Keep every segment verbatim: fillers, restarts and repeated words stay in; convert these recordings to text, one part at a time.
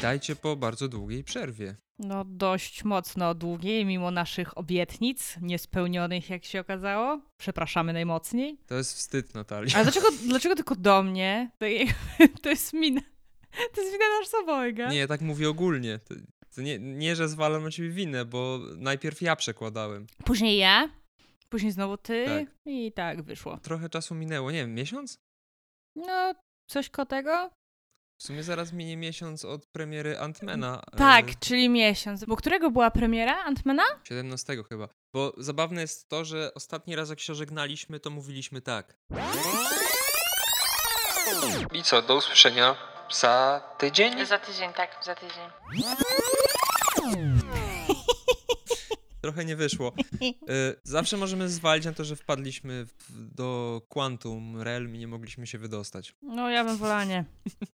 Witajcie po bardzo długiej przerwie. No dość mocno długiej, mimo naszych obietnic niespełnionych, jak się okazało. Przepraszamy najmocniej. To jest wstyd, Natalia. Ale dlaczego, dlaczego tylko do mnie? To, to jest mina. To jest wina nasza obojga. Nie, tak mówię ogólnie. To, to nie, nie, że zwalam na ciebie winę, bo najpierw ja przekładałem. Później ja, później znowu ty Tak. i tak wyszło. Trochę czasu minęło, nie wiem, miesiąc? No, coś koło tego? W sumie zaraz minie miesiąc od premiery Ant-Mana. Tak, e, czyli miesiąc. Bo którego była premiera Ant-Mana? siedemnastego chyba. Bo zabawne jest to, że ostatni raz jak się żegnaliśmy, to mówiliśmy tak. I co, do usłyszenia za tydzień? Za tydzień, tak, za tydzień. Trochę nie wyszło. Y, zawsze możemy zwalić na to, że wpadliśmy w, do Quantum Realm i nie mogliśmy się wydostać. No ja bym wolała nie.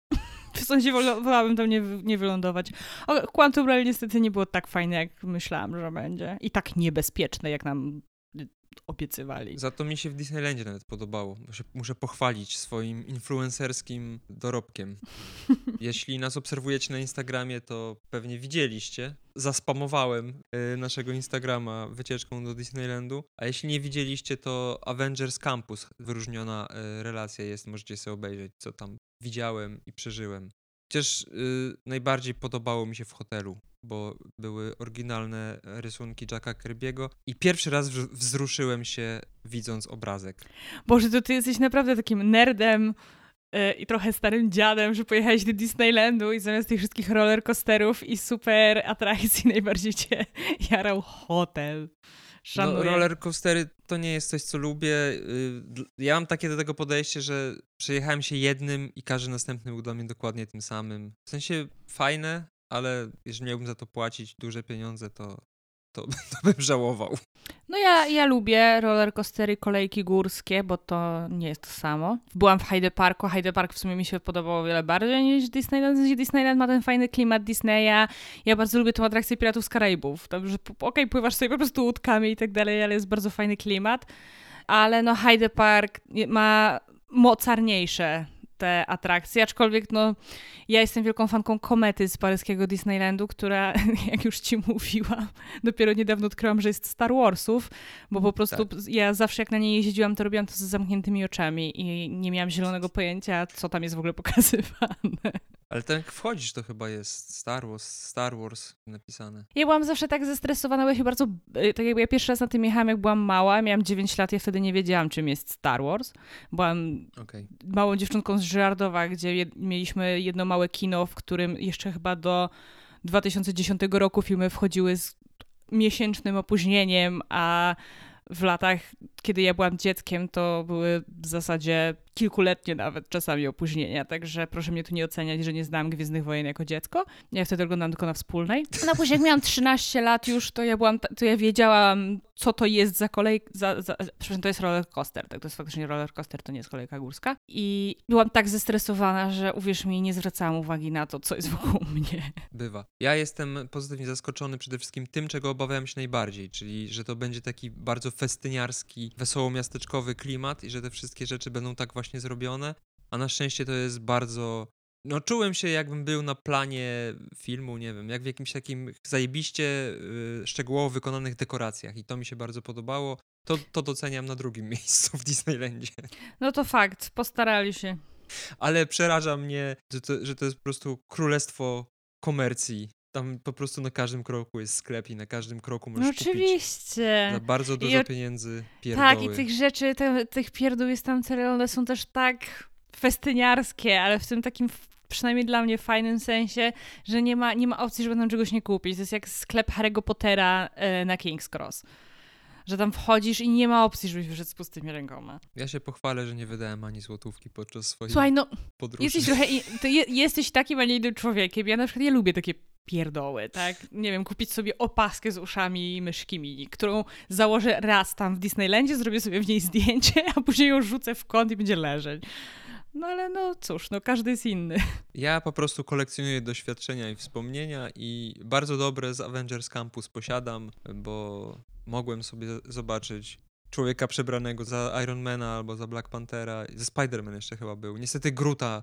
W sensie wola- wolałabym tam nie, nie wylądować. O, Quantum Realm niestety nie było tak fajne, jak myślałam, że będzie. I tak niebezpieczne, jak nam y, obiecywali. Za to mi się w Disneylandzie nawet podobało. Muszę, muszę pochwalić swoim influencerskim dorobkiem. Jeśli nas obserwujecie na Instagramie, to pewnie widzieliście. Zaspamowałem y, naszego Instagrama wycieczką do Disneylandu. A jeśli nie widzieliście, to Avengers Campus, wyróżniona y, relacja jest. Możecie sobie obejrzeć, co tam widziałem i przeżyłem. Chociaż y, najbardziej podobało mi się w hotelu, bo były oryginalne rysunki Jacka Kirby'ego i pierwszy raz w- wzruszyłem się, widząc obrazek. Boże, to ty jesteś naprawdę takim nerdem y, i trochę starym dziadem, że pojechałeś do Disneylandu i zamiast tych wszystkich rollercoasterów i super atrakcji najbardziej cię jarał hotel. Szanuję. No, rollercoastery to nie jest coś, co lubię. Y, dl- Ja mam takie do tego podejście, że przejechałem się jednym i każdy następny był dla mnie dokładnie tym samym. W sensie fajne, ale jeżeli miałbym za to płacić duże pieniądze, to, to, to bym żałował. No ja, ja lubię rollercoastery, kolejki górskie, bo to nie jest to samo. Byłam w Hyde Parku, Hyde Park w sumie mi się podobało o wiele bardziej niż Disneyland. W sensie Disneyland ma ten fajny klimat Disneya. Ja bardzo lubię tą atrakcję Piratów z Karaibów. Tam, że p- okej, pływasz sobie po prostu łódkami i tak dalej, ale jest bardzo fajny klimat. Ale no Hyde Park ma mocarniejsze te atrakcje, aczkolwiek no ja jestem wielką fanką Komety z paryskiego Disneylandu, która, jak już ci mówiłam, dopiero niedawno odkryłam, że jest Star Warsów, bo po prostu Tak. ja zawsze jak na niej jeździłam, to robiłam to z zamkniętymi oczami i nie miałam zielonego pojęcia, co tam jest w ogóle pokazywane. Ale ten jak wchodzisz, to chyba jest Star Wars, Star Wars napisane. Ja byłam zawsze tak zestresowana, bo ja się bardzo, y, tak jakby ja pierwszy raz na tym jechałam, jak byłam mała, miałam dziewięć lat, ja wtedy nie wiedziałam, czym jest Star Wars. Byłam Okej. małą dziewczynką z Żyrardowa, gdzie jed- mieliśmy jedno małe kino, w którym jeszcze chyba do dwa tysiące dziesiątego roku filmy wchodziły z miesięcznym opóźnieniem, a w latach, kiedy ja byłam dzieckiem, to były w zasadzie kilkuletnie nawet czasami opóźnienia, także proszę mnie tu nie oceniać, że nie znałam Gwiezdnych Wojen jako dziecko. Ja wtedy oglądałam tylko na wspólnej. No później jak miałam trzynaście lat już, to ja byłam, to ja wiedziałam, co to jest za kolej, za, za, przepraszam, to jest roller coaster, tak, to jest faktycznie roller coaster, to nie jest kolejka górska. I byłam tak zestresowana, że uwierz mi, nie zwracałam uwagi na to, co jest wokół mnie. Bywa. Ja jestem pozytywnie zaskoczony przede wszystkim tym, czego obawiałem się najbardziej, czyli że to będzie taki bardzo festyniarski, wesoło-miasteczkowy klimat i że te wszystkie rzeczy będą tak właśnie zrobione, a na szczęście to jest bardzo... No czułem się, jakbym był na planie filmu, nie wiem, jak w jakimś takim zajebiście y, szczegółowo wykonanych dekoracjach i to mi się bardzo podobało. To, to doceniam na drugim miejscu w Disneylandzie. No to fakt, postarali się. Ale przeraża mnie, że to, że to jest po prostu królestwo komercji. Tam po prostu na każdym kroku jest sklep i na każdym kroku No możesz kupić oczywiście. za bardzo dużo o- pieniędzy pierdoły. Tak, i tych rzeczy, te, tych pierdół jest tam tyle, one są też tak festyniarskie, ale w tym takim, f- przynajmniej dla mnie, fajnym sensie, że nie ma, nie ma opcji, żeby tam czegoś nie kupić. To jest jak sklep Harry'ego Pottera e, na King's Cross. Że tam wchodzisz i nie ma opcji, żebyś wyszedł z pustymi rękoma. Ja się pochwalę, że nie wydałem ani złotówki podczas swojej Słuchaj, no, podróży. jesteś trochę, i- to je, jesteś takim, a nie innym człowiekiem. Ja na przykład, ja lubię takie pierdoły, tak? Nie wiem, kupić sobie opaskę z uszami myszki mini, którą założę raz tam w Disneylandzie, zrobię sobie w niej zdjęcie, a później ją rzucę w kąt i będzie leżeć. No ale no cóż, no każdy jest inny. Ja po prostu kolekcjonuję doświadczenia i wspomnienia i bardzo dobre z Avengers Campus posiadam, bo mogłem sobie zobaczyć człowieka przebranego za Ironmana albo za Black Panthera, ze Spider-Man jeszcze chyba był. Niestety Groota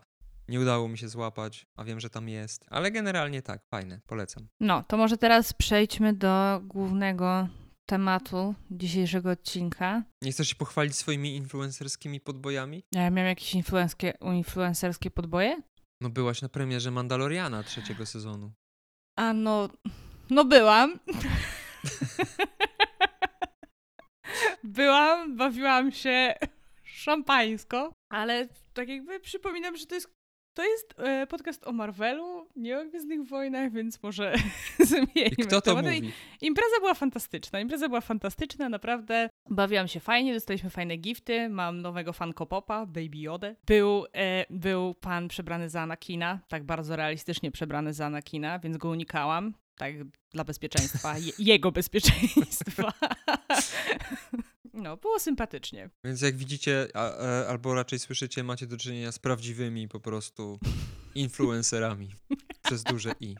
nie udało mi się złapać, a wiem, że tam jest. Ale generalnie tak, fajne, polecam. No, to może teraz przejdźmy do głównego tematu dzisiejszego odcinka. Nie chcesz się pochwalić swoimi influencerskimi podbojami? Ja miałem jakieś influenckie, influencerskie podboje? No byłaś na premierze Mandaloriana trzeciego sezonu. A no, no byłam. Byłam, bawiłam się szampańsko, ale tak jakby przypominam, że to jest, to jest e, podcast o Marvelu, nie o Gwiezdnych Wojnach, więc może zmienimy I kto to temat. mówi? Impreza była fantastyczna, impreza była fantastyczna, naprawdę bawiłam się fajnie, dostaliśmy fajne gifty, mam nowego Funko Popa, Baby Yoda. Był, e, był pan przebrany za Anakina, tak bardzo realistycznie przebrany za Anakina, więc go unikałam. Tak, dla bezpieczeństwa, je, jego bezpieczeństwa. No, było sympatycznie. Więc jak widzicie, a, a, albo raczej słyszycie, macie do czynienia z prawdziwymi po prostu influencerami. Przez duże i.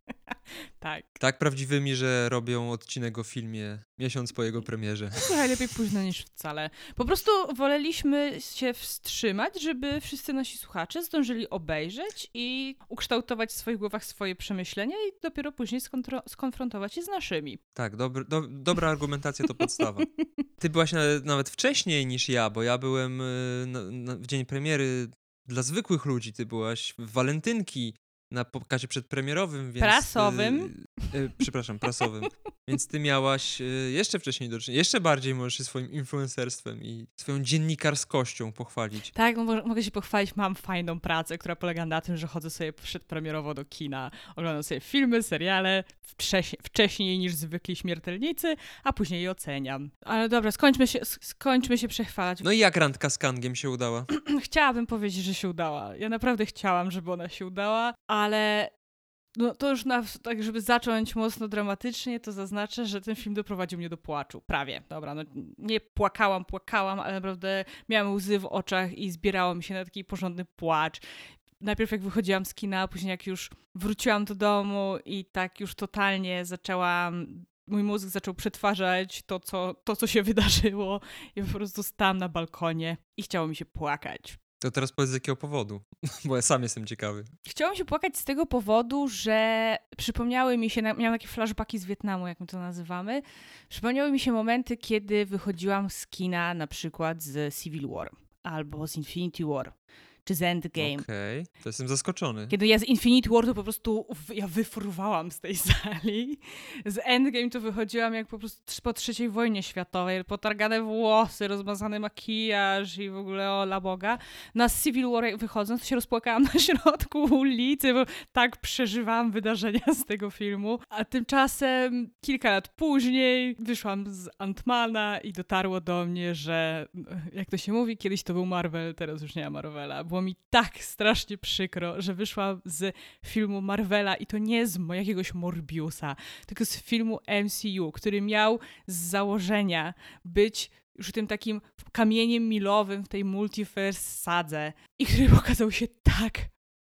Tak. Tak prawdziwymi, że robią odcinek o filmie miesiąc po jego premierze. Słuchaj, lepiej późno niż wcale. Po prostu woleliśmy się wstrzymać, żeby wszyscy nasi słuchacze zdążyli obejrzeć i ukształtować w swoich głowach swoje przemyślenia i dopiero później skontro- skonfrontować je z naszymi. Tak, dobry, do, dobra argumentacja to podstawa. Ty byłaś na, nawet wcześniej niż ja, bo ja byłem y, na, na, w dzień premiery dla zwykłych ludzi. Ty byłaś w walentynki na pokazie przedpremierowym, więc... Prasowym. Y, y, przepraszam, prasowym. Więc ty miałaś y, jeszcze wcześniej do czynienia. Jeszcze bardziej możesz się swoim influencerstwem i swoją dziennikarskością pochwalić. Tak, no, mogę się pochwalić, mam fajną pracę, która polega na tym, że chodzę sobie przedpremierowo do kina, oglądam sobie filmy, seriale wcześniej, wcześniej niż zwykli śmiertelnicy, a później je oceniam. Ale dobra, skończmy się, skończmy się przechwalać. No i jak randka z Kangiem się udała? Chciałabym powiedzieć, że się udała. Ja naprawdę chciałam, żeby ona się udała, ale no to już na, tak, żeby zacząć mocno dramatycznie, to zaznaczę, że ten film doprowadził mnie do płaczu. Prawie. Dobra, no nie płakałam, płakałam, ale naprawdę miałam łzy w oczach i zbierało mi się na taki porządny płacz. Najpierw jak wychodziłam z kina, a później jak już wróciłam do domu i tak już totalnie zaczęłam... Mój mózg zaczął przetwarzać to co, to, co się wydarzyło i po prostu stałam na balkonie i chciało mi się płakać. To teraz powiedz z jakiego powodu, bo ja sam jestem ciekawy. Chciałam się płakać z tego powodu, że przypomniały mi się, miałam takie flashbacki z Wietnamu, jak my to nazywamy, przypomniały mi się momenty, kiedy wychodziłam z kina na przykład z Civil War albo z Infinity War. Czy z Endgame. Okej, okay. To jestem zaskoczony. Kiedy ja z Infinity War to po prostu w, ja wyfruwałam z tej sali. Z Endgame to wychodziłam jak po prostu po trzeciej wojnie światowej. Potargane włosy, rozmazany makijaż i w ogóle ola Boga. Na Civil War wychodząc to się rozpłakałam na środku ulicy, bo tak przeżywałam wydarzenia z tego filmu. A tymczasem kilka lat później wyszłam z Ant-Mana i dotarło do mnie, że jak to się mówi, kiedyś to był Marvel, teraz już nie ma Marvela. Było mi tak strasznie przykro, że wyszłam z filmu Marvela i to nie z jakiegoś Morbiusa, tylko z filmu M C U, który miał z założenia być już tym takim kamieniem milowym w tej multiverse sadze i który okazał się tak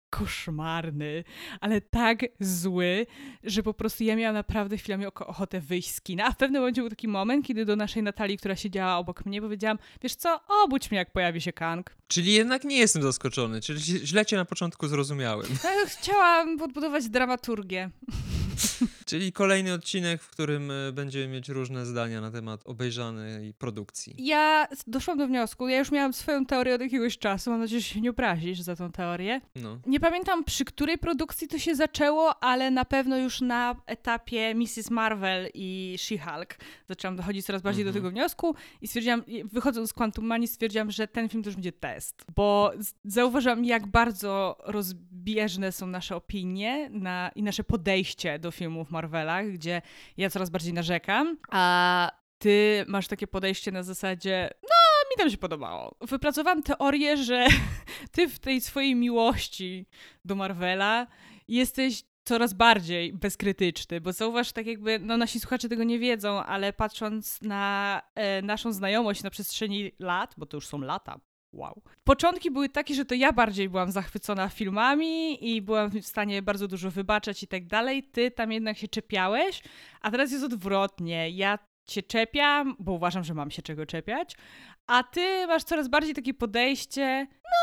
koszmarny, ale tak zły, że po prostu ja miałam naprawdę chwilami ochotę wyjść z kina. A w pewnym momencie był taki moment, kiedy do naszej Natalii, która siedziała obok mnie, powiedziałam, wiesz co, obudź mnie, jak pojawi się Kang. Czyli jednak nie jestem zaskoczony, czyli źle cię na początku zrozumiałem. Ja chciałam podbudować dramaturgię. Czyli kolejny odcinek, w którym będziemy mieć różne zdania na temat obejrzanej produkcji. Ja doszłam do wniosku, ja już miałam swoją teorię od jakiegoś czasu, mam nadzieję, że się nie obrazisz za tą teorię. No. Nie pamiętam, przy której produkcji to się zaczęło, ale na pewno już na etapie missus Marvel i She-Hulk zaczęłam dochodzić coraz bardziej mhm. do tego wniosku i stwierdziłam, wychodząc z Quantum Manii, stwierdziłam, że ten film to już będzie test, bo zauważyłam, jak bardzo rozbieżne są nasze opinie na, i nasze podejście do filmów Marvelach, gdzie ja coraz bardziej narzekam, a ty masz takie podejście na zasadzie, no mi tam się podobało. Wypracowałam teorię, że ty w tej swojej miłości do Marvela jesteś coraz bardziej bezkrytyczny, bo zauważ, tak jakby, no nasi słuchacze tego nie wiedzą, ale patrząc na e, naszą znajomość na przestrzeni lat, bo to już są lata, wow. Początki były takie, że to ja bardziej byłam zachwycona filmami i byłam w stanie bardzo dużo wybaczać i tak dalej. Ty tam jednak się czepiałeś, a teraz jest odwrotnie. Ja się czepiam, bo uważam, że mam się czego czepiać, a ty masz coraz bardziej takie podejście, no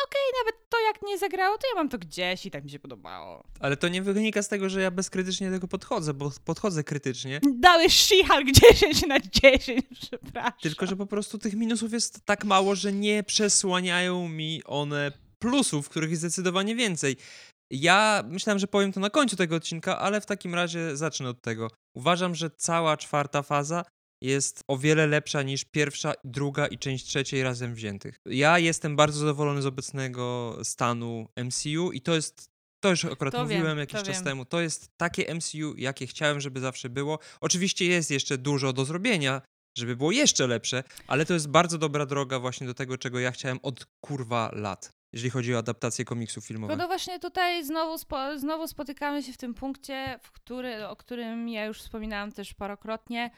okej, okay, nawet to jak nie zagrało, to ja mam to gdzieś i tak mi się podobało. Ale to nie wynika z tego, że ja bezkrytycznie do tego podchodzę, bo podchodzę krytycznie. Dałeś She-Hulk dziesięć na dziesięć, przepraszam. Tylko, że po prostu tych minusów jest tak mało, że nie przesłaniają mi one plusów, których jest zdecydowanie więcej. Ja myślałem, że powiem to na końcu tego odcinka, ale w takim razie zacznę od tego. Uważam, że cała czwarta faza jest o wiele lepsza niż pierwsza, druga i część trzeciej razem wziętych. Ja jestem bardzo zadowolony z obecnego stanu M C U i to jest, to już akurat to mówiłem wiem, jakiś to czas wiem. temu, to jest takie M C U, jakie chciałem, żeby zawsze było. Oczywiście jest jeszcze dużo do zrobienia, żeby było jeszcze lepsze, ale to jest bardzo dobra droga właśnie do tego, czego ja chciałem od kurwa lat, jeżeli chodzi o adaptację komiksów filmowych. No właśnie tutaj znowu, spo, znowu spotykamy się w tym punkcie, w który, o którym ja już wspominałam też parokrotnie,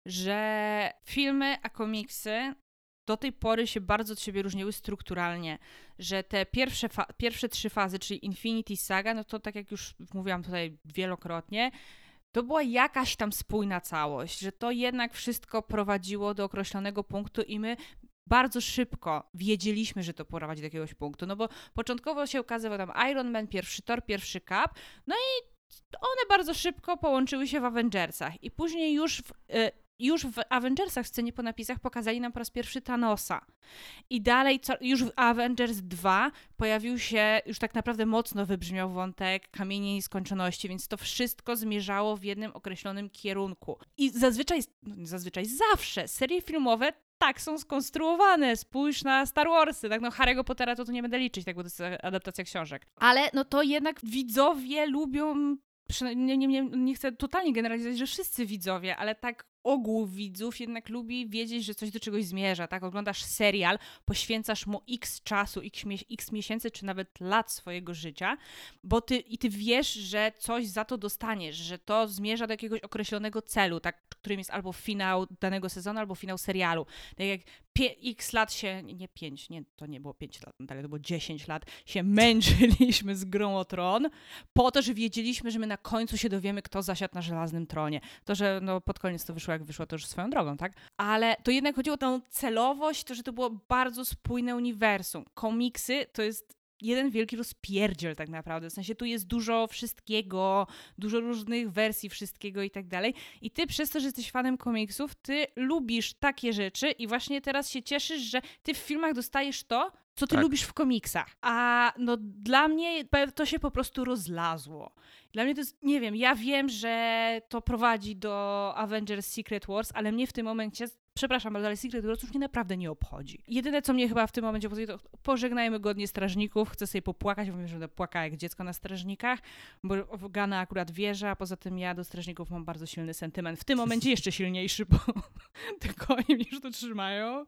że filmy, a komiksy do tej pory się bardzo od siebie różniły strukturalnie, że te pierwsze, fa- pierwsze trzy fazy, czyli Infinity Saga, no to tak jak już mówiłam tutaj wielokrotnie, to była jakaś tam spójna całość, że to jednak wszystko prowadziło do określonego punktu i my bardzo szybko wiedzieliśmy, że to prowadzi do jakiegoś punktu, no bo początkowo się ukazywał tam Iron Man, pierwszy Thor, pierwszy Cap, no i one bardzo szybko połączyły się w Avengersach i później już w, y, już w Avengersach, w scenie po napisach, pokazali nam po raz pierwszy Thanosa. I dalej, co, już w Avengers dwa pojawił się, już tak naprawdę mocno wybrzmiał wątek Kamieni Nieskończoności, więc to wszystko zmierzało w jednym określonym kierunku. I zazwyczaj, no zazwyczaj zawsze serie filmowe tak są skonstruowane. Spójrz na Star Warsy, tak, no Harry'ego Pottera to tu nie będę liczyć, tak, bo to jest adaptacja książek. Ale no to jednak widzowie lubią, nie, nie, nie, nie chcę totalnie generalizować, że wszyscy widzowie, ale tak ogół widzów jednak lubi wiedzieć, że coś do czegoś zmierza, tak? Oglądasz serial, poświęcasz mu x czasu, x, mie- x miesięcy, czy nawet lat swojego życia, bo ty, i ty wiesz, że coś za to dostaniesz, że to zmierza do jakiegoś określonego celu, tak? Którym jest albo finał danego sezonu, albo finał serialu. Tak jak pie- x lat się, nie pięć, nie, to nie było pięć lat, ale to było dziesięć lat, się męczyliśmy z Grą o Tron, po to, że wiedzieliśmy, że my na końcu się dowiemy, kto zasiadł na żelaznym tronie. To, że no pod koniec to wyszło jak wyszło, to już swoją drogą, tak? Ale to jednak chodziło o tą celowość, to, że to było bardzo spójne uniwersum. Komiksy to jest jeden wielki rozpierdziel tak naprawdę, w sensie tu jest dużo wszystkiego, dużo różnych wersji wszystkiego i tak dalej. I ty przez to, że jesteś fanem komiksów, ty lubisz takie rzeczy i właśnie teraz się cieszysz, że ty w filmach dostajesz to, co ty tak. lubisz w komiksach. A no dla mnie to się po prostu rozlazło. Dla mnie to jest, nie wiem, ja wiem, że to prowadzi do Avengers Secret Wars, ale mnie w tym momencie, przepraszam bardzo, ale Secret Wars już mnie naprawdę nie obchodzi. Jedyne, co mnie chyba w tym momencie obchodzi, to pożegnajmy godnie strażników, chcę sobie popłakać, bo wiem, że będę płakała jak dziecko na strażnikach, bo w Gana akurat wierzę, a poza tym ja do strażników mam bardzo silny sentyment. W tym momencie jeszcze silniejszy, bo tylko oni mnie już to trzymają.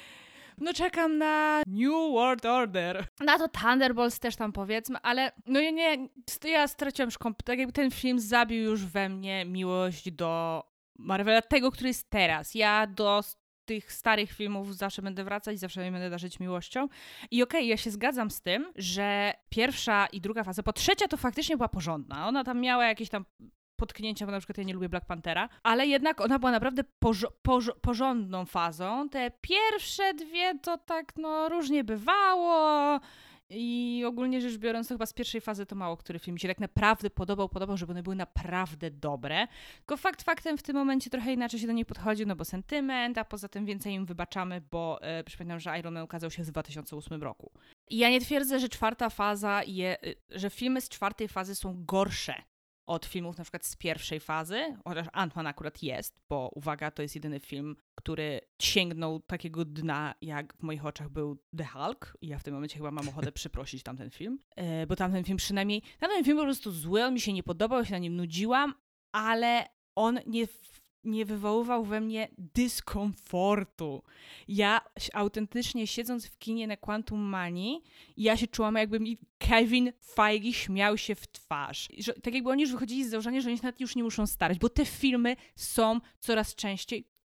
No czekam na New World Order. Na to Thunderbolts też tam powiedzmy, ale no ja nie, ja straciłam już komp- tak jakby ten film zabił już we mnie miłość do Marvela, tego, który jest teraz. Ja do tych starych filmów zawsze będę wracać, zawsze je będę darzyć miłością. I okej, okay, ja się zgadzam z tym, że pierwsza i druga faza, bo trzecia to faktycznie była porządna. Ona tam miała jakieś tam potknięcia, bo na przykład ja nie lubię Black Panthera, ale jednak ona była naprawdę porzo- porzo- porządną fazą. Te pierwsze dwie to tak no różnie bywało i ogólnie rzecz biorąc to chyba z pierwszej fazy to mało który film mi się tak naprawdę podobał, podobał, żeby one były naprawdę dobre. Tylko fakt faktem w tym momencie trochę inaczej się do nich podchodzi, no bo sentyment, a poza tym więcej im wybaczamy, bo e, przypominam, że Iron Man ukazał się w dwa tysiące ósmym roku. I ja nie twierdzę, że czwarta faza, je, że filmy z czwartej fazy są gorsze od filmów na przykład z pierwszej fazy, chociaż Ant-Man akurat jest, bo uwaga, to jest jedyny film, który sięgnął takiego dna, jak w moich oczach był The Hulk i ja w tym momencie chyba mam ochotę przeprosić tamten film, yy, bo tamten film przynajmniej, tamten film był po prostu zły, on mi się nie podobał, ja się na nim nudziłam, ale on nie, nie wywoływał we mnie dyskomfortu. Ja autentycznie siedząc w kinie na Quantum Manii, ja się czułam, jakby mi Kevin Feige śmiał się w twarz. Że, tak jakby oni już wychodzili z założenia, że oni się nawet już nie muszą starać, bo te filmy są coraz częściej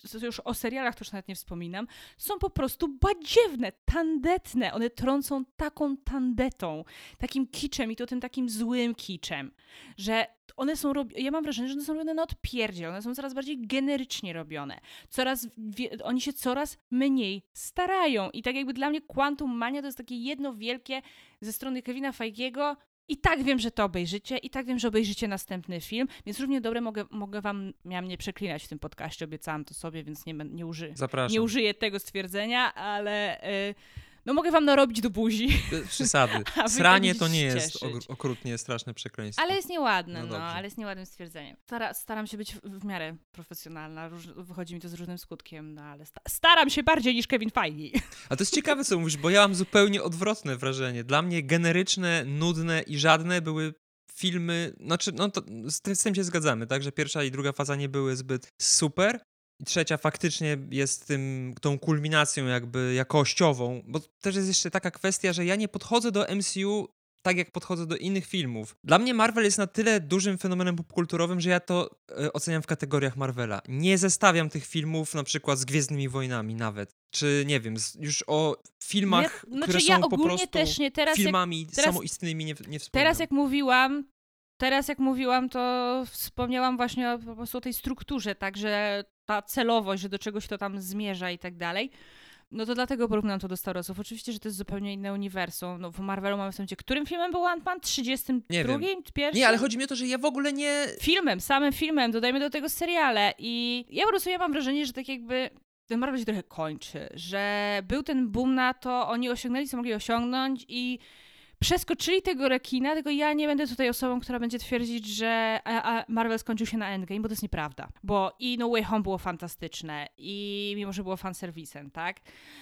już o serialach to już nawet nie wspominam, są po prostu badziewne, tandetne. One trącą taką tandetą, takim kiczem i to tym takim złym kiczem, że one są robione, ja mam wrażenie, że one są robione na odpierdziel, one są coraz bardziej generycznie robione. Coraz, wie, oni się coraz mniej starają i tak jakby dla mnie Quantum Mania to jest takie jedno wielkie ze strony Kevina Feigiego. I tak wiem, że to obejrzycie, i tak wiem, że obejrzycie następny film, więc równie dobre mogę, mogę wam, miałam nie przeklinać w tym podcaście, obiecałam to sobie, więc nie, nie, uży, nie użyję tego stwierdzenia, ale yy, no mogę wam narobić do buzi. Przesady. Sranie to nie jest okrutnie straszne przekleństwo. Ale jest nieładne, no, no ale jest nieładnym stwierdzeniem. Stara, staram się być w, w miarę profesjonalna, Róż, wychodzi mi to z różnym skutkiem, no ale sta, staram się bardziej niż Kevin Feige. A to jest ciekawe, co mówisz, bo ja mam zupełnie odwrotne wrażenie. Dla mnie generyczne, nudne i żadne były filmy, znaczy, no to z tym, z tym się zgadzamy, tak, że pierwsza i druga faza nie były zbyt super. I trzecia faktycznie jest tym, tą kulminacją jakby jakościową, bo też jest jeszcze taka kwestia, że ja nie podchodzę do M C U tak, jak podchodzę do innych filmów. Dla mnie Marvel jest na tyle dużym fenomenem popkulturowym, że ja to e, oceniam w kategoriach Marvela. Nie zestawiam tych filmów na przykład z Gwiezdnymi Wojnami nawet, czy nie wiem, z, już o filmach, ja, które znaczy, są ja po prostu też nie. Teraz filmami jak, teraz, samoistnymi, nie, nie wspominam. Teraz jak mówiłam, Teraz jak mówiłam, to wspomniałam właśnie o, po prostu o tej strukturze, tak, że ta celowość, że do czegoś to tam zmierza i tak dalej. No to dlatego porównam to do Star Warsów. Oczywiście, że to jest zupełnie inne uniwersum. No w Marvelu mamy w sensie, którym filmem był Ant-Man? trzydziestym drugim? Pierwszym? Nie, ale chodzi mi o to, że ja w ogóle nie... Filmem, samym filmem, dodajmy do tego seriale i ja po prostu ja mam wrażenie, że tak jakby ten Marvel się trochę kończy, że był ten boom na to, oni osiągnęli, co mogli osiągnąć i przeskoczyli tego rekina, tylko ja nie będę tutaj osobą, która będzie twierdzić, że Marvel skończył się na Endgame, bo to jest nieprawda. Bo i No Way Home było fantastyczne i mimo, że było fanserwisem, tak?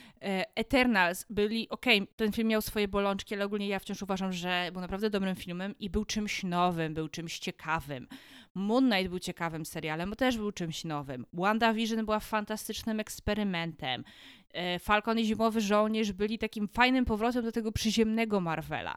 Eternals byli, okej, okay, ten film miał swoje bolączki, ale ogólnie ja wciąż uważam, że był naprawdę dobrym filmem i był czymś nowym, był czymś ciekawym. Moon Knight był ciekawym serialem, bo też był czymś nowym. WandaVision była fantastycznym eksperymentem. Falcon i Zimowy Żołnierz byli takim fajnym powrotem do tego przyziemnego Marvela.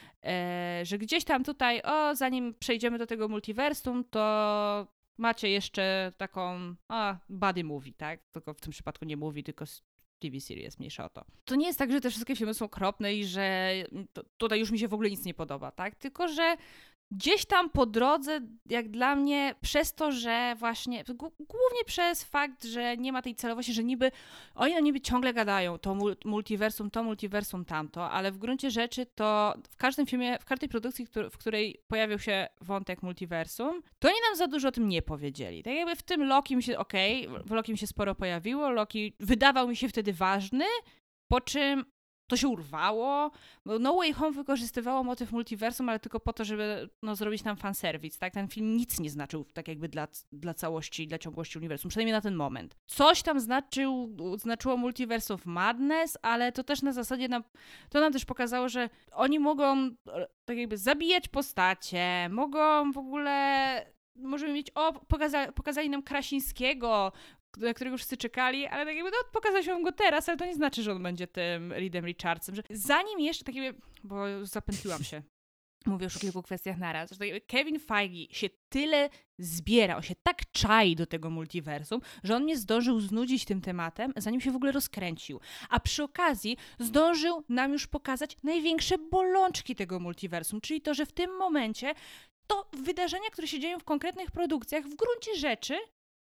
E, że gdzieś tam tutaj, o, zanim przejdziemy do tego multiversum, to macie jeszcze taką, a, buddy movie, tak? Tylko w tym przypadku nie movie, tylko T V series, mniejsza o to. To nie jest tak, że te wszystkie filmy są okropne i że to, tutaj już mi się w ogóle nic nie podoba, tak? Tylko, że gdzieś tam po drodze, jak dla mnie, przez to, że właśnie, g- głównie przez fakt, że nie ma tej celowości, że niby, oni no niby ciągle gadają, to multiversum, to multiversum, tamto, ale w gruncie rzeczy to w każdym filmie, w każdej produkcji, który, w której pojawił się wątek multiversum, to oni nam za dużo o tym nie powiedzieli. Tak jakby w tym Loki mi się, okej, okay, w Loki mi się sporo pojawiło, Loki wydawał mi się wtedy ważny, po czym to się urwało. No Way Home wykorzystywało motyw multiversum, ale tylko po to, żeby no, zrobić nam fanserwis, tak? Ten film nic nie znaczył tak jakby dla, dla całości, dla ciągłości uniwersum, przynajmniej na ten moment. Coś tam znaczył, znaczyło Multiverse of Madness, ale to też na zasadzie nam, to nam też pokazało, że oni mogą tak jakby zabijać postacie, mogą w ogóle, możemy mieć, o, pokaza, pokazali nam Krasińskiego, na którego wszyscy czekali, ale tak jakby no, pokazał się go teraz, ale to nie znaczy, że on będzie tym Reedem Richardsem, że zanim jeszcze, tak jakby, bo już zapętliłam się, mówię już o kilku kwestiach naraz, że tak jakby Kevin Feige się tyle zbiera, on się tak czai do tego multiversum, że on mnie zdążył znudzić tym tematem, zanim się w ogóle rozkręcił. A przy okazji zdążył nam już pokazać największe bolączki tego multiversum, czyli to, że w tym momencie to wydarzenia, które się dzieją w konkretnych produkcjach, w gruncie rzeczy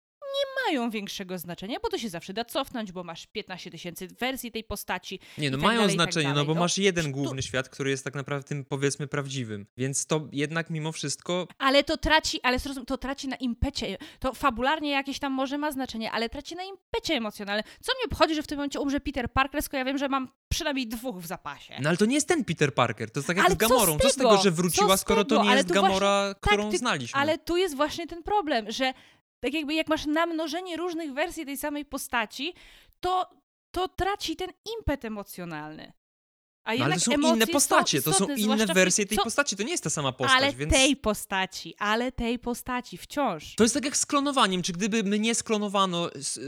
nie mają większego znaczenia, bo to się zawsze da cofnąć, bo masz piętnaście tysięcy wersji tej postaci. Nie, no tak mają dalej, znaczenie, tak no bo no, masz jeden to... główny świat, który jest tak naprawdę tym, powiedzmy, prawdziwym. Więc to jednak mimo wszystko... Ale to traci, ale to traci na impecie. To fabularnie jakieś tam może ma znaczenie, ale traci na impecie emocjonalnym. Co mnie obchodzi, że w tym momencie umrze Peter Parker, skoro ja wiem, że mam przynajmniej dwóch w zapasie. No ale to nie jest ten Peter Parker, to jest tak jak ale z Gamorą. Co z, co z tego, że wróciła, skoro to nie jest to Gamora, właśnie, którą tak, ty, znaliśmy? Ale tu jest właśnie ten problem, że tak jakby jak masz namnożenie różnych wersji tej samej postaci, to, to traci ten impet emocjonalny. A no ale to są inne postacie, to są inne wersje tej co? postaci, to nie jest ta sama postać, ale więc... tej postaci, ale tej postaci, wciąż. To jest tak jak z klonowaniem, czy gdyby mnie sklonowano,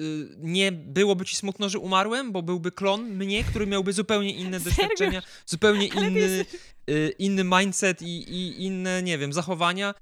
nie byłoby ci smutno, że umarłem, bo byłby klon mnie, który miałby zupełnie inne doświadczenia, zupełnie inny, jest... inny mindset i, i inne, nie wiem, zachowania.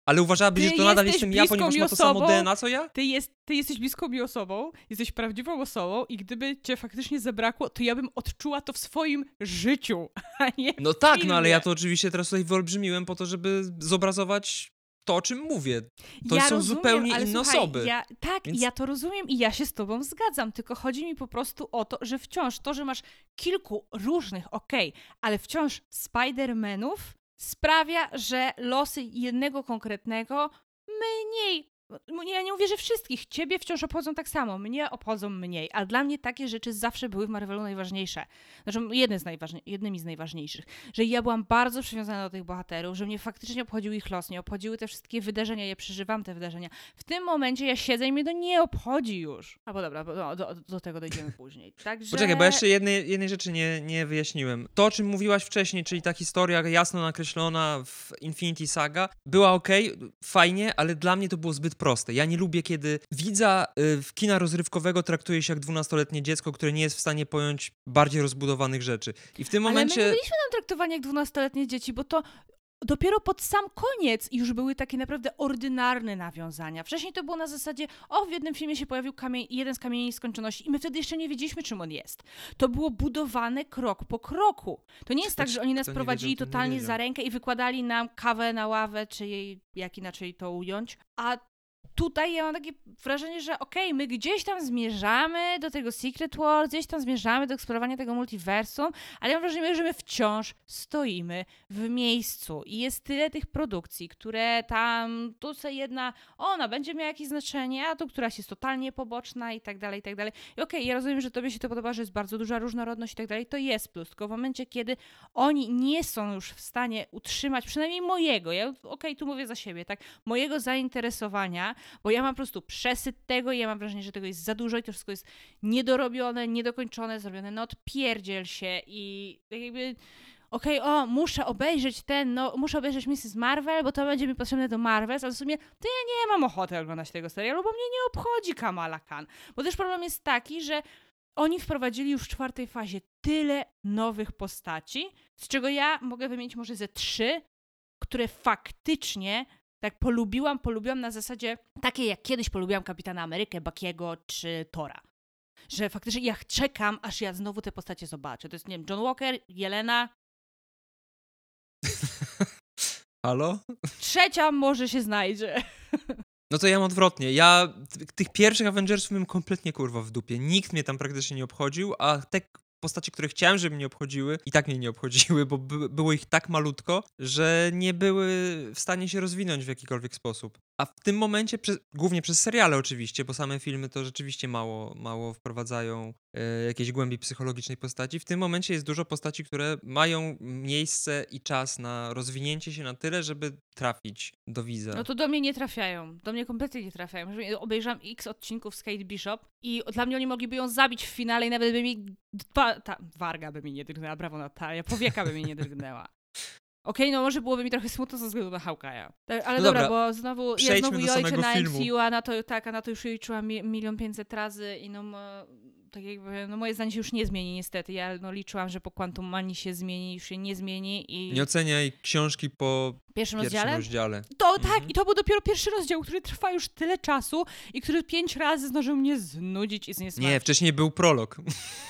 Ale uważałabyś, Ty że to nadal jesteś jestem ja, ponieważ bliską ma to samo osobą. D N A, co ja? Ty, jest, ty jesteś bliską mi osobą, jesteś prawdziwą osobą i gdyby cię faktycznie zabrakło, to ja bym odczuła to w swoim życiu, a nie w No tak, filmie. no ale ja to oczywiście teraz tutaj wyolbrzymiłem po to, żeby zobrazować to, o czym mówię. To ja są rozumiem, zupełnie ale inne słuchaj, osoby. Ja, tak, Więc- ja to rozumiem i ja się z tobą zgadzam, tylko chodzi mi po prostu o to, że wciąż to, że masz kilku różnych, okej, ale wciąż Spider-Manów sprawia, że losy jednego konkretnego mniej. Ja nie mówię, że wszystkich. Ciebie wciąż obchodzą tak samo. Mnie obchodzą mniej. A dla mnie takie rzeczy zawsze były w Marvelu najważniejsze. Znaczy, jedne z najważniej, jednymi z najważniejszych. Że ja byłam bardzo przywiązana do tych bohaterów, że mnie faktycznie obchodził ich los, nie obchodziły te wszystkie wydarzenia, ja przeżywam te wydarzenia. W tym momencie ja siedzę i mnie to nie obchodzi już. Albo dobra, bo do, do, do tego dojdziemy później. Także... Poczekaj, bo jeszcze jednej, jednej rzeczy nie, nie wyjaśniłem. To, o czym mówiłaś wcześniej, czyli ta historia jasno nakreślona w Infinity Saga, była okej, fajnie, ale dla mnie to było zbyt proste. Ja nie lubię, kiedy widza y, w kina rozrywkowego traktuje się jak dwunastoletnie dziecko, które nie jest w stanie pojąć bardziej rozbudowanych rzeczy. I w tym momencie... Ale my nie byliśmy tam traktowani jak dwunastoletnie dzieci, bo to dopiero pod sam koniec już były takie naprawdę ordynarne nawiązania. Wcześniej to było na zasadzie, o, w jednym filmie się pojawił kamień, jeden z kamieni skończoności i my wtedy jeszcze nie wiedzieliśmy, czym on jest. To było budowane krok po kroku. To nie jest tak, że oni nas Kto nie prowadzili wiedział, ten nie totalnie wiedział. za rękę i wykładali nam kawę na ławę, czy jej, jak inaczej to ująć, a tutaj ja mam takie wrażenie, że okej, my gdzieś tam zmierzamy do tego Secret Wars, gdzieś tam zmierzamy do eksplorowania tego multiversum, ale ja mam wrażenie, że my wciąż stoimy w miejscu i jest tyle tych produkcji, które tam, tu se jedna, ona będzie miała jakieś znaczenie, a tu któraś jest totalnie poboczna i tak dalej, i tak dalej. I okej, ja rozumiem, że tobie się to podoba, że jest bardzo duża różnorodność i tak dalej, to jest plus, tylko w momencie, kiedy oni nie są już w stanie utrzymać, przynajmniej mojego, ja okej, tu mówię za siebie, tak, mojego zainteresowania, bo ja mam po prostu przesyt tego i ja mam wrażenie, że tego jest za dużo i to wszystko jest niedorobione, niedokończone, zrobione, no odpierdziel się i tak jakby okej, okay, o, muszę obejrzeć ten, no, muszę obejrzeć missus Marvel, bo to będzie mi potrzebne do Marvels, ale w sumie to ja nie mam ochoty oglądać tego serialu, bo mnie nie obchodzi Kamala Khan. Bo też problem jest taki, że oni wprowadzili już w czwartej fazie tyle nowych postaci, z czego ja mogę wymienić może ze trzy, które faktycznie tak polubiłam, polubiłam na zasadzie takiej, jak kiedyś polubiłam Kapitana Amerykę, Buckiego czy Thora. Że faktycznie ja czekam, aż ja znowu te postacie zobaczę. To jest, nie wiem, John Walker, Jelena. Halo? Trzecia może się znajdzie. No to ja mam odwrotnie. Ja t- tych pierwszych Avengersów miałem kompletnie kurwa w dupie. Nikt mnie tam praktycznie nie obchodził, a te postacie, które chciałem, żeby mnie obchodziły, i tak mnie nie obchodziły, bo by, było ich tak malutko, że nie były w stanie się rozwinąć w jakikolwiek sposób. A w tym momencie, przez, głównie przez seriale oczywiście, bo same filmy to rzeczywiście mało, mało wprowadzają e, jakiejś głębi psychologicznej postaci, w tym momencie jest dużo postaci, które mają miejsce i czas na rozwinięcie się na tyle, żeby trafić do widza. No to do mnie nie trafiają. Do mnie kompletnie nie trafiają. Że obejrzałam x odcinków z Kate Bishop i dla mnie oni mogliby ją zabić w finale i nawet by mi dwa, ta warga by mi nie drgnęła, brawo Natalia, powieka by mi nie drgnęła. Okej, okay, no może byłoby mi trochę smutno ze względu na Hawkeye'a. Tak, ale No dobra, dobra, bo znowu ja przejdźmy znowu do jojczę samego na filmu. M C U, a na to, tak, a na to już jojczyłam mi, milion pięćset razy i no mo, tak jakby, no moje zdanie się już nie zmieni niestety. Ja no liczyłam, że po Quantum Manii się zmieni, już się nie zmieni i... Nie oceniaj książki po pierwszym pierwszym rozdziale? rozdziale. To Mhm. tak, i to był dopiero pierwszy rozdział, który trwa już tyle czasu i który pięć razy zdążył mnie znudzić i zniesmaczyć. Nie, wcześniej był prolog.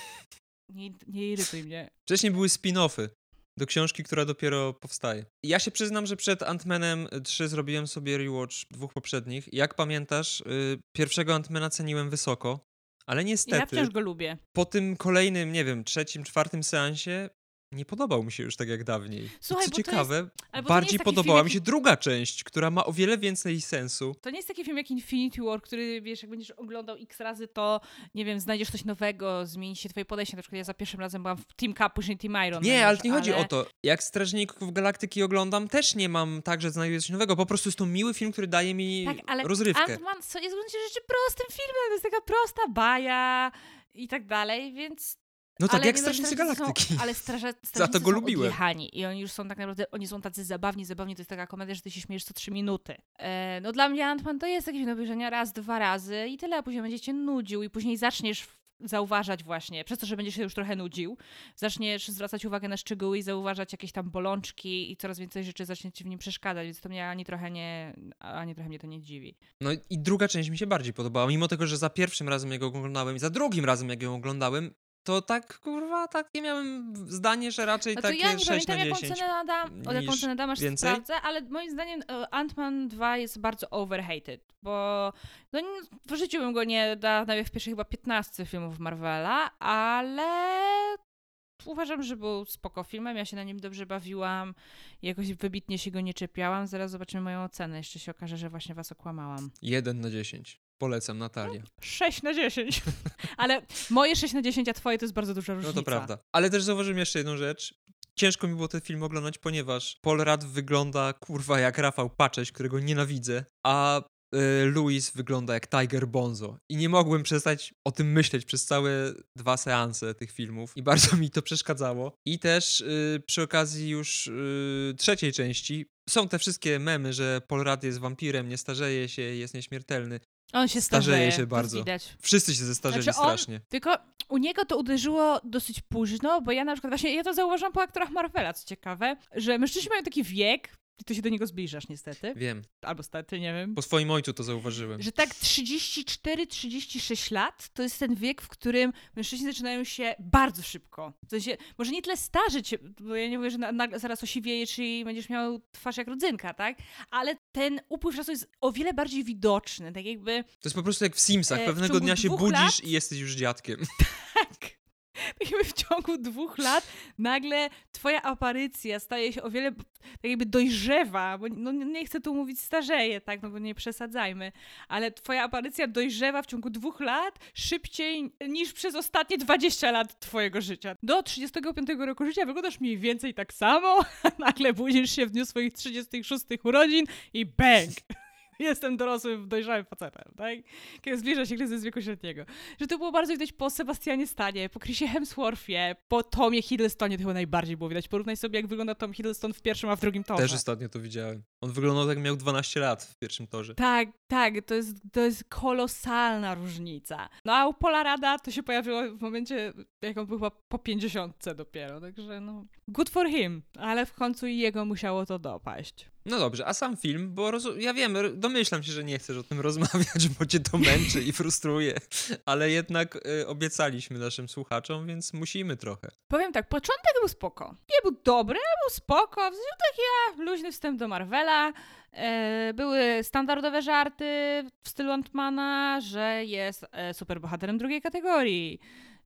Nie, nie irytuj mnie. Wcześniej były spin-offy do książki, która dopiero powstaje. Ja się przyznam, że przed Ant-Manem trzy zrobiłem sobie rewatch dwóch poprzednich. Jak pamiętasz, yy, pierwszego Ant-Mana ceniłem wysoko, ale niestety Ja wciąż go lubię. po tym kolejnym, nie wiem, trzecim, czwartym seansie nie podobał mi się już tak jak dawniej. Słuchaj, I co bo to ciekawe, jest- ale bo to nie bardziej jest taki podobała film, mi się jaki- druga część, która ma o wiele więcej sensu. To nie jest taki film jak Infinity War, który, wiesz, jak będziesz oglądał x razy, to, nie wiem, znajdziesz coś nowego, zmieni się twoje podejście. Na przykład ja za pierwszym razem byłam w Team Cap, później Team Iron. Nie, Man ale już, nie chodzi ale... o to. Jak Strażników Galaktyki oglądam, też nie mam tak, że znajduję coś nowego. Po prostu jest to miły film, który daje mi Tak, ale rozrywkę. Ant-Man co jest w gruncie rzeczy prostym filmem, to jest taka prosta baja i tak dalej, więc... No tak, ale jak nie, no, Strażnicy strażnicy Galaktyki. Są, ale straże, Za strażnicy to go są lubiłem. odjechani i oni już są tak naprawdę, oni są tacy zabawni, zabawni, to jest taka komedia, że ty się śmiejesz co trzy minuty. E, no dla mnie Ant-Man to jest taki film do obejrzenia raz, dwa razy i tyle, a później będzie cię nudził i później zaczniesz w zauważać właśnie, przez to, że będziesz się już trochę nudził, zaczniesz zwracać uwagę na szczegóły i zauważać jakieś tam bolączki i coraz więcej rzeczy zacznie ci w nim przeszkadzać, więc to mnie ani trochę nie, ani trochę mnie to nie dziwi. No i druga część mi się bardziej podobała, mimo tego, że za pierwszym razem jak ją oglądałem i za drugim razem jak ją oglądałem, to tak, kurwa, takie miałem zdanie, że raczej no to takie ja nie sześć pamiętam, na jaką dziesięć. cenę nadam, o jaką cenę dam, aż więcej? sprawdzę, ale moim zdaniem e, Ant-Man dwa jest bardzo overhated, bo no, nie- w życiu bym go nie dała nawet w pierwszych chyba piętnaście filmów Marvela, ale uważam, że był spoko filmem, ja się na nim dobrze bawiłam, jakoś wybitnie się go nie czepiałam, zaraz zobaczymy moją ocenę, jeszcze się okaże, że właśnie was okłamałam. jeden na dziesięć. Polecam, Natalia. sześć na dziesięć. Ale moje sześć na dziesięć, a twoje to jest bardzo duża różnica. No to prawda. Ale też zauważyłem jeszcze jedną rzecz. Ciężko mi było ten film oglądać, ponieważ Paul Rudd wygląda, kurwa, jak Rafał Paczeć, którego nienawidzę, a y, Louis wygląda jak Tiger Bonzo. I nie mogłem przestać o tym myśleć przez całe dwa seanse tych filmów i bardzo mi to przeszkadzało. I też y, przy okazji już y, trzeciej części są te wszystkie memy, że Paul Rudd jest wampirem, nie starzeje się, jest nieśmiertelny. On się Starzeje starzeje, się to bardzo. widać. Wszyscy się zestarzeli Znaczy on- strasznie. Tylko u niego to uderzyło dosyć późno, bo ja na przykład właśnie, ja to zauważyłam po aktorach Marvela, co ciekawe, że mężczyźni mają taki wiek, i ty się do niego zbliżasz niestety, Wiem. albo stety, nie wiem, Po swoim ojcu to zauważyłem. że tak trzydzieści cztery trzydzieści sześć lat to jest ten wiek, w którym mężczyźni zaczynają się bardzo szybko. W sensie, może nie tyle starzeć się, bo ja nie mówię, że na, nagle zaraz osiwiejesz i będziesz miał twarz jak rodzynka, tak? Ale ten upływ czasu jest o wiele bardziej widoczny, tak jakby To jest po prostu jak w Simsach. E, w Pewnego ciągu dnia się dwóch budzisz lat- i jesteś już dziadkiem. tak. Tak jakby w ciągu dwóch lat nagle twoja aparycja staje się o wiele, tak jakby dojrzewa, bo no, nie chcę tu mówić starzeje, tak, no bo nie przesadzajmy, ale twoja aparycja dojrzewa w ciągu dwóch lat szybciej niż przez ostatnie dwadzieścia lat twojego życia. Do trzydziestego piątego roku życia wyglądasz mniej więcej tak samo, a nagle budzisz się w dniu swoich trzydziestych szóstych urodzin i bang! Jestem dorosłym, dojrzałym facetem, tak? Kiedy zbliża się kryzys wieku średniego. Że to było bardzo widać po Sebastianie Stanie, po Chrisie Hemsworthie, po Tomie Hiddlestonie to chyba najbardziej było widać. Porównaj sobie, jak wygląda Tom Hiddleston w pierwszym, a w drugim torze. Też ostatnio to widziałem. On wyglądał tak, jak miał dwanaście lat w pierwszym torze. Tak, tak, to jest, to jest kolosalna różnica. No a u Paula Rudda to się pojawiło w momencie, jak on był chyba po pięćdziesiątce dopiero, także no good for him, ale w końcu i jego musiało to dopaść. No dobrze, a sam film, bo roz... ja wiem, r- domyślam się, że nie chcesz o tym rozmawiać, bo cię to męczy i frustruje, ale jednak y, obiecaliśmy naszym słuchaczom, więc musimy trochę. Powiem tak, początek był spoko. Nie był dobry, ale był spoko. W sensie taki ja, luźny wstęp do Marvela. E, były standardowe żarty w stylu Ant-Mana, że jest e, superbohaterem drugiej kategorii,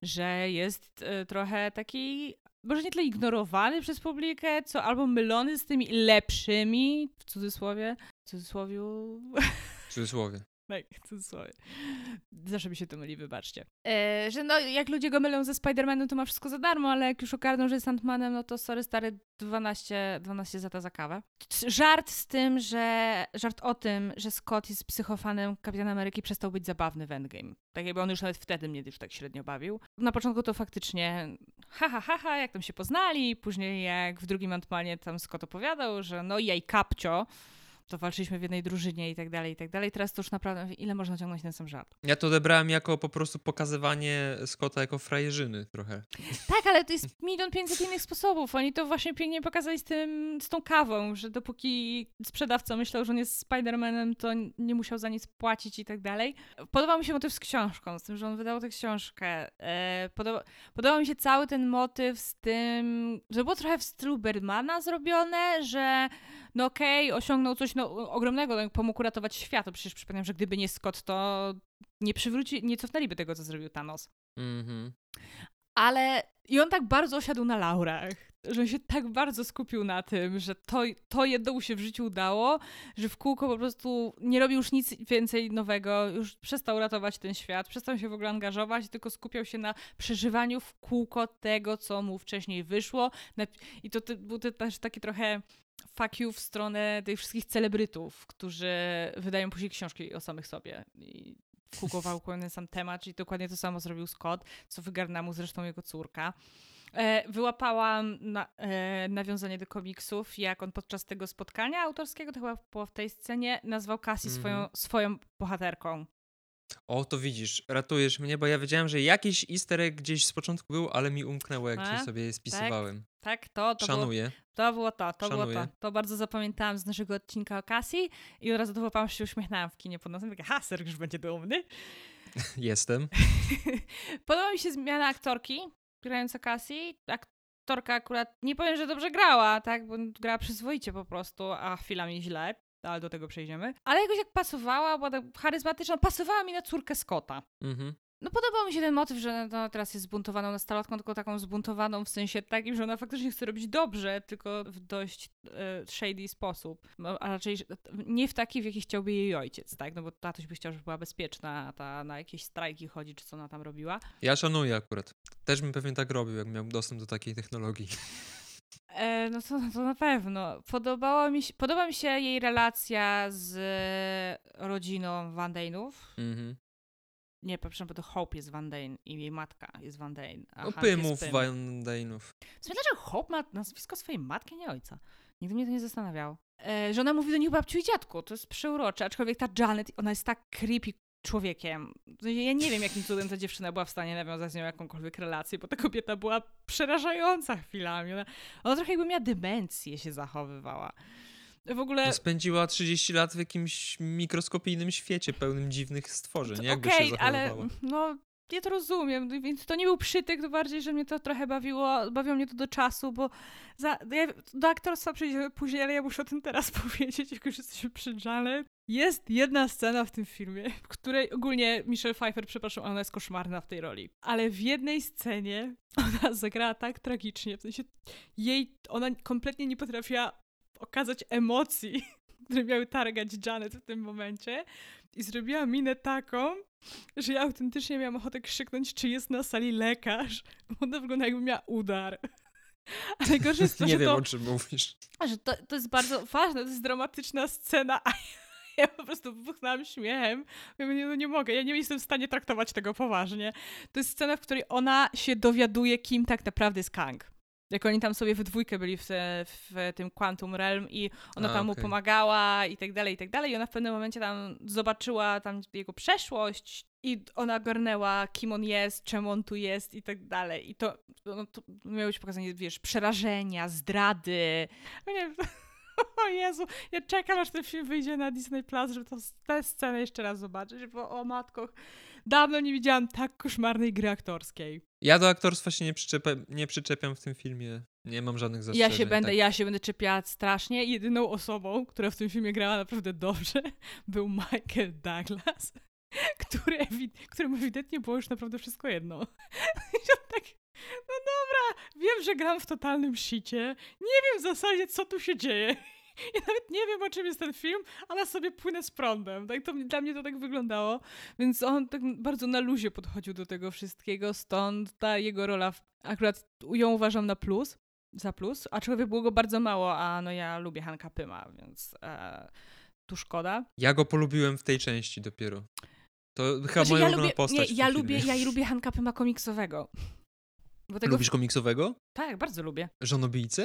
że jest e, trochę taki, może nie tyle ignorowany przez publikę, co albo mylony z tymi lepszymi, w cudzysłowie, w cudzysłowiu... W cudzysłowie. Tak, w cudzysłowie. Zawsze mi się to myli, wybaczcie. E, że no, jak ludzie go mylą ze Spider-Manem, to ma wszystko za darmo, ale jak już ogarną, że jest Ant-Manem, no to sorry, stary, dwanaście, dwanaście zeta za kawę. Żart z tym, że... Żart o tym, że Scott jest psychofanem Kapitana Ameryki, przestał być zabawny w Endgame. Tak jakby on już nawet wtedy mnie już tak średnio bawił. Na początku to faktycznie ha, ha, ha, ha, jak tam się poznali, później jak w drugim Ant-Manie tam Scott opowiadał, że no jej kapcio, to walczyliśmy w jednej drużynie i tak dalej, i tak dalej. Teraz to już naprawdę, ile można ciągnąć ten sam żart? Ja to odebrałem jako po prostu pokazywanie Scotta jako frajerzyny trochę. Tak, ale to jest milion pięćset innych sposobów. Oni to właśnie pięknie pokazali z tym, z tą kawą, że dopóki sprzedawca myślał, że on jest Spider-Manem, to nie musiał za nic płacić i tak dalej. Podobał mi się motyw z książką, z tym, że on wydał tę książkę. E, podoba, podobał mi się cały ten motyw z tym, że było trochę w stylu Birdmana zrobione, że no okej, okay, osiągnął coś no, ogromnego, no, pomógł uratować świat. To przecież przypomniałem, że gdyby nie Scott, to nie przywróci, nie cofnęliby tego, co zrobił Thanos. Mhm. Ale i on tak bardzo osiadł na laurach, że on się tak bardzo skupił na tym, że to, to jedno mu się w życiu udało, że w kółko po prostu nie robił już nic więcej nowego, już przestał ratować ten świat, przestał się w ogóle angażować, tylko skupiał się na przeżywaniu w kółko tego, co mu wcześniej wyszło. I to ty, był to też taki trochę fuck you w stronę tych wszystkich celebrytów, którzy wydają później książki o samych sobie. I kółko wałkuje ten sam temat, czyli dokładnie to samo zrobił Scott, co wygarnęła mu zresztą jego córka. E, wyłapałam na, e, nawiązanie do komiksów, jak on podczas tego spotkania autorskiego, to chyba było w tej scenie, nazwał Cassie Mhm. swoją, swoją bohaterką. O, to widzisz, ratujesz mnie, bo ja wiedziałem, że jakiś easter egg gdzieś z początku był, ale mi umknęło, jak A? cię sobie je spisywałem. Tak, to, to było, Szanuję, to było to, to było to. szanuję. To bardzo zapamiętałam z naszego odcinka o Cassie i od razu do chłopaka się uśmiechnęłam w kinie pod nosem. Takie, ha, Serg już będzie dumny. Jestem. Podoba mi się zmiana aktorki grająca Cassie. Aktorka akurat, nie powiem, że dobrze grała, tak, bo grała przyzwoicie po prostu, a chwilami źle, ale do tego przejdziemy. Ale jakoś jak pasowała, była tak charyzmatyczna, pasowała mi na córkę Scotta. Mhm. No podobał mi się ten motyw, że no, teraz jest zbuntowaną nastolatką, tylko taką zbuntowaną w sensie takim, że ona faktycznie chce robić dobrze, tylko w dość e, shady sposób. No, a raczej nie w taki, w jaki chciałby jej ojciec, tak? No bo tatuś by chciał, żeby była bezpieczna, a ta na jakieś strajki chodzi, czy co ona tam robiła. Ja szanuję akurat. Też bym pewnie tak robił, jak miał dostęp do takiej technologii. E, no to, to na pewno. Podobała mi się, podoba mi się jej relacja z rodziną Van Dane'ów. Mhm. Nie, przepraszam, bo to Hope jest Van Dane i jej matka jest Van Dane. A No Hank jest Pymów, Pym. Van Dane'ów. W sumie dlaczego Hope ma nazwisko swojej matki, nie ojca? Nigdy mnie to nie zastanawiało. E, że ona mówi do nich babciu i dziadku, to jest przeurocze, aczkolwiek ta Janet, ona jest tak creepy człowiekiem. Ja nie wiem, jakim cudem ta dziewczyna była w stanie nawiązać z nią jakąkolwiek relację, bo ta kobieta była przerażająca chwilami. Ona, ona trochę jakby miała demencję, się zachowywała. W ogóle... No spędziła trzydzieści lat w jakimś mikroskopijnym świecie pełnym dziwnych stworzeń. Jakby Okej, się ale zachowywała. no ja to rozumiem, więc to nie był przytyk, to bardziej, że mnie to trochę bawiło, bawiło mnie to do czasu, bo za, ja, do aktorstwa przejdziemy później, ale ja muszę o tym teraz powiedzieć, jak już jesteśmy przy Janet. Jest jedna scena w tym filmie, w której ogólnie Michelle Pfeiffer, przepraszam, ona jest koszmarna w tej roli, ale w jednej scenie ona zagrała tak tragicznie, w sensie jej, ona kompletnie nie potrafiła okazać emocji, które miały targać Janet w tym momencie i zrobiła minę taką, że ja autentycznie miałam ochotę krzyknąć, czy jest na sali lekarz, bo ona wygląda jakby miała udar. A najgorsze jest to, Nie że wiem, to, o czym mówisz. że to, to jest bardzo ważne, to jest dramatyczna scena, a ja, ja po prostu wybuchnęłam śmiechem. Ja mówię, no nie mogę, ja nie jestem w stanie traktować tego poważnie. To jest scena, w której ona się dowiaduje, kim tak naprawdę jest Kang. Jak oni tam sobie we dwójkę byli w, te, w tym Quantum Realm i ona A, tam mu okej. pomagała i tak dalej, i tak dalej. I ona w pewnym momencie tam zobaczyła tam jego przeszłość i ona ogarnęła, kim on jest, czemu on tu jest i tak dalej. I to, no, to miało być pokazanie, wiesz, przerażenia, zdrady. Ja nie wiem, o Jezu, ja czekam, aż ten film wyjdzie na Disney Plus, żeby to, tę scenę jeszcze raz zobaczyć, bo o matko, dawno nie widziałam tak koszmarnej gry aktorskiej. Ja do aktorstwa się nie, przyczepiam, nie przyczepiam w tym filmie. Nie mam żadnych zastrzeżeń. Ja się będę, tak. ja się będę czepiała strasznie. Jedyną osobą, która w tym filmie grała naprawdę dobrze, był Michael Douglas, który ewi- któremu ewidentnie było już naprawdę wszystko jedno. I on tak, no dobra, wiem, że gram w totalnym shicie, nie wiem w zasadzie, co tu się dzieje. I nawet nie wiem, o czym jest ten film, ale sobie płynę z prądem. Tak to, dla mnie to tak wyglądało. Więc on tak bardzo na luzie podchodził do tego wszystkiego, stąd ta jego rola, w, akurat ją uważam na plus, za plus, aczkolwiek było go bardzo mało, a no ja lubię Hanka Pyma, więc e, tu szkoda. Ja go polubiłem w tej części dopiero. To chyba Znaczy, moja ja ulubiona lubię, postać nie, w ja tym lubię, filmie. ja lubię Hanka Pyma komiksowego. Bo tego Lubisz komiksowego? Tak, bardzo lubię. Żonobijcę?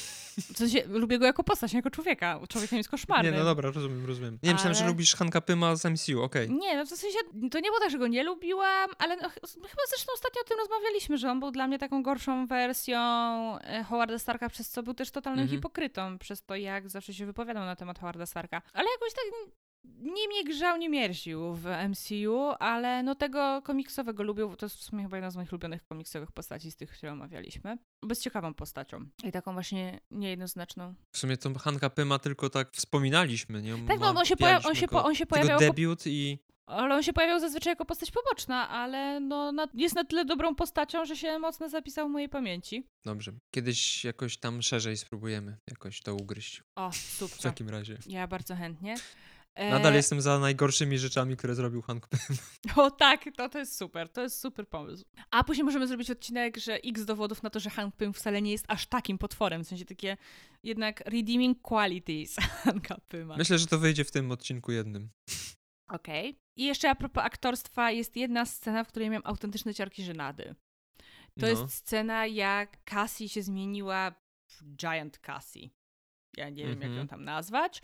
W sensie, lubię go jako postać, nie jako człowieka. Człowiekiem jest koszmarny. Nie, no dobra, rozumiem, rozumiem. Nie, myślałem, że Ale- lubisz Hanka Pyma z M C U, okej. Nie, no w sensie, to nie było tak, że go nie lubiłam, ale no, ch- chyba zresztą ostatnio o tym rozmawialiśmy, że on był dla mnie taką gorszą wersją e, Howarda Starka, przez co był też totalnym Mhm. hipokrytą, przez to jak zawsze się wypowiadał na temat Howarda Starka. Ale jakoś tak nie mnie grzał, nie mierził w M C U, ale no tego komiksowego lubię, to jest w sumie chyba jedna z moich ulubionych komiksowych postaci z tych, które omawialiśmy. Bez ciekawą postacią i taką właśnie niejednoznaczną. W sumie to Hanka Pyma tylko tak wspominaliśmy, nie? Tak, no on się, poja- on się, po- on się Tego pojawiał... jako- debiut i... Ale on się pojawiał zazwyczaj jako postać poboczna, ale no, na, jest na tyle dobrą postacią, że się mocno zapisał w mojej pamięci. Dobrze. Kiedyś jakoś tam szerzej spróbujemy jakoś to ugryźć. O, W super. takim razie. Ja bardzo chętnie. E, Nadal jestem za najgorszymi rzeczami, które zrobił Hank Pym. O tak, to, to jest super, to jest super pomysł. A później możemy zrobić odcinek, że x dowodów na to, że Hank Pym wcale nie jest aż takim potworem, w sensie takie jednak redeeming qualities Hanka Pyma. Myślę, że to wyjdzie w tym odcinku jednym. Okej. Okay. I jeszcze a propos aktorstwa, jest jedna scena, w której miałam autentyczne ciarki żenady. To No. jest scena, jak Cassie się zmieniła w Giant Cassie. Ja nie wiem, Mhm. jak ją tam nazwać.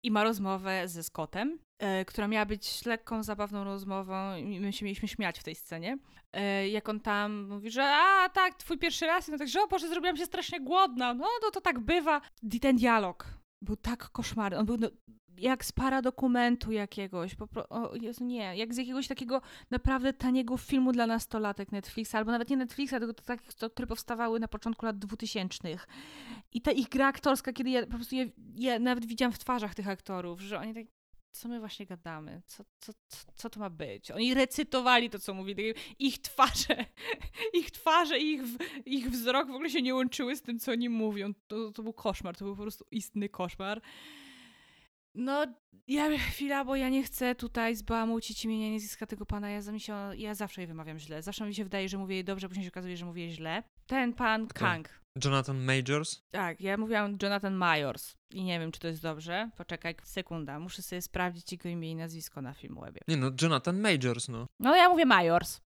i ma rozmowę ze Scottem, e, która miała być lekką, zabawną rozmową i my się mieliśmy śmiać w tej scenie. E, jak on tam mówi, że a tak, twój pierwszy raz, i no tak, że o Boże, zrobiłam się strasznie głodna, no, no to tak bywa. I ten dialog był tak koszmarny, on był no, jak z paradokumentu jakiegoś, po pro... o Jezu, nie, jak z jakiegoś takiego naprawdę taniego filmu dla nastolatek Netflixa, albo nawet nie Netflixa, tylko takich, które powstawały na początku lat dwutysięcznych. I ta ich gra aktorska, kiedy ja po prostu, ja, ja nawet widziałam w twarzach tych aktorów, że oni tak, co my właśnie gadamy? Co, co, co, co to ma być? Oni recytowali to, co mówili. Ich twarze, ich twarze, ich, ich wzrok w ogóle się nie łączyły z tym, co oni mówią. To, to był koszmar, to był po prostu istny koszmar. No, ja chwila, bo ja nie chcę tutaj zbałamucić imienia i nazwiska tego pana. Ja, mi się, ja zawsze je wymawiam źle. Zawsze mi się wydaje, że mówię je dobrze, później się okazuje, że mówię je źle. Ten pan Kto? Kang. Jonathan Majors? Tak, ja mówiłam Jonathan Majors i nie wiem, czy to jest dobrze. Poczekaj, sekunda, muszę sobie sprawdzić jego imię i nazwisko na Filmwebie. Nie no, Jonathan Majors, no. No, ja mówię Majors.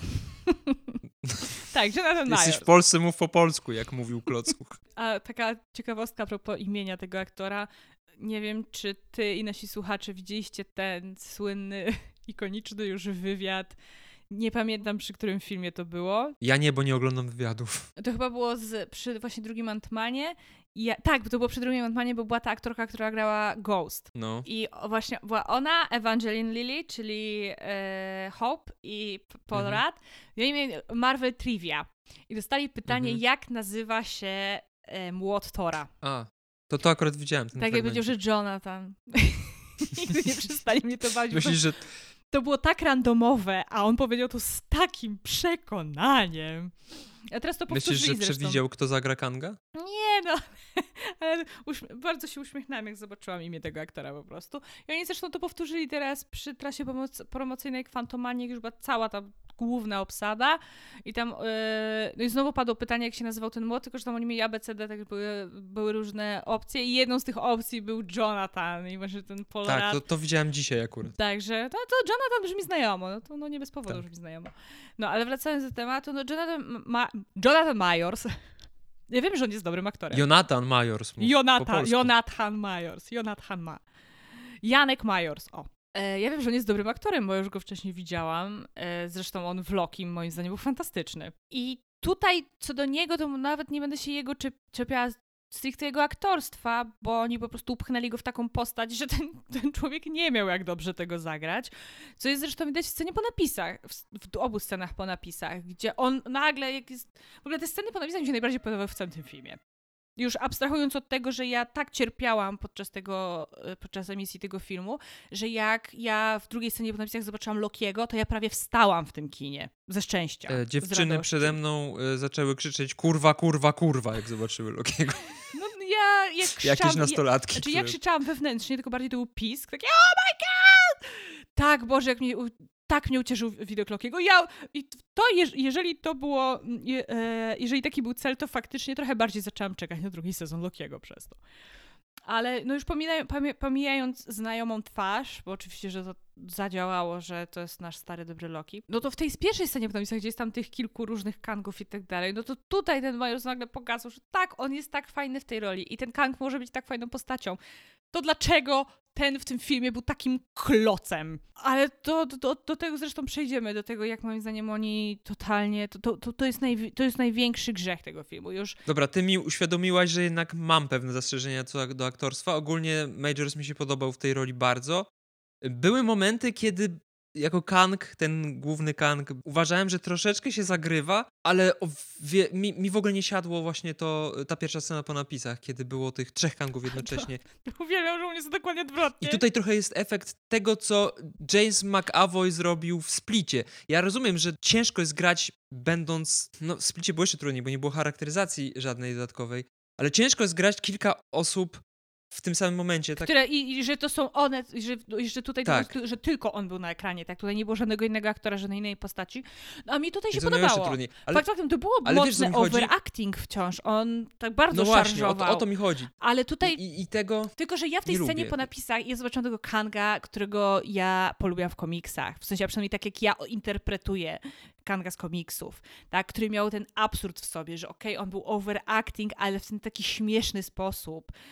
Tak, Jonathan Majors. Jesteś w Polsce, mów po polsku, jak mówił Klocuch. A taka ciekawostka a propos imienia tego aktora. Nie wiem, czy ty i nasi słuchacze widzieliście ten słynny, ikoniczny już wywiad. Nie pamiętam, przy którym filmie to było. Ja nie, bo nie oglądam wywiadów. To chyba było z, przy właśnie drugim Ant-Manie. Ja, tak, to było przy drugim Ant-Manie, bo była ta aktorka, która grała Ghost. No. I właśnie była ona, Evangeline Lilly, czyli e, Hope i Paul Mhm. Rudd. I oni mieli Marvel Trivia. I dostali pytanie, Mhm. jak nazywa się e, młot Thora. A, to to akurat widziałem ten Tak jak fragmencik. powiedział, że Jonathan. Nigdy nie przestali mnie to bawić. Myślisz, że... To było tak randomowe, a on powiedział to z takim przekonaniem. A teraz to powtórzyli Myślisz, że zresztą. przewidział, kto zagra Kanga? Nie no, ale uśmie- bardzo się uśmiechnęłam, jak zobaczyłam imię tego aktora po prostu. I oni zresztą to powtórzyli teraz przy trasie pomoc- promocyjnej Kwantomanii, jak już była cała ta główna obsada i tam, yy, no i znowu padło pytanie, jak się nazywał ten młot, tylko że tam oni mieli A B C D, tak były, były różne opcje i jedną z tych opcji był Jonathan i właśnie ten Paul Tak, Rudd. to, to widziałem dzisiaj akurat. Także to, to Jonathan brzmi znajomo, no to no nie bez powodu Tak. brzmi znajomo. No ale wracając do tematu, no Jonathan, Ma- Jonathan Majors, ja wiem, że on jest dobrym aktorem. Jonathan Majors. mów po Jonathan, polsku. Jonathan Majors, Jonathan Ma. Janek Majors, o. E, ja wiem, że on jest dobrym aktorem, bo już go wcześniej widziałam. E, zresztą on w Loki moim zdaniem był fantastyczny. I tutaj co do niego, to nawet nie będę się jego czep- czepiała stricte jego aktorstwa, bo oni po prostu upchnęli go w taką postać, że ten, ten człowiek nie miał jak dobrze tego zagrać. Co jest zresztą widać w scenie po napisach, w, w obu scenach po napisach, gdzie on nagle, jak jest... W ogóle te sceny po napisach mi się najbardziej podobały w całym tym filmie. Już abstrahując od tego, że ja tak cierpiałam podczas tego, podczas emisji tego filmu, że jak ja w drugiej scenie po napisach zobaczyłam Lokiego, to ja prawie wstałam w tym kinie. Ze szczęścia. E, z dziewczyny radości. przede mną e, zaczęły krzyczeć kurwa, kurwa, kurwa, jak zobaczyły Lokiego. No ja jak krzyczałam... Jakieś nastolatki. Ja, znaczy które... ja krzyczałam wewnętrznie, tylko bardziej to był pisk. Takie oh my god! Tak, Boże, jak mnie... Tak mnie ucieszył widok Lokiego. Ja, i to, jeż, jeżeli to było, je, e, jeżeli taki był cel, to faktycznie trochę bardziej zaczęłam czekać na drugi sezon Lokiego przez to. Ale no już pomijając, pomijając znajomą twarz, bo oczywiście, że to zadziałało, że to jest nasz stary, dobry Loki, no to w tej pierwszej scenie w napisach, gdzie jest tam tych kilku różnych Kangów i tak dalej, no to tutaj ten Majors nagle pokazał, że tak, on jest tak fajny w tej roli i ten Kang może być tak fajną postacią. To dlaczego ten w tym filmie był takim klocem? Ale to, do, do tego zresztą przejdziemy, do tego, jak moim zdaniem oni totalnie, to, to, to, to, jest, naj, to jest największy grzech tego filmu. Już Dobra, ty mi uświadomiłaś, że jednak mam pewne zastrzeżenia co do aktorstwa. Ogólnie Majors mi się podobał w tej roli bardzo. Były momenty, kiedy jako Kang, ten główny Kang, uważałem, że troszeczkę się zagrywa, ale o wie, mi, mi w ogóle nie siadło właśnie to, ta pierwsza scena po napisach, kiedy było tych trzech Kangów jednocześnie. uwielbiam, że u mnie jest dokładnie odwrotnie. I tutaj trochę jest efekt tego, co James McAvoy zrobił w Splicie. Ja rozumiem, że ciężko jest grać będąc... No w Splicie było jeszcze trudniej, bo nie było charakteryzacji żadnej dodatkowej, ale ciężko jest grać kilka osób w tym samym momencie. Tak? Które, i, I że to są one, i że, i że tutaj Tak. to, że tylko on był na ekranie, tak? Tutaj nie było żadnego innego aktora, żadnej innej postaci. No, a mi tutaj się Więc to miało jeszcze podobało. trudniej. Ale, Fakt faktem, to było ale wiesz, co mocny mi chodzi? overacting wciąż. On tak bardzo no właśnie, o szarżował. to, o to mi chodzi. Ale tutaj... I, i, i tego... Tylko, że ja w tej nie scenie lubię. po napisach ja zobaczyłam tego Kanga, którego ja polubiłam w komiksach. W sensie, a przynajmniej tak jak ja interpretuję Kanga z komiksów, tak? Który miał ten absurd w sobie, że okej, okay, on był overacting, ale w ten taki śmieszny sposób.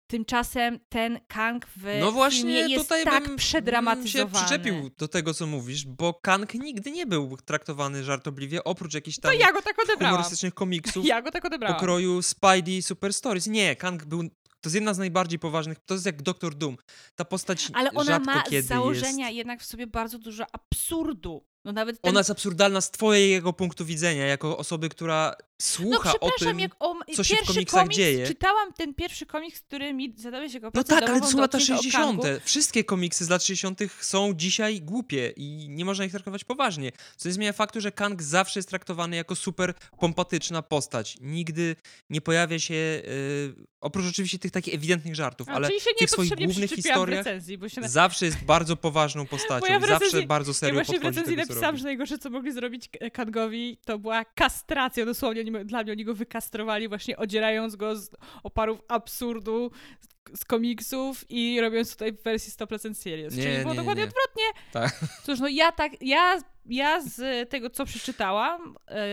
Tymczasem ten Kang w no właśnie, filmie jest tutaj tak bym, przedramatyzowany. bym się przyczepił do tego, co mówisz, bo Kang nigdy nie był traktowany żartobliwie, oprócz jakichś tam To ja go tak odebrałam. humorystycznych komiksów Ja go tak odebrałam. pokroju Spidey Super Stories. Nie, Kang był... To jest jedna z najbardziej poważnych, to jest jak doktor Doom. Ta postać Ale ona rzadko ma kiedy z założenia jest... jednak w sobie bardzo dużo absurdu. No nawet ten... Ona jest absurdalna z twojego punktu widzenia, jako osoby, która słucha no, o tym, jak o, co się w pierwszy komiksach komiks, dzieje. Czytałam ten pierwszy komiks, który mi zadałeś jako No pracę tak, ale domową to są do lata odcinka o Kangu. sześćdziesiąte. Wszystkie komiksy z lat sześćdziesiątych są dzisiaj głupie i nie można ich traktować poważnie. Co nie zmienia faktu, że Kang zawsze jest traktowany jako super pompatyczna postać. Nigdy nie pojawia się, yy, oprócz oczywiście tych takich ewidentnych żartów, A, ale czyli się w tych swoich niepotrzebnie głównych przyczepiłam w historiach recenzji, bo się na... zawsze jest bardzo poważną postacią Bo ja w i zawsze recenzji- bardzo Ja serio właśnie w podchodzi do recenzji tego, co napisałam, robi. że najgorsze, co mogli zrobić K- Kangowi, to była kastracja. Dosłownie oni, dla mnie oni go wykastrowali, właśnie odzierając go z oparów absurdu z, z komiksów i robiąc tutaj w wersji sto procent serious. Nie, Czyli było nie, dokładnie nie. odwrotnie. Tak. Cóż, no ja tak, ja, ja z tego, co przeczytałam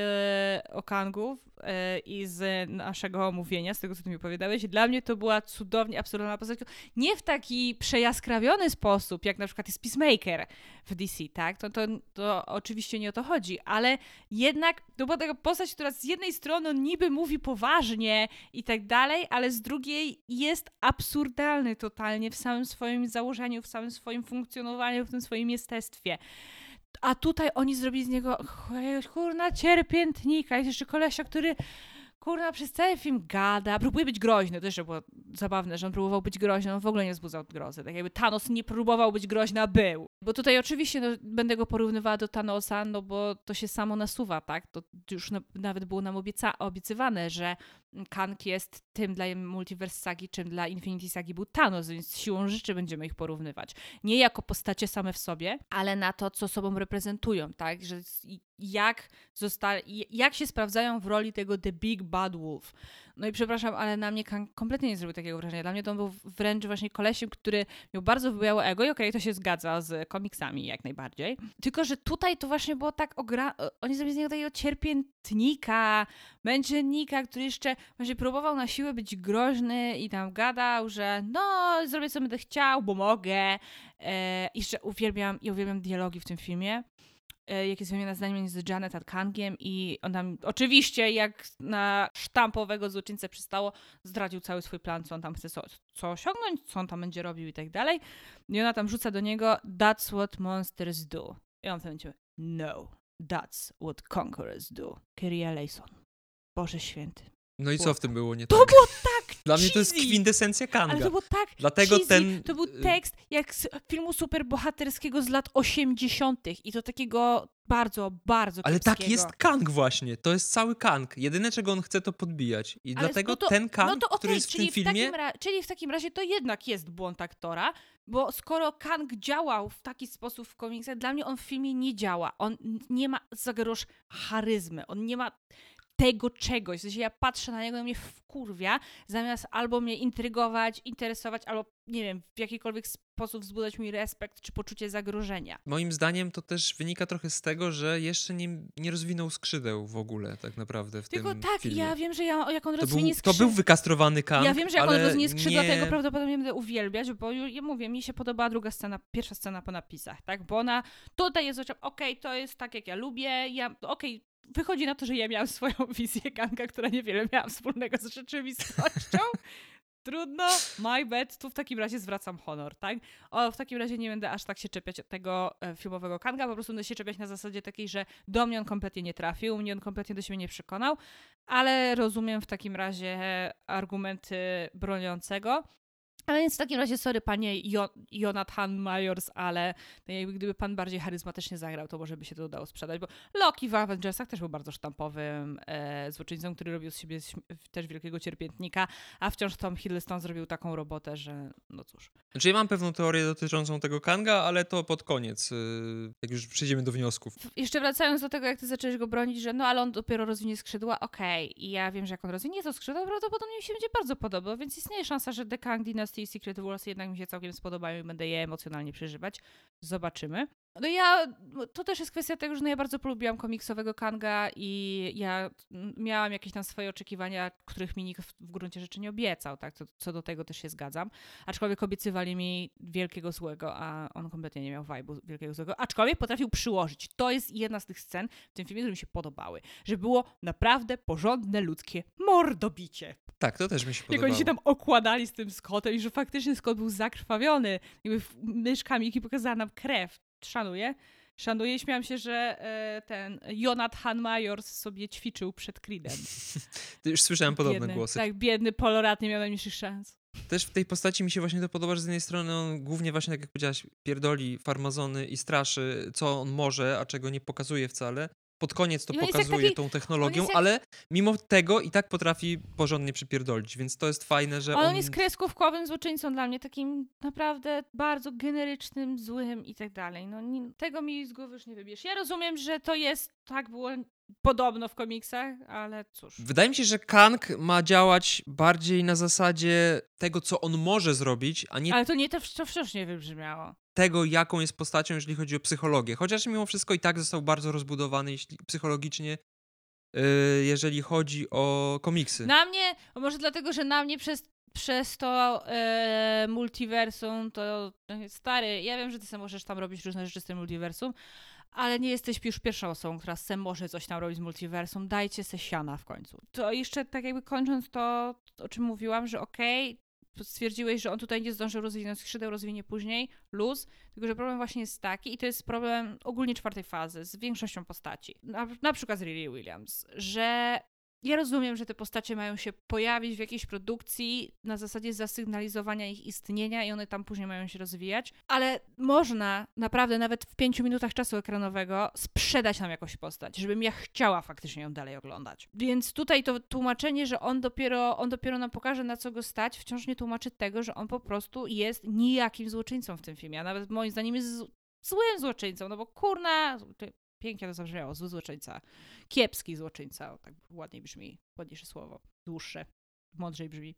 e, o Kangu e, i z naszego omówienia, z tego, co ty mi opowiadałeś, dla mnie to była cudownie absurdalna postać. Nie w taki przejaskrawiony sposób, jak na przykład jest Peacemaker w D C, tak? To, to, to oczywiście nie o to chodzi, ale jednak to była taka postać, która z jednej strony niby mówi poważnie i tak dalej, ale z drugiej jest absurdalny totalnie w samym swoim założeniu, w samym swoim funkcjonowaniu, w tym swoim jestestwie. A tutaj oni zrobili z niego ch- kurna cierpiętnika. Jest jeszcze kolesia, który kurna przez cały film gada, próbuje być groźny. To jeszcze było zabawne, że on próbował być groźny, on w ogóle nie wzbudzał grozy. Tak jakby Thanos nie próbował być groźny, a był. Bo tutaj oczywiście no, będę go porównywała do Thanosa, no bo to się samo nasuwa, tak? To już na, nawet było nam obieca- obiecywane, że Kang jest tym dla Multiverse Sagi, czym dla Infinity Sagi był Thanos, więc siłą rzeczy będziemy ich porównywać. Nie jako postacie same w sobie, ale na to, co sobą reprezentują, tak? Że jak, zosta- jak się sprawdzają w roli tego The Big Bad Wolf. No i przepraszam, ale na mnie Kang kompletnie nie zrobił takiego wrażenia. Dla mnie to on był wręcz właśnie kolesiem, który miał bardzo wybujałe ego i okej, okay, to się zgadza z komiksami jak najbardziej. Tylko, że tutaj to właśnie było tak ogra... Oni zrobili z niego takiego cierpiętnika, męczennika, który jeszcze właśnie próbował na siłę być groźny i tam gadał, że no, zrobię co będę chciał, bo mogę. Eee, I jeszcze uwielbiam, i uwielbiam dialogi w tym filmie. Jak jest wymiana zdań między Janet a Kangiem i on tam oczywiście jak na sztampowego złoczyńcę przystało, zdradził cały swój plan, co on tam chce co, co osiągnąć, co on tam będzie robił i tak dalej. I ona tam rzuca do niego that's what monsters do. I on w tym momencie no, that's what conquerors do. Kyrie eleison. Boże święty. No i co w tym było nie To tak? było tak Dla mnie cheesy. to jest kwintesencja Kanga. Ale to było tak Dlatego cheesy. ten... To był tekst jak z filmu superbohaterskiego z lat osiemdziesiątych i to takiego bardzo, bardzo Ale kiepskiego. tak jest Kang właśnie. To jest cały Kang. Jedyne, czego on chce, to podbijać. I Ale dlatego no to, ten Kang, no to okay, który jest w czyli tym filmie... W takim ra- czyli w takim razie to jednak jest błąd aktora, bo skoro Kang działał w taki sposób w komiksach, dla mnie on w filmie nie działa. On nie ma za grosz charyzmy. On nie ma tego czegoś. W sensie ja patrzę na niego i mnie wkurwia, zamiast albo mnie intrygować, interesować, albo nie wiem, w jakikolwiek sposób wzbudzać mój respekt czy poczucie zagrożenia. Moim zdaniem to też wynika trochę z tego, że jeszcze nie, nie rozwinął skrzydeł w ogóle tak naprawdę w Tylko tym tak, filmie. ja wiem, że ja, jak on To rozwinie był, skrzydła... to był wykastrowany Kang, Ja wiem, że jak on ale rozwinie skrzydła, nie... to ja go prawdopodobnie będę uwielbiać, bo ju- ja mówię, mi się podobała druga scena, pierwsza scena po napisach, tak? Bo ona tutaj jest oczem, okej, okay, to jest tak, jak ja lubię, ja, okej, okay, wychodzi na to, że ja miałam swoją wizję Kanga, która niewiele miała wspólnego z rzeczywistością. Trudno, my bad, tu w takim razie zwracam honor, tak? O, w takim razie nie będę aż tak się czepiać tego e, filmowego Kanga, po prostu będę się czepiać na zasadzie takiej, że do mnie on kompletnie nie trafił, mnie on kompletnie do siebie nie przekonał, ale rozumiem w takim razie argumenty broniącego. Ale więc w takim razie, sorry panie jo- Jonathan Majors, ale jakby gdyby pan bardziej charyzmatycznie zagrał, to może by się to udało sprzedać, bo Loki w Avengersach też był bardzo sztampowym e, złoczyńcą, który robił z siebie też wielkiego cierpiętnika, a wciąż Tom Hiddleston zrobił taką robotę, że no cóż. Znaczy ja mam pewną teorię dotyczącą tego Kanga, ale to pod koniec, yy, jak już przejdziemy do wniosków. Jeszcze wracając do tego, jak ty zacząłeś go bronić, że no ale on dopiero rozwinie skrzydła, okej, okay. I ja wiem, że jak on rozwinie to skrzydła, prawdopodobnie mi się będzie bardzo podobał, więc istnieje szansa, że The Kang Dynasty i Secret Wars jednak mi się całkiem spodobają i będę je emocjonalnie przeżywać. Zobaczymy. No ja, to też jest kwestia tego, że no ja bardzo polubiłam komiksowego Kanga i ja miałam jakieś tam swoje oczekiwania, których mi nikt w, w gruncie rzeczy nie obiecał, tak, co, co do tego też się zgadzam. Aczkolwiek obiecywali mi wielkiego złego, a on kompletnie nie miał vibe'u wielkiego złego, aczkolwiek potrafił przyłożyć. To jest jedna z tych scen w tym filmie, które mi się podobały, że było naprawdę porządne, ludzkie mordobicie. Tak, to też mi się podobało. Jak oni się tam okładali z tym Scottem i że faktycznie Scott był zakrwawiony. Jakby myszka Miki pokazała nam krew. Szanuję. Szanuję i śmiałam się, że e, ten Jonathan Majors sobie ćwiczył przed Creedem. Już słyszałem podobne biedny, głosy. Tak, biedny Polorat nie miał najmniejszych szans. Też w tej postaci mi się właśnie to podoba, że z jednej strony on głównie właśnie, tak jak powiedziałaś, pierdoli farmazony i straszy, co on może, a czego nie pokazuje wcale. Pod koniec to pokazuje taki, tą technologią, jak... ale mimo tego i tak potrafi porządnie przypierdolić, więc to jest fajne, że on... on... jest kreskówkowym złoczyńcą dla mnie, takim naprawdę bardzo generycznym, złym i tak dalej. No nie, tego mi z głowy już nie wybierz. Ja rozumiem, że to jest, tak było podobno w komiksach, ale cóż. Wydaje mi się, że Kang ma działać bardziej na zasadzie tego, co on może zrobić, a nie... Ale to nie to, to wciąż nie wybrzmiało. Tego, jaką jest postacią, jeżeli chodzi o psychologię. Chociaż mimo wszystko i tak został bardzo rozbudowany jeśli, psychologicznie, yy, jeżeli chodzi o komiksy. Na mnie, może dlatego, że na mnie przez, przez to yy, multiversum, to stary, ja wiem, że ty sam możesz tam robić różne rzeczy z tym multiversum, ale nie jesteś już pierwszą osobą, która se może coś tam robić z multiversum. Dajcie se siana w końcu. To jeszcze tak jakby kończąc to, o czym mówiłam, że okej, okay, stwierdziłeś, że on tutaj nie zdążył rozwinąć skrzydeł, rozwinie później, luz, tylko że problem właśnie jest taki i to jest problem ogólnie czwartej fazy z większością postaci, na, na przykład z Riri Williams, że ja rozumiem, że te postacie mają się pojawić w jakiejś produkcji na zasadzie zasygnalizowania ich istnienia i one tam później mają się rozwijać, ale można naprawdę nawet w pięciu minutach czasu ekranowego sprzedać nam jakąś postać, żebym ja chciała faktycznie ją dalej oglądać. Więc tutaj to tłumaczenie, że on dopiero, on dopiero nam pokaże, na co go stać, wciąż nie tłumaczy tego, że on po prostu jest nijakim złoczyńcą w tym filmie, a nawet moim zdaniem jest z- złym złoczyńcą, no bo kurna... Pięknie to zabrzmiało, zły złoczyńca. Kiepski złoczyńca, o, tak ładniej brzmi, ładniejsze słowo, dłuższe, mądrzej brzmi.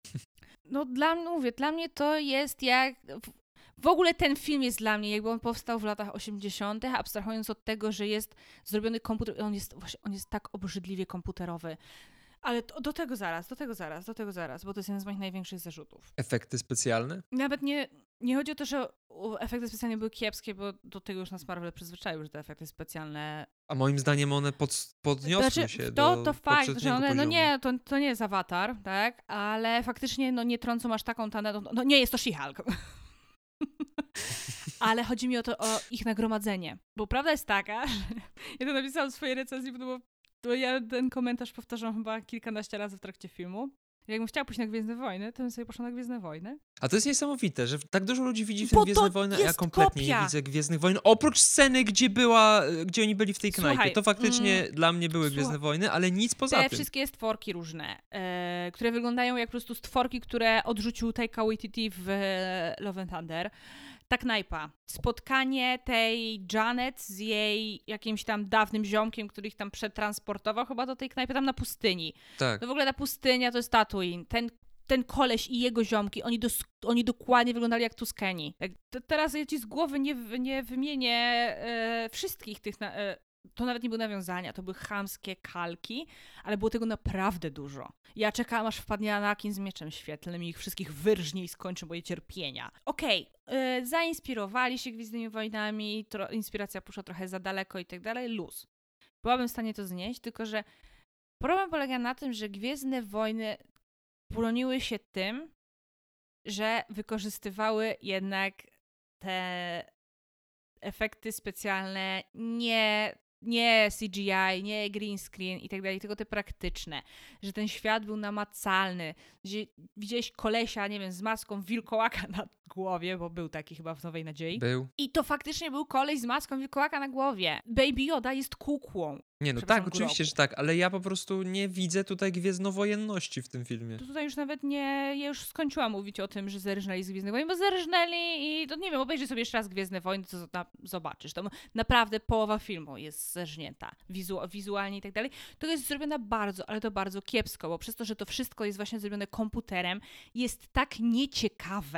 No dla mnie, mówię, dla mnie to jest jak... W ogóle ten film jest dla mnie, jakby on powstał w latach osiemdziesiątych, abstrahując od tego, że jest zrobiony komputer, on jest, on jest tak obrzydliwie komputerowy. Ale to, do tego zaraz, do tego zaraz, do tego zaraz, bo to jest jeden z moich największych zarzutów. Efekty specjalne? Nawet nie, nie chodzi o to, że efekty specjalne były kiepskie, bo do tego już nas Marvel przyzwyczaił, że te efekty specjalne... A moim zdaniem one pod, podniosły znaczy, się to, do to fakt, że one, poziomu. no nie, to, to nie jest Avatar, tak, ale faktycznie no nie trącą aż taką tanę, no nie jest to She-Hulk. Ale chodzi mi o to, o ich nagromadzenie, bo prawda jest taka, że ja to napisałam w swojej recenzji, bo, to było, to ja ten komentarz powtarzam chyba kilkanaście razy w trakcie filmu. Jakbym chciała pójść na Gwiezdne Wojny, to bym sobie poszła na Gwiezdne Wojny. A to jest niesamowite, że tak dużo ludzi widzi w tym Bo Gwiezdne to Wojny, a jest ja kompletnie kopia. nie widzę Gwiezdnych Wojen. Oprócz sceny, gdzie była, gdzie oni byli w tej knajpie. Słuchaj, to faktycznie mm, dla mnie były słuchaj, Gwiezdne Wojny, ale nic poza Te tym. wszystkie stworki różne, e, które wyglądają jak po prostu stworki, które odrzucił Taika Waititi w e, Love and Thunder. Ta knajpa. Spotkanie tej Janet z jej jakimś tam dawnym ziomkiem, który ich tam przetransportował chyba do tej knajpy, tam na pustyni. Tak. No w ogóle ta pustynia to jest Tatooine. Ten ten koleś i jego ziomki, oni, dos- oni dokładnie wyglądali jak Tuskeni. Tak, t- teraz ja ci z głowy nie, w- nie wymienię e, wszystkich tych... Na- e, to nawet nie były nawiązania, to były chamskie kalki, ale było tego naprawdę dużo. Ja czekałam, aż wpadnie Anakin z mieczem świetlnym i ich wszystkich wyrżnie i skończy moje cierpienia. Okej, okay, zainspirowali się Gwiezdnymi Wojnami, tro- inspiracja poszła trochę za daleko i tak dalej, luz. Byłabym w stanie to znieść, tylko że problem polega na tym, że Gwiezdne Wojny broniły się tym, że wykorzystywały jednak te efekty specjalne nie, nie C G I, nie green screen i tak dalej, tylko te praktyczne. Że ten świat był namacalny. Że widziałeś kolesia, nie wiem, z maską wilkołaka na głowie, bo był taki chyba w Nowej Nadziei. Był. I to faktycznie był koleś z maską wilkołaka na głowie. Baby Yoda jest kukłą. Nie, no tak, oczywiście, że tak, ale ja po prostu nie widzę tutaj gwiezdnowojenności w tym filmie. To tutaj już nawet nie, ja już skończyłam mówić o tym, że zerżnęli z Gwiezdnych Wojen, bo zerżnęli i to nie wiem, obejrzyj sobie jeszcze raz Gwiezdne Wojny, to na, zobaczysz. To naprawdę połowa filmu jest zerżnięta, wizu, wizualnie i tak dalej. To jest zrobione bardzo, ale to bardzo kiepsko, bo przez to, że to wszystko jest właśnie zrobione komputerem, jest tak nieciekawe.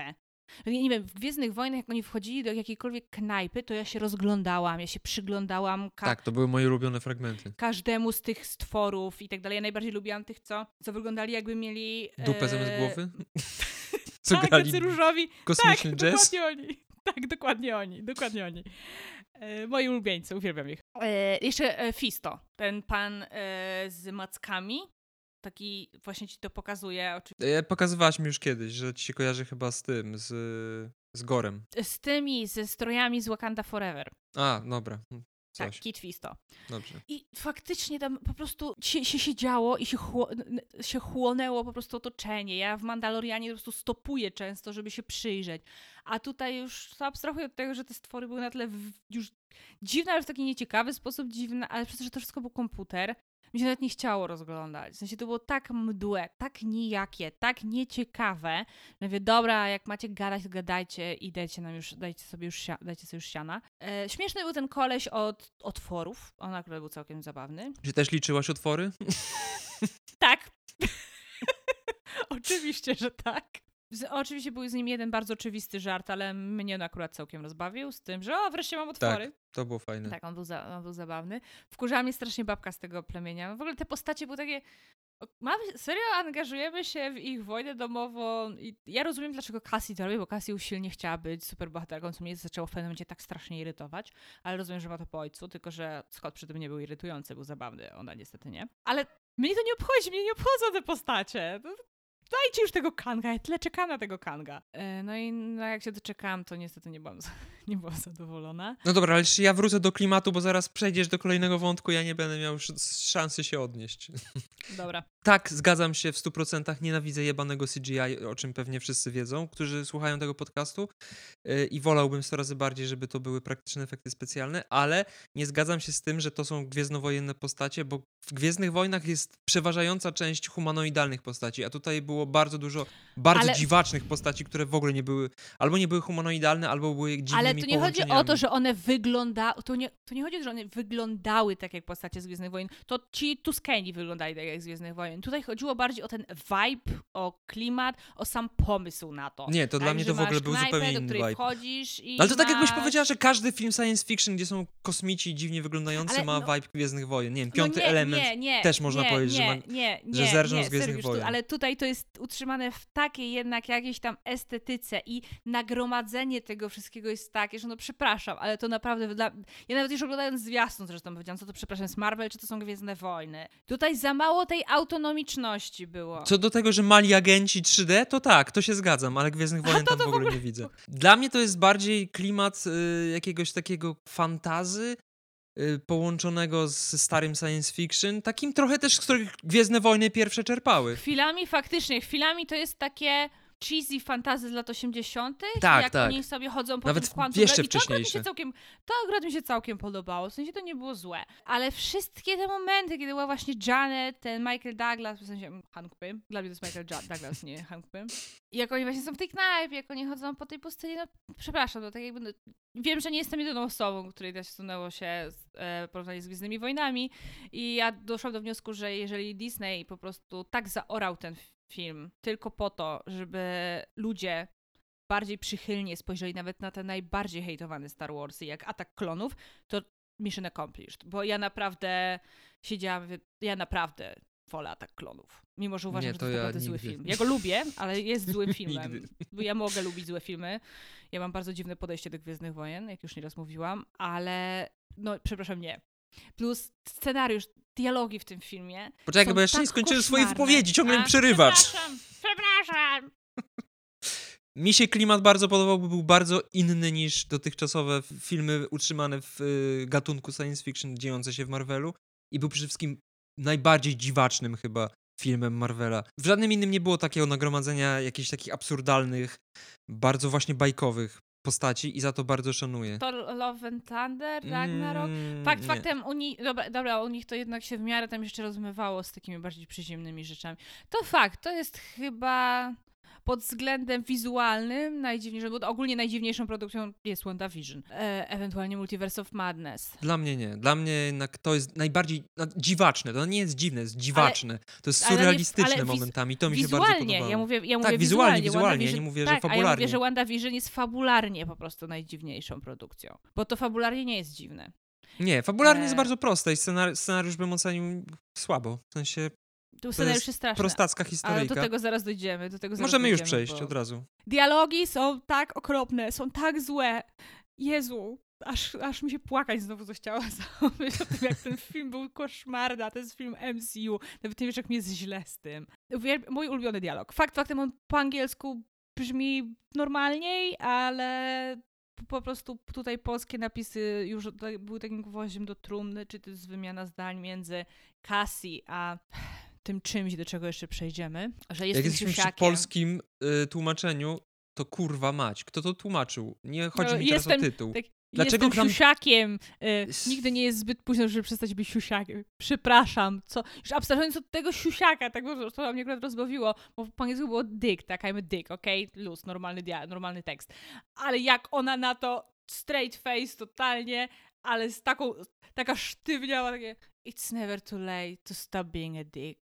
Nie, nie wiem, w Gwiezdnych Wojnach, jak oni wchodzili do jakiejkolwiek knajpy, to ja się rozglądałam, ja się przyglądałam. Ka- tak, to były moje ulubione fragmenty. Każdemu z tych stworów i tak dalej. Ja najbardziej lubiłam tych, co, co wyglądali jakby mieli... Dupę e... zamiast głowy? Co tak, grali? tacy różowi. Kosmiczny tak, jazz? dokładnie oni. Tak, dokładnie oni, dokładnie oni. E, moi ulubieńcy, uwielbiam ich. E, jeszcze e, Fisto, ten pan e, z mackami. Taki właśnie ci to pokazuje. Oczywiście. E, Pokazywałaś mi już kiedyś, że ci się kojarzy chyba z tym, z, z Gorem. Z tymi, ze strojami z Wakanda Forever. A, dobra. Coś. Tak, Kit Fisto. Dobrze. I faktycznie tam po prostu się, się siedziało i się, chło, się chłonęło po prostu otoczenie. Ja w Mandalorianie po prostu stopuję często, żeby się przyjrzeć. A tutaj już abstrahuję od tego, że te stwory były na tyle w, już dziwne, ale w taki nieciekawy sposób dziwne, ale przez to, że to wszystko był komputer, mi się nawet nie chciało rozglądać. W sensie to było tak mdłe, tak nijakie, tak nieciekawe. że Mówię, dobra, jak macie gadać, to gadajcie i dajcie nam już, dajcie sobie już, dajcie sobie już siana. E, śmieszny był ten koleś od otworów. On akurat był całkiem zabawny. Czy też liczyłaś otwory? Tak. Oczywiście, że tak. Z, oczywiście był z nim jeden bardzo oczywisty żart, ale mnie on akurat całkiem rozbawił z tym, że o, wreszcie mam otwory. Tak, to było fajne. Tak, on był, za, on był zabawny. Wkurzała mnie strasznie babka z tego plemienia. W ogóle te postacie były takie... Mamy, serio angażujemy się w ich wojnę domową i ja rozumiem, dlaczego Cassie to robi, bo Cassie usilnie chciała być superbohaterką, co mnie zaczęło w pewnym momencie tak strasznie irytować, ale rozumiem, że ma to po ojcu, tylko że Scott przy tym nie był irytujący, był zabawny, ona niestety nie. Ale mnie to nie obchodzi, mnie nie obchodzą te postacie. Dajcie już tego Kanga, ja tyle czekam na tego Kanga. E, no i no, jak się doczekałam, to niestety nie byłam, nie byłam zadowolona. No dobra, ale jeszcze ja wrócę do klimatu, bo zaraz przejdziesz do kolejnego wątku, ja nie będę miał już szansy się odnieść. Dobra. Tak, zgadzam się w stu procentach, nienawidzę jebanego C G I, o czym pewnie wszyscy wiedzą, którzy słuchają tego podcastu yy, i wolałbym sto razy bardziej, żeby to były praktyczne efekty specjalne, ale nie zgadzam się z tym, że to są gwiezdnowojenne postacie, bo w Gwiezdnych Wojnach jest przeważająca część humanoidalnych postaci, a tutaj było bardzo dużo bardzo ale... dziwacznych postaci, które w ogóle nie były, albo nie były humanoidalne, albo były dziwnymi Ale to nie chodzi połączeniami. o to, że one wyglądały, to nie, to nie chodzi o to, że one wyglądały tak jak postacie z Gwiezdnych Wojen, to ci Tuskeni wyglądali tak jak z Gwiezdnych Wojen. Tutaj chodziło bardziej o ten vibe, o klimat, o sam pomysł na to. Nie, to tak, dla mnie to w ogóle był knajpę, zupełnie do inny której vibe. wchodzisz i Ale to tak masz... jakbyś powiedziała, że każdy film science fiction, gdzie są kosmici dziwnie wyglądający, Ale ma no... vibe Gwiezdnych Wojen. Nie wiem, piąty no nie, element nie, nie, też można nie, powiedzieć, nie, że, ma, nie, nie, że zerżną nie, z Gwiezdnych Sergiusz, Wojen. Ale tutaj to jest utrzymane w takiej jednak jakiejś tam estetyce i nagromadzenie tego wszystkiego jest takie, że no przepraszam, ale to naprawdę dla... Ja nawet już oglądając zwiastun zresztą powiedziałam, co to przepraszam, jest Marvel, czy to są Gwiezdne Wojny. Tutaj za mało tej autonomiczności było. Co do tego, że mali agenci trzy D, to tak, to się zgadzam, ale Gwiezdnych Wojen to, tam to w ogóle, ogóle nie widzę. Dla mnie to jest bardziej klimat y, jakiegoś takiego fantazy, y, połączonego z starym science fiction, takim trochę też, z których Gwiezdne Wojny pierwsze czerpały. Chwilami faktycznie, chwilami to jest takie cheesy fantazy z lat osiemdziesiątych. Tak, jak tak. oni sobie chodzą po Nawet tym Quantum jeszcze i to akurat, mi wcześniejsze. się całkiem, to akurat mi się całkiem podobało, w sensie to nie było złe. Ale wszystkie te momenty, kiedy była właśnie Janet, ten Michael Douglas, w sensie Hank Pym, dla mnie to jest Michael ja- Douglas, nie Hank Pym. I jak oni właśnie są w tej knajpie, jak oni chodzą po tej pustyni, no przepraszam, no tak jakby, no, wiem, że nie jestem jedyną osobą, której też sunęło się z, e, porównanie z Gwiezdnymi Wojnami i ja doszłam do wniosku, że jeżeli Disney po prostu tak zaorał ten film tylko po to, żeby ludzie bardziej przychylnie spojrzeli nawet na te najbardziej hejtowane Star Warsy, jak Atak Klonów, to mission accomplished. Bo ja naprawdę siedziałam, ja naprawdę wolę Atak Klonów. Mimo, że uważam, Nie, że to to jest ja naprawdę zły nigdy. film. Ja go lubię, ale jest złym filmem. Nigdy. Bo ja mogę lubić złe filmy. Ja mam bardzo dziwne podejście do Gwiezdnych Wojen, jak już nieraz mówiłam, ale no, przepraszam, nie. Plus scenariusz, dialogi w tym filmie. Poczekaj, bo jeszcze tak nie skończyłem swojej koszmarne. wypowiedzi, ciągle A, mi przerywasz. Przepraszam, przepraszam. Mi się klimat bardzo podobał, bo był bardzo inny niż dotychczasowe filmy utrzymane w y, gatunku science fiction dziejące się w Marvelu i był przede wszystkim najbardziej dziwacznym chyba filmem Marvela. W żadnym innym nie było takiego nagromadzenia jakichś takich absurdalnych, bardzo właśnie bajkowych postaci i za to bardzo szanuję. To Love and Thunder, Ragnarok? Mm, Fakt nie. faktem, u nich, dobra, dobra, u nich to jednak się w miarę tam jeszcze rozmywało z takimi bardziej przyziemnymi rzeczami. To fakt, to jest chyba... pod względem wizualnym najdziwniejszą, bo ogólnie najdziwniejszą produkcją jest WandaVision. E, ewentualnie Multiverse of Madness. Dla mnie nie. Dla mnie jednak to jest najbardziej no, dziwaczne. To nie jest dziwne, jest dziwaczne. Ale, to jest surrealistyczne ale nie, ale momentami. To mi się bardzo podobało. Ja mówię, ja mówię tak, wizualnie, wizualnie. Ja nie mówię, tak, że fabularnie. A ja mówię, że WandaVision jest fabularnie po prostu najdziwniejszą produkcją. Bo to fabularnie nie jest dziwne. Nie, fabularnie e... jest bardzo proste i scenari- scenariusz bym ocenił słabo. W sensie tu scenariusz jest straszny. Prostacka historyjka. Ale do tego zaraz dojdziemy. Do tego zaraz Możemy dojdziemy, już przejść bo... od razu. Dialogi są tak okropne, są tak złe. Jezu, aż, aż mi się płakać znowu zachciało o tym, jak ten film był koszmarny, a to jest film M C U. Nawet nie wiesz, jak mi jest źle z tym. Mój ulubiony dialog. Fakt faktem, on po angielsku brzmi normalniej, ale po prostu tutaj polskie napisy już były takim gwoździem do trumny, czy to jest wymiana zdań między Cassie a tym czymś, do czego jeszcze przejdziemy, że jest jak jesteśmy przy polskim y, tłumaczeniu, to kurwa mać. Kto to tłumaczył? Nie chodzi no, mi teraz jestem, o tytuł. Tak, Dlaczego jestem tam... siusiakiem. Y, nigdy nie jest zbyt późno, żeby przestać być siusiakiem. Przepraszam. Co? Już abstrahując od tego siusiaka, tak bo to mnie akurat rozbawiło, bo po angielsku było dick, tak? I'm a dick, okej? Okay? Luz, normalny, dia- normalny tekst. Ale jak ona na to straight face totalnie, ale z taką, taka sztywnia, takie it's never too late to stop being a dick.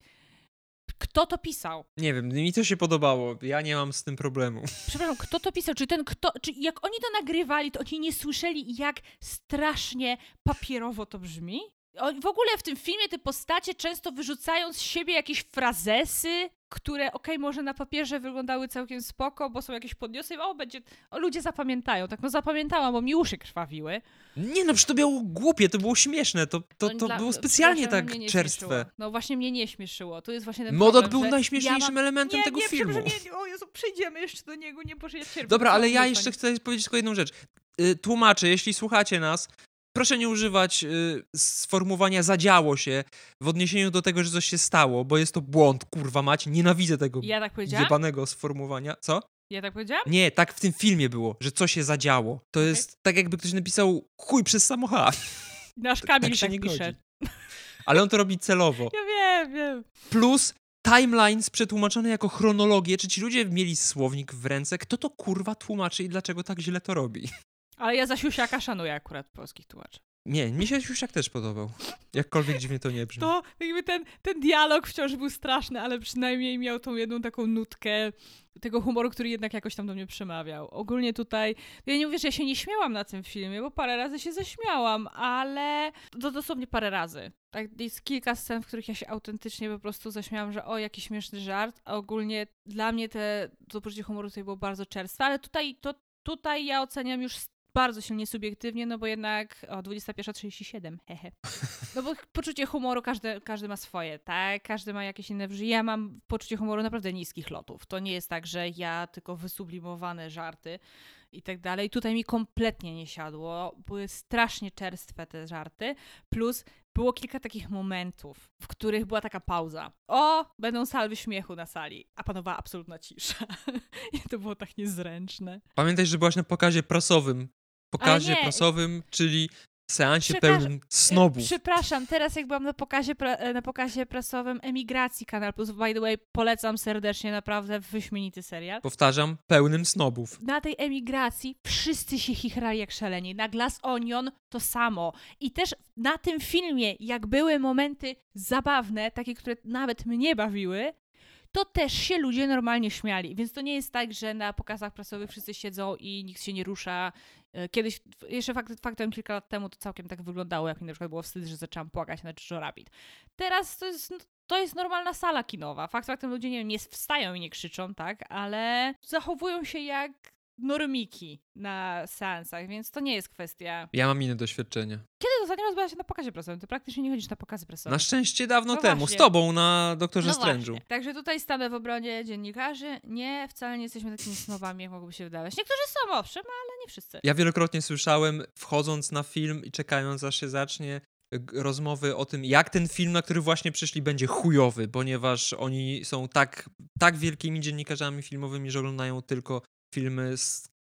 Kto to pisał? Nie wiem, mi to się podobało. Ja nie mam z tym problemu. Przepraszam, kto to pisał? Czy ten kto, czy jak oni to nagrywali, to oni nie słyszeli, jak strasznie papierowo to brzmi? W ogóle w tym filmie te postacie często wyrzucają z siebie jakieś frazesy, które okej, okay, może na papierze wyglądały całkiem spoko, bo są jakieś podniosy, o, będzie, o, ludzie zapamiętają. Tak, no zapamiętałam, bo mi uszy krwawiły. Nie no, przecież to było głupie, to było śmieszne, to, to, to dla, było specjalnie tak czerstwe. Śmieszyło. No właśnie mnie nie śmieszyło, tu jest właśnie ten Modok problem, był że najśmieszniejszym ja mam... elementem nie, tego nie, filmu. Nie, o Jezu, przejdziemy jeszcze do niego, nie, Boże, ja cierpię. Dobra, ale ja jeszcze chcę powiedzieć tylko jedną rzecz. Y, tłumaczę, jeśli słuchacie nas, proszę nie używać y, sformułowania zadziało się w odniesieniu do tego, że coś się stało, bo jest to błąd, kurwa mać, nienawidzę tego ja tak powiedziałam? jebanego sformułowania. Co? Ja tak powiedziałam? Nie, tak w tym filmie było, że co się zadziało. To okay. jest tak jakby ktoś napisał chuj przez samocha. Nasz Kamil tak, się tak nie pisze. Godzi. Ale on to robi celowo. Ja wiem, wiem. Plus timelines przetłumaczone jako chronologię, czy ci ludzie mieli słownik w ręce, kto to kurwa tłumaczy i dlaczego tak źle to robi. Ale ja za siusiaka szanuję akurat polskich tłumaczy. Nie, mi się siusiak też podobał. Jakkolwiek dziwnie to nie brzmi. To jakby ten, ten dialog wciąż był straszny, ale przynajmniej miał tą jedną taką nutkę tego humoru, który jednak jakoś tam do mnie przemawiał. Ogólnie tutaj, ja nie mówię, że ja się nie śmiałam na tym filmie, bo parę razy się zaśmiałam, ale to dosłownie parę razy. Tak, jest kilka scen, w których ja się autentycznie po prostu zaśmiałam, że o, jaki śmieszny żart, a ogólnie dla mnie te, to poczucie humoru tutaj było bardzo czerstwe, ale tutaj, to, tutaj ja oceniam już bardzo silnie subiektywnie, no bo jednak o dwudziesta pierwsza trzydzieści siedem, hehe. No bo poczucie humoru każdy, każdy ma swoje, tak? Każdy ma jakieś inne wrzy. Ja mam poczucie humoru naprawdę niskich lotów. To nie jest tak, że ja tylko wysublimowane żarty i tak dalej. Tutaj mi kompletnie nie siadło. Były strasznie czerstwe te żarty. Plus było kilka takich momentów, w których była taka pauza. O, będą salwy śmiechu na sali. A panowała absolutna cisza. I to było tak niezręczne. Pamiętaj, że byłaś na pokazie prasowym. Pokazie prasowym, czyli seansie pełnym snobów. Przepraszam, teraz jak byłam na pokazie, pra- na pokazie prasowym Emigracji Kanal Plus, by the way, polecam serdecznie, naprawdę wyśmienity serial. Powtarzam, pełnym snobów. Na tej Emigracji wszyscy się chichrali jak szaleni. Na Glass Onion to samo. I też na tym filmie, jak były momenty zabawne, takie, które nawet mnie bawiły, to też się ludzie normalnie śmiali. Więc to nie jest tak, że na pokazach prasowych wszyscy siedzą i nikt się nie rusza. Kiedyś, jeszcze fakt, faktem kilka lat temu to całkiem tak wyglądało, jak mi na przykład było wstyd, że zaczęłam płakać na Jojo Rabbit. Teraz to jest, to jest normalna sala kinowa. Fakt faktem ludzie, nie wiem, nie wstają i nie krzyczą, tak, ale zachowują się jak normiki na seansach, więc to nie jest kwestia... Ja mam inne doświadczenia. Kiedy ostatnio raz byłaś na pokazie prasowym? Ty praktycznie nie chodzisz na pokazy prasowe. Na szczęście dawno no temu, właśnie. z tobą na Doktorze no Strange'u. Także tutaj stanę w obronie dziennikarzy. Nie, wcale nie jesteśmy takimi snobami, jak mogłoby się wydawać. Niektórzy są, owszem, ale nie wszyscy. Ja wielokrotnie słyszałem, wchodząc na film i czekając, aż się zacznie, rozmowy o tym, jak ten film, na który właśnie przyszli, będzie chujowy, ponieważ oni są tak, tak wielkimi dziennikarzami filmowymi, że oglądają tylko filmy z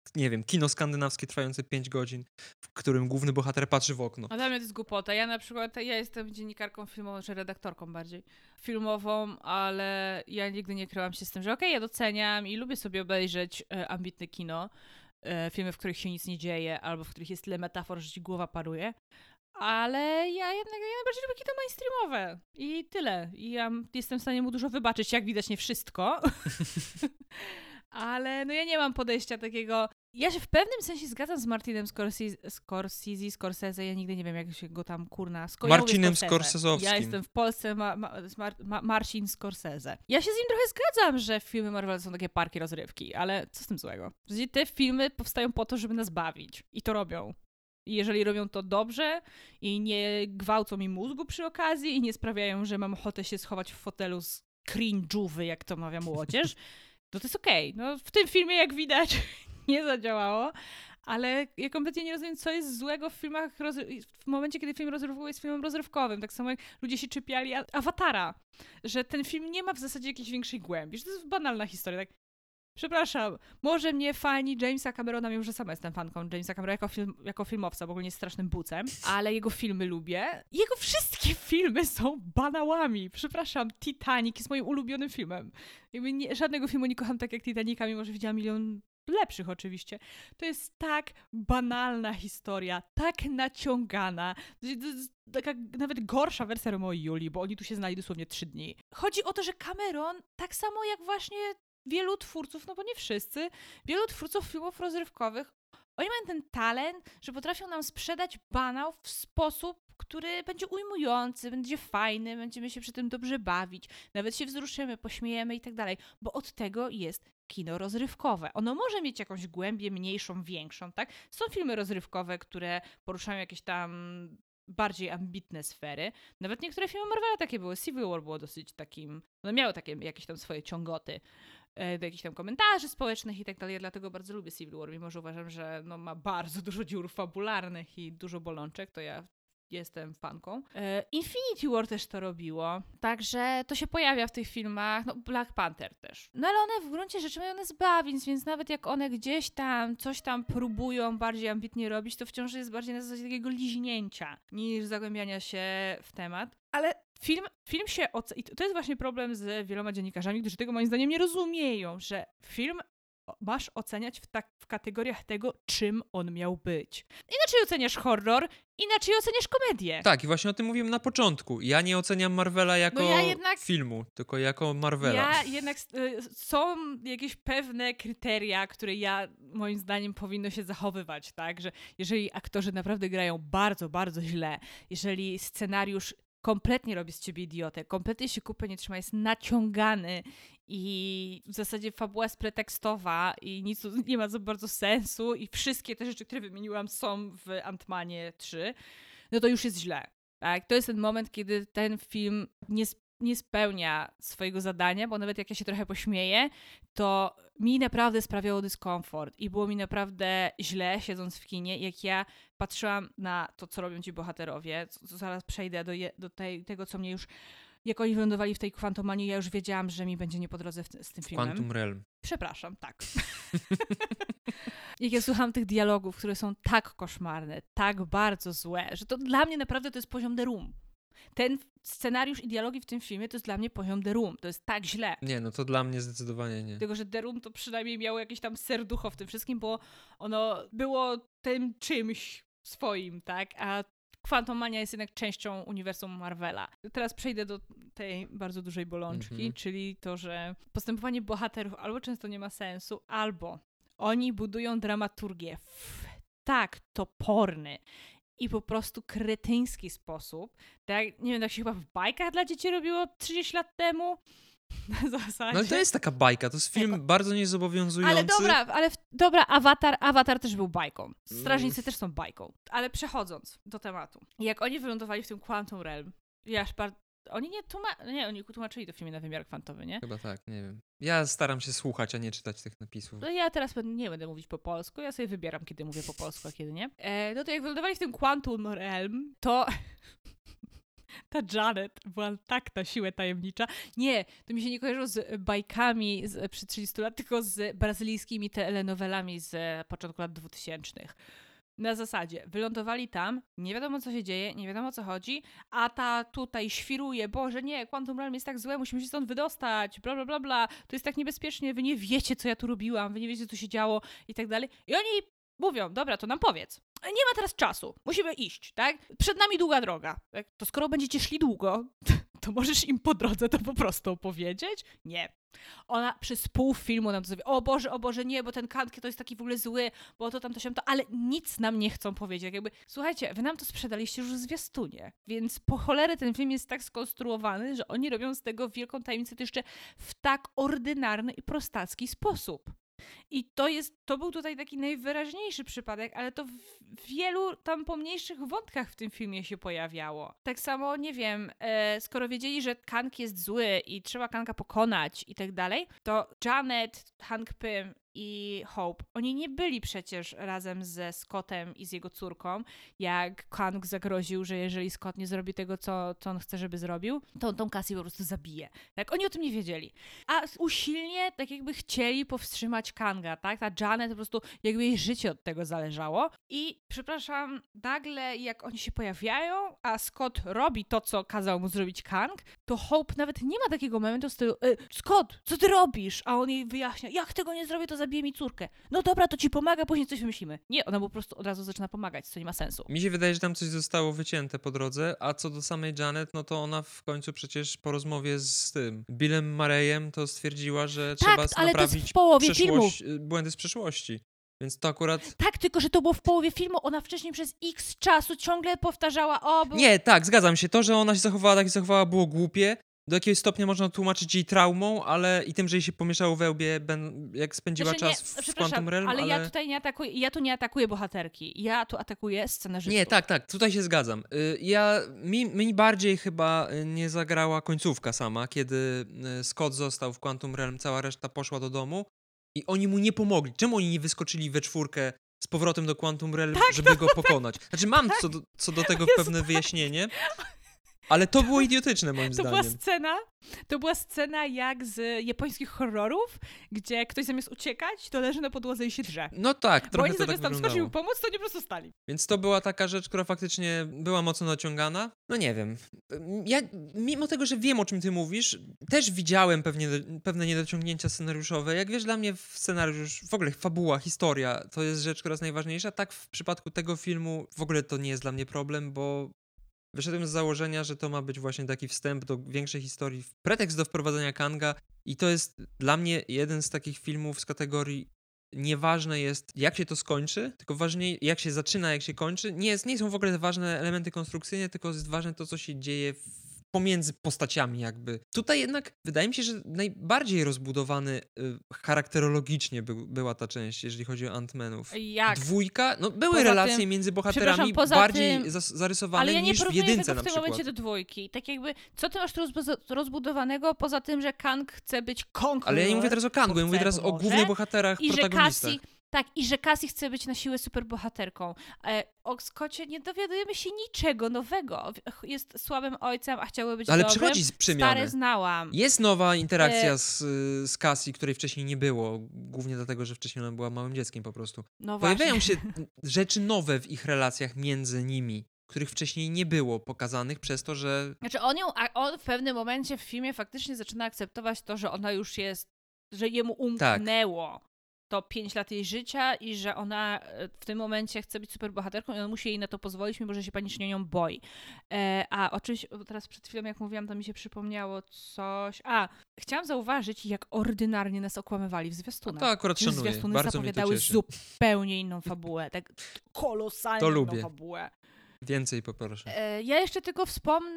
nie wiem, kino skandynawskie trwające pięć godzin, w którym główny bohater patrzy w okno. A dla mnie to jest głupota. Ja na przykład, ja jestem dziennikarką filmową, czy redaktorką bardziej filmową, ale ja nigdy nie kryłam się z tym, że okej, okay, ja doceniam i lubię sobie obejrzeć e, ambitne kino, e, filmy, w których się nic nie dzieje, albo w których jest tyle metafor, że ci głowa paruje. Ale ja jednak ja najbardziej lubię kino mainstreamowe i tyle. I ja jestem w stanie mu dużo wybaczyć, jak widać nie wszystko. Ale no ja nie mam podejścia takiego... Ja się w pewnym sensie zgadzam z Martinem Scorsese, Scorsese, Scorsese, ja nigdy nie wiem, jak się go tam, kurna... Sko- Marcinem ja Scorsesowskim. Ja jestem w Polsce, ma, ma, Mar, ma, Marcin Scorsese. Ja się z nim trochę zgadzam, że filmy Marvela są takie parki rozrywki, ale co z tym złego? Te filmy powstają po to, żeby nas bawić. I to robią. I jeżeli robią to dobrze i nie gwałcą mi mózgu przy okazji i nie sprawiają, że mam ochotę się schować w fotelu z cringe'ówy, jak to mawia młodzież, to to jest okej. Okay. No w tym filmie, jak widać, nie zadziałało, ale ja kompletnie nie rozumiem, co jest złego w filmach, rozry- w momencie, kiedy film rozrywkowy jest filmem rozrywkowym. Tak samo jak ludzie się czepiali a- Awatara, że ten film nie ma w zasadzie jakiejś większej głębi, że to jest banalna historia, tak. Przepraszam, może mnie fani Jamesa Camerona, mimo że sama jestem fanką Jamesa Camerona jako, film, jako filmowca, bo ogólnie jest strasznym bucem, ale jego filmy lubię. Jego wszystkie filmy są banałami. Przepraszam, Titanic jest moim ulubionym filmem. Jakby nie, żadnego filmu nie kocham tak jak Titanica, mimo że widziałam milion lepszych oczywiście. To jest tak banalna historia, tak naciągana. To jest taka nawet gorsza wersja Romeo i Julii, bo oni tu się znali dosłownie trzy dni. Chodzi o to, że Cameron, tak samo jak właśnie wielu twórców, no bo nie wszyscy, wielu twórców filmów rozrywkowych, oni mają ten talent, że potrafią nam sprzedać banał w sposób, który będzie ujmujący, będzie fajny, będziemy się przy tym dobrze bawić, nawet się wzruszymy, pośmiejemy i tak dalej, bo od tego jest kino rozrywkowe. Ono może mieć jakąś głębię mniejszą, większą, tak? Są filmy rozrywkowe, które poruszają jakieś tam bardziej ambitne sfery. Nawet niektóre filmy Marvela takie były. Civil War było dosyć takim, one miały takie jakieś tam swoje ciągoty do jakichś tam komentarzy społecznych i tak dalej. Ja dlatego bardzo lubię Civil War, mimo że uważam, że no, ma bardzo dużo dziur fabularnych i dużo bolączek, to ja jestem fanką. Infinity War też to robiło, także to się pojawia w tych filmach, no Black Panther też. No ale one w gruncie rzeczy mają nas bawić, więc nawet jak one gdzieś tam coś tam próbują bardziej ambitnie robić, to wciąż jest bardziej na zasadzie takiego liźnięcia niż zagłębiania się w temat. Ale film, film się ocenia, i to jest właśnie problem z wieloma dziennikarzami, którzy tego moim zdaniem nie rozumieją, że film masz oceniać w, tak, w kategoriach tego, czym on miał być. Inaczej oceniasz horror, inaczej oceniasz komedię. Tak, i właśnie o tym mówiłem na początku. Ja nie oceniam Marvela jako no ja jednak, filmu, tylko jako Marvela. Ja jednak y, są jakieś pewne kryteria, które ja moim zdaniem powinno się zachowywać, tak? Że jeżeli aktorzy naprawdę grają bardzo, bardzo źle, jeżeli scenariusz kompletnie robi z ciebie idiotę, kompletnie się kupy nie trzyma, jest naciągany i w zasadzie fabuła jest pretekstowa i nic tu nie ma za bardzo sensu i wszystkie te rzeczy, które wymieniłam, są w Ant-Manie trzy, no to już jest źle. Tak? To jest ten moment, kiedy ten film nie, nie spełnia swojego zadania, bo nawet jak ja się trochę pośmieję, to mi naprawdę sprawiało dyskomfort i było mi naprawdę źle, siedząc w kinie, jak ja patrzyłam na to, co robią ci bohaterowie, co, co zaraz przejdę do, je, do tej, tego, co mnie już, jak oni wylądowali w tej kwantomanii, ja już wiedziałam, że mi będzie nie po drodze w, z tym filmem. Quantum Realm. Przepraszam, tak. Jak ja słucham tych dialogów, które są tak koszmarne, tak bardzo złe, że to dla mnie naprawdę to jest poziom The Room. Ten scenariusz i dialogi w tym filmie to jest dla mnie poziom The Room. To jest tak źle. Nie, no to dla mnie zdecydowanie nie. Dlatego, że The Room to przynajmniej miało jakieś tam serducho w tym wszystkim, bo ono było tym czymś swoim, tak? A Quantum Mania jest jednak częścią uniwersum Marvela. Teraz przejdę do tej bardzo dużej bolączki, mm-hmm. czyli to, że postępowanie bohaterów albo często nie ma sensu, albo oni budują dramaturgię w tak toporny i po prostu kretyński sposób. Tak, nie wiem, tak się chyba w bajkach dla dzieci robiło trzydzieści lat temu. Na zasadzie. No ale to jest taka bajka, to jest film jako... bardzo niezobowiązujący. Ale dobra, ale w... dobra, Avatar, Avatar też był bajką. Strażnicy mm. też są bajką. Ale przechodząc do tematu. Jak oni wylądowali w tym Quantum Realm, ja bardzo... Oni nie tłumaczyli, nie, oni tłumaczyli to w filmie na wymiar kwantowy, nie? Chyba tak, nie wiem. Ja staram się słuchać, a nie czytać tych napisów. No ja teraz nie będę mówić po polsku, ja sobie wybieram, kiedy mówię po polsku, a kiedy nie. E, no to jak wylądowali w tym Quantum Realm, to Ta Janet była tak na siłę tajemnicza. Nie, to mi się nie kojarzyło z bajkami z, przed trzydziestu lat, tylko z brazylijskimi telenowelami z początku lat dwutysięcznych. Na zasadzie, wylądowali tam, nie wiadomo co się dzieje, nie wiadomo o co chodzi, a ta tutaj świruje, Boże nie, Quantum Realm jest tak złe, musimy się stąd wydostać, bla bla bla bla, to jest tak niebezpiecznie, wy nie wiecie co ja tu robiłam, wy nie wiecie co się działo i tak dalej. I oni mówią, dobra, to nam powiedz. Nie ma teraz czasu, musimy iść, tak? Przed nami długa droga. Tak? To skoro będziecie szli długo, to możesz im po drodze to po prostu opowiedzieć? Nie. Ona przez pół filmu nam to mówi, o Boże, o Boże, nie, bo ten Kang to jest taki w ogóle zły, bo to tam to się to, ale nic nam nie chcą powiedzieć. Tak jakby, słuchajcie, wy nam to sprzedaliście już w zwiastunie, więc po cholerę ten film jest tak skonstruowany, że oni robią z tego wielką tajemnicę to jeszcze w tak ordynarny i prostacki sposób. I to jest, to był tutaj taki najwyraźniejszy przypadek, ale to w wielu tam pomniejszych wątkach w tym filmie się pojawiało. Tak samo, nie wiem, e, skoro wiedzieli, że Kang jest zły i trzeba Kanga pokonać i tak dalej, to Janet, Hank Pym i Hope, oni nie byli przecież razem ze Scottem i z jego córką, jak Kang zagroził, że jeżeli Scott nie zrobi tego, co, co on chce, żeby zrobił, to on tą Cassie po prostu zabije. Tak, oni o tym nie wiedzieli. A usilnie tak jakby chcieli powstrzymać Kanga, tak? Ta Janet po prostu jakby jej życie od tego zależało. I przepraszam, nagle jak oni się pojawiają, a Scott robi to, co kazał mu zrobić Kang, to Hope nawet nie ma takiego momentu w stylu e, Scott, co ty robisz? A on jej wyjaśnia, jak tego nie zrobię, to zabije mi córkę. No dobra, to ci pomaga, później coś wymyślimy. Nie, ona po prostu od razu zaczyna pomagać, co nie ma sensu. Mi się wydaje, że tam coś zostało wycięte po drodze, a co do samej Janet, no to ona w końcu przecież po rozmowie z tym Billem Murrayem to stwierdziła, że tak, trzeba ale naprawić to jest w połowie filmu. błędy z przeszłości. Więc to akurat... Tak, tylko że to było w połowie filmu, ona wcześniej przez x czasu ciągle powtarzała, o... Bo... Nie, tak, zgadzam się. To, że ona się zachowała tak, jak się zachowała, było głupie. Do jakiegoś stopnia można tłumaczyć jej traumą, ale i tym, że jej się pomieszało we łbie, ben, jak spędziła znaczy, czas nie, w Quantum Realm, ale, ale... ja tutaj nie atakuję, ja tu nie atakuję bohaterki, ja tu atakuję scenarzystów. Nie, tak, tak, tutaj się zgadzam. Ja, mi, mi bardziej chyba nie zagrała końcówka sama, kiedy Scott został w Quantum Realm, cała reszta poszła do domu i oni mu nie pomogli. Czemu oni nie wyskoczyli we czwórkę z powrotem do Quantum Realm, tak, żeby no, go pokonać? Znaczy mam tak. co, do, co do tego Jezu, pewne tak. wyjaśnienie, ale to było idiotyczne moim to zdaniem. Była scena, to była scena jak z japońskich horrorów, gdzie ktoś zamiast uciekać, to leży na podłodze i się drze. No tak, trochę Bo oni to zamiast tak tam skoczył wyglądało. pomóc, to nie po prostu stali. Więc to była taka rzecz, która faktycznie była mocno naciągana. No nie wiem. Ja, mimo tego, że wiem, o czym ty mówisz, też widziałem pewnie, pewne niedociągnięcia scenariuszowe. Jak wiesz, dla mnie scenariusz, w ogóle fabuła, historia, to jest rzecz, która jest najważniejsza. Tak w przypadku tego filmu w ogóle to nie jest dla mnie problem, bo wyszedłem z założenia, że to ma być właśnie taki wstęp do większej historii, pretekst do wprowadzenia Kanga i to jest dla mnie jeden z takich filmów z kategorii nieważne jest, jak się to skończy, tylko ważniej, jak się zaczyna, jak się kończy. Nie, jest, nie są w ogóle ważne elementy konstrukcyjne, tylko jest ważne to, co się dzieje w, pomiędzy postaciami jakby. Tutaj jednak wydaje mi się, że najbardziej rozbudowany y, charakterologicznie by, była ta część, jeżeli chodzi o Ant-Manów. Jak? Dwójka, no były Poza relacje tym, między bohaterami poza bardziej tym, zas- zarysowane ale ja nie niż w porównuję jedynce tego na w tym przykład. momencie do dwójki. Tak jakby, co ty masz tu rozbu- rozbudowanego, poza tym, że Kang chce być Kong. Ale ja nie mówię teraz o Kangu, ja mówię teraz o głównych bohaterach, i protagonistach. Że Cassie, tak, i że Cassie chce być na siłę superbohaterką. E, o Scotcie nie dowiadujemy się niczego nowego. Jest słabym ojcem, a chciałby być ale dobrym. przychodzi z przemiany. Stare znałam. Jest nowa interakcja e... z, z Cassie, której wcześniej nie było. Głównie dlatego, że wcześniej ona była małym dzieckiem po prostu. No Pojawiają właśnie. się rzeczy nowe w ich relacjach między nimi, których wcześniej nie było pokazanych przez to, że... Znaczy on ją, a on w pewnym momencie w filmie faktycznie zaczyna akceptować to, że ona już jest, że jemu umknęło. Tak. To pięć lat jej życia i że ona w tym momencie chce być superbohaterką i on musi jej na to pozwolić, mimo że się panicznie nią boi. E, a oczywiście, teraz przed chwilą jak mówiłam, to mi się przypomniało coś... A, chciałam zauważyć, jak ordynarnie nas okłamywali w zwiastunach. No to akurat że szanuję, zwiastuny bardzo zapowiadały mnie to cieszy. zupełnie inną fabułę, tak kolosalnie to inną lubię. fabułę. Więcej poproszę. E, ja jeszcze tylko wspomnę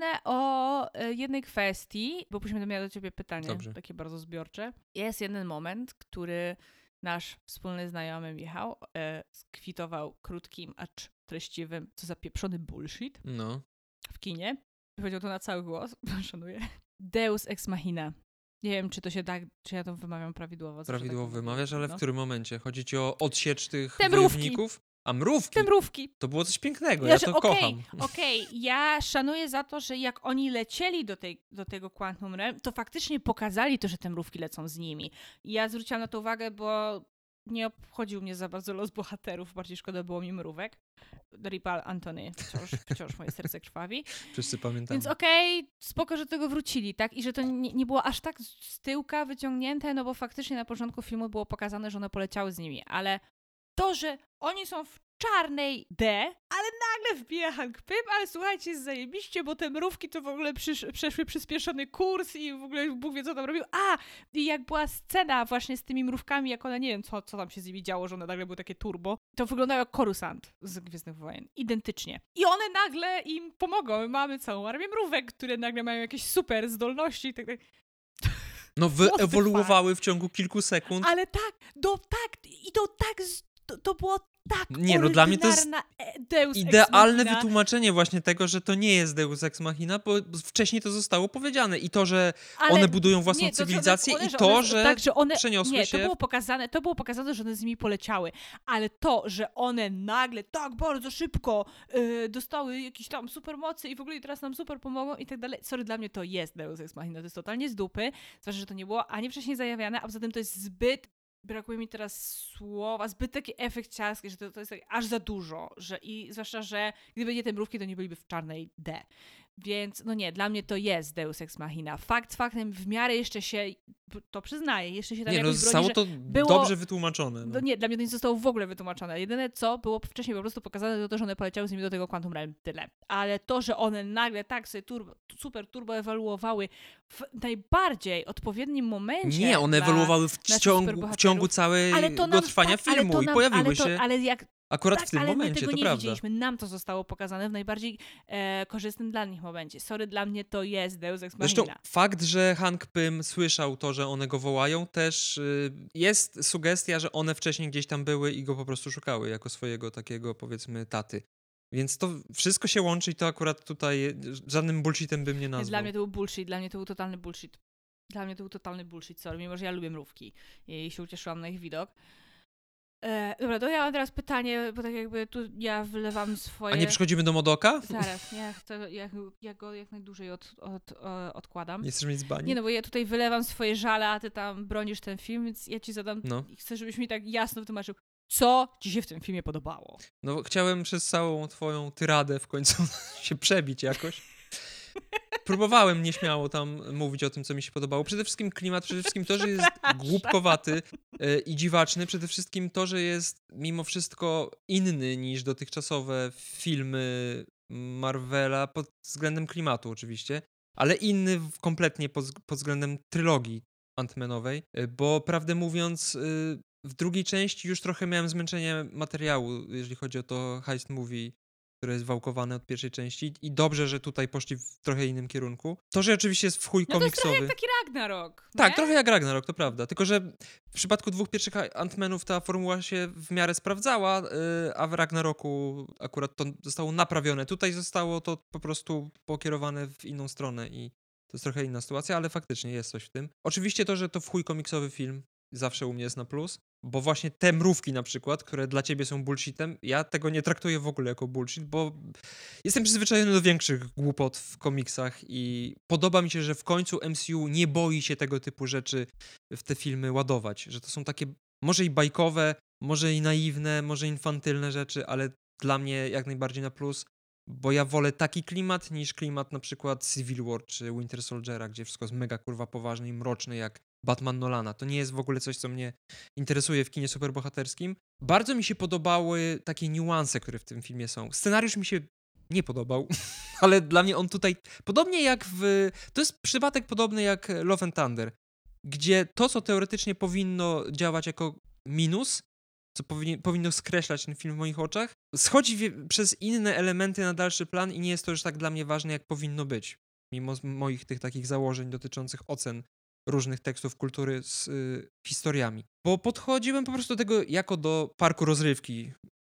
o e, jednej kwestii, bo później będę miała do ciebie pytanie, Dobrze. takie bardzo zbiorcze. Jest jeden moment, który nasz wspólny znajomy Michał e, skwitował krótkim, acz treściwym, co za pieprzony bullshit No. w kinie. Powiedział to na cały głos, szanuję. Deus Ex Machina. Nie wiem, czy to się tak, czy ja to wymawiam prawidłowo. Prawidłowo tak wymawiasz, ale no. w którym momencie? Chodzi ci o odsiecz tych Te mrówki. wojowników? A mrówki? Te mrówki. To było coś pięknego, Ja, ja że to okej, kocham. Okej, okay. Ja szanuję za to, że jak oni lecieli do, tej, do tego Quantum Realm, to faktycznie pokazali to, że te mrówki lecą z nimi. I ja zwróciłam na to uwagę, bo nie obchodził mnie za bardzo los bohaterów, bardziej szkoda było mi mrówek. Ripal Antony, wciąż, wciąż moje serce krwawi. Wszyscy pamiętamy. Więc okej, okay, spoko, że do tego wrócili, tak? I że to nie, nie było aż tak z tyłka wyciągnięte, no bo faktycznie na początku filmu było pokazane, że one poleciały z nimi, ale to, że oni są w czarnej D, ale nagle wbija Hank Pym, ale słuchajcie, jest zajebiście, bo te mrówki to w ogóle przysz, przeszły przyspieszony kurs i w ogóle Bóg wie, co tam robił. A! I jak była scena właśnie z tymi mrówkami, jak one, nie wiem, co, co tam się z nimi działo, że one nagle były takie turbo, to wyglądało jak Coruscant z Gwiezdnych Wojen. Identycznie. I one nagle im pomogą. Mamy całą armię mrówek, które nagle mają jakieś super zdolności i tak dalej. No wyewoluowały w ciągu kilku sekund. Ale tak, do tak, i to tak, to, to było tak nie, no dla mnie to jest Deus idealne Ex wytłumaczenie właśnie tego, że to nie jest Deus Ex Machina, bo wcześniej to zostało powiedziane i to, że ale one budują własną nie, to, cywilizację one, i to, one, że, tak, że one, przeniosły nie, się... to było pokazane, to było pokazane, że one z nimi poleciały, ale to, że one nagle tak bardzo szybko yy, dostały jakieś tam supermocy i w ogóle i teraz nam super pomogą i tak dalej, sorry, dla mnie to jest Deus Ex Machina, to jest totalnie z dupy, zwłaszcza, że to nie było ani wcześniej zajawiane, a poza tym to jest zbyt brakuje mi teraz słowa, zbyt taki efekt ciarski, że to, to jest tak aż za dużo, że i zwłaszcza, że gdyby nie te mrówki, to nie byliby w czarnej D. Więc no nie, dla mnie to jest Deus Ex Machina. Fakt faktem, w miarę jeszcze się, to przyznaję, jeszcze się tam nie, jakoś no, broni, zostało to było, dobrze wytłumaczone. No. No nie, dla mnie to nie zostało w ogóle wytłumaczone. Jedyne co, było wcześniej po prostu pokazane, to to, że one poleciały z nimi do tego Quantum Realm, tyle. Ale to, że one nagle tak sobie turbo, super turbo ewoluowały w najbardziej odpowiednim momencie. Nie, one ewoluowały w ciągu, w ciągu całego nam, trwania tak, filmu nam, i pojawiły ale to, się ale jak, akurat tak, w tym ale momencie, my tego to nie prawda. widzieliśmy. Nam to zostało pokazane w najbardziej e, korzystnym dla nich momencie. Sorry, dla mnie to jest Deus Ex Machina. Zresztą fakt, że Hank Pym słyszał to, że one go wołają, też y, jest sugestia, że one wcześniej gdzieś tam były i go po prostu szukały jako swojego takiego, powiedzmy, taty. Więc to wszystko się łączy i to akurat tutaj żadnym bullshitem bym nie nazwał. Dla mnie to był bullshit, dla mnie to był totalny bullshit. Dla mnie to był totalny bullshit, sorry, mimo że ja lubię mrówki i się ucieszyłam na ich widok. E, dobra, to ja mam teraz pytanie, bo tak jakby tu ja wylewam swoje... A nie przechodzimy do Modoka? Zaraz, ja, to, ja, ja go jak najdłużej od, od, od, odkładam. Nie chcesz mieć z bani? Nie, no bo ja tutaj wylewam swoje żale, a ty tam bronisz ten film, więc ja ci zadam... No. Chcę, żebyś mi tak jasno wytłumaczył, co ci się w tym filmie podobało? No chciałem przez całą twoją tyradę w końcu się przebić jakoś. Próbowałem nieśmiało tam mówić o tym, co mi się podobało. Przede wszystkim klimat, przede wszystkim to, że jest głupkowaty yy, i dziwaczny. Przede wszystkim to, że jest mimo wszystko inny niż dotychczasowe filmy Marvela pod względem klimatu oczywiście, ale inny kompletnie pod, pod względem trylogii Ant-Manowej, yy, bo prawdę mówiąc yy, w drugiej części już trochę miałem zmęczenie materiału, jeżeli chodzi o to heist movie, które jest wałkowane od pierwszej części i dobrze, że tutaj poszli w trochę innym kierunku. To, że oczywiście jest w chuj no komiksowy. To jest trochę jak taki Ragnarok, Tak, nie? trochę jak Ragnarok, to prawda. Tylko, że w przypadku dwóch pierwszych Ant-Manów ta formuła się w miarę sprawdzała, yy, a w Ragnaroku akurat to zostało naprawione. Tutaj zostało to po prostu pokierowane w inną stronę i to jest trochę inna sytuacja, ale faktycznie jest coś w tym. Oczywiście to, że to w chuj komiksowy film zawsze u mnie jest na plus, bo właśnie te mrówki na przykład, które dla ciebie są bullshitem, ja tego nie traktuję w ogóle jako bullshit, bo jestem przyzwyczajony do większych głupot w komiksach i podoba mi się, że w końcu M C U nie boi się tego typu rzeczy w te filmy ładować, że to są takie może i bajkowe, może i naiwne, może infantylne rzeczy, ale dla mnie jak najbardziej na plus, bo ja wolę taki klimat niż klimat na przykład Civil War czy Winter Soldiera, gdzie wszystko jest mega kurwa poważne i mroczne jak Batman Nolana. To nie jest w ogóle coś, co mnie interesuje w kinie superbohaterskim. Bardzo mi się podobały takie niuanse, które w tym filmie są. Scenariusz mi się nie podobał, ale dla mnie on tutaj, podobnie jak w... To jest przypadek podobny jak Love and Thunder, gdzie to, co teoretycznie powinno działać jako minus, co powinni, powinno skreślać ten film w moich oczach, schodzi w, przez inne elementy na dalszy plan i nie jest to już tak dla mnie ważne, jak powinno być. Mimo moich tych takich założeń dotyczących ocen różnych tekstów kultury z y, historiami. Bo podchodziłem po prostu do tego jako do parku rozrywki.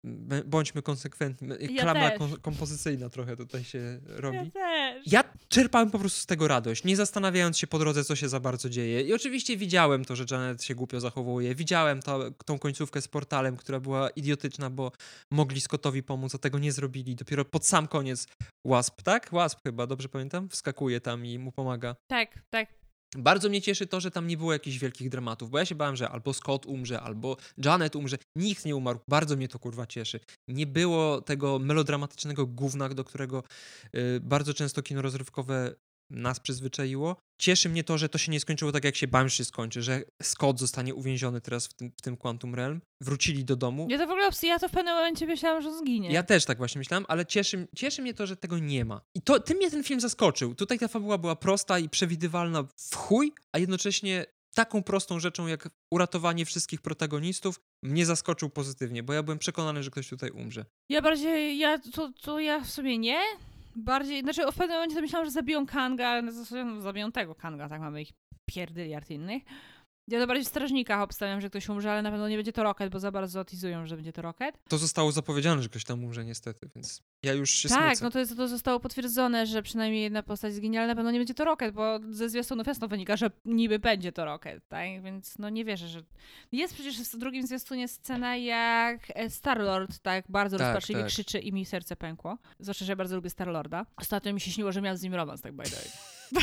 Bądźmy konsekwentni. Ja Klamra też. kom- kompozycyjna trochę tutaj się robi. Ja też. Ja czerpałem po prostu z tego radość, nie zastanawiając się po drodze, co się za bardzo dzieje. I oczywiście widziałem to, że Janet się głupio zachowuje. Widziałem to, tą końcówkę z portalem, która była idiotyczna, bo mogli Scottowi pomóc, a tego nie zrobili. Dopiero pod sam koniec Wasp, tak? Wasp chyba, dobrze pamiętam? Wskakuje tam i mu pomaga. Tak, tak. Bardzo mnie cieszy to, że tam nie było jakichś wielkich dramatów, bo ja się bałem, że albo Scott umrze, albo Janet umrze. Nikt nie umarł. Bardzo mnie to kurwa cieszy. Nie było tego melodramatycznego gówna, do którego y, bardzo często kino rozrywkowe nas przyzwyczaiło. Cieszy mnie to, że to się nie skończyło tak, jak się bałem, że się skończy, że Scott zostanie uwięziony teraz w tym, w tym Quantum Realm. Wrócili do domu. Ja to w ogóle, ja to w pewnym momencie myślałam, że zginie. Ja też tak właśnie myślałem, ale cieszy, cieszy mnie to, że tego nie ma. I to, tym mnie ten film zaskoczył. Tutaj ta fabuła była prosta i przewidywalna w chuj, a jednocześnie taką prostą rzeczą, jak uratowanie wszystkich protagonistów, mnie zaskoczył pozytywnie, bo ja byłem przekonany, że ktoś tutaj umrze. Ja bardziej, ja, to, to ja w sumie nie. Bardziej, znaczy w pewnym momencie to myślałam, że zabiją Kanga, ale na zasadzie no, zabiją tego Kanga, tak mamy ich pierdyliard innych. Ja to bardziej w Strażnikach obstawiam, że ktoś umrze, ale na pewno nie będzie to Rocket, bo za bardzo teasują, że będzie to Rocket. To zostało zapowiedziane, że ktoś tam umrze niestety, więc ja już się Tak, smucę. no to, jest, to zostało potwierdzone, że przynajmniej jedna postać zginie, ale na pewno nie będzie to Rocket, bo ze zwiastunów jasno wynika, że niby będzie to Rocket, tak? Więc no nie wierzę, że... Jest przecież w drugim zwiastunie scena, jak Star-Lord tak bardzo Tak, rozpaczliwie tak. krzyczy i mi serce pękło. Zwłaszcza, że ja bardzo lubię Star-Lorda. Ostatnio mi się śniło, że miałam z nim romans, tak by the way.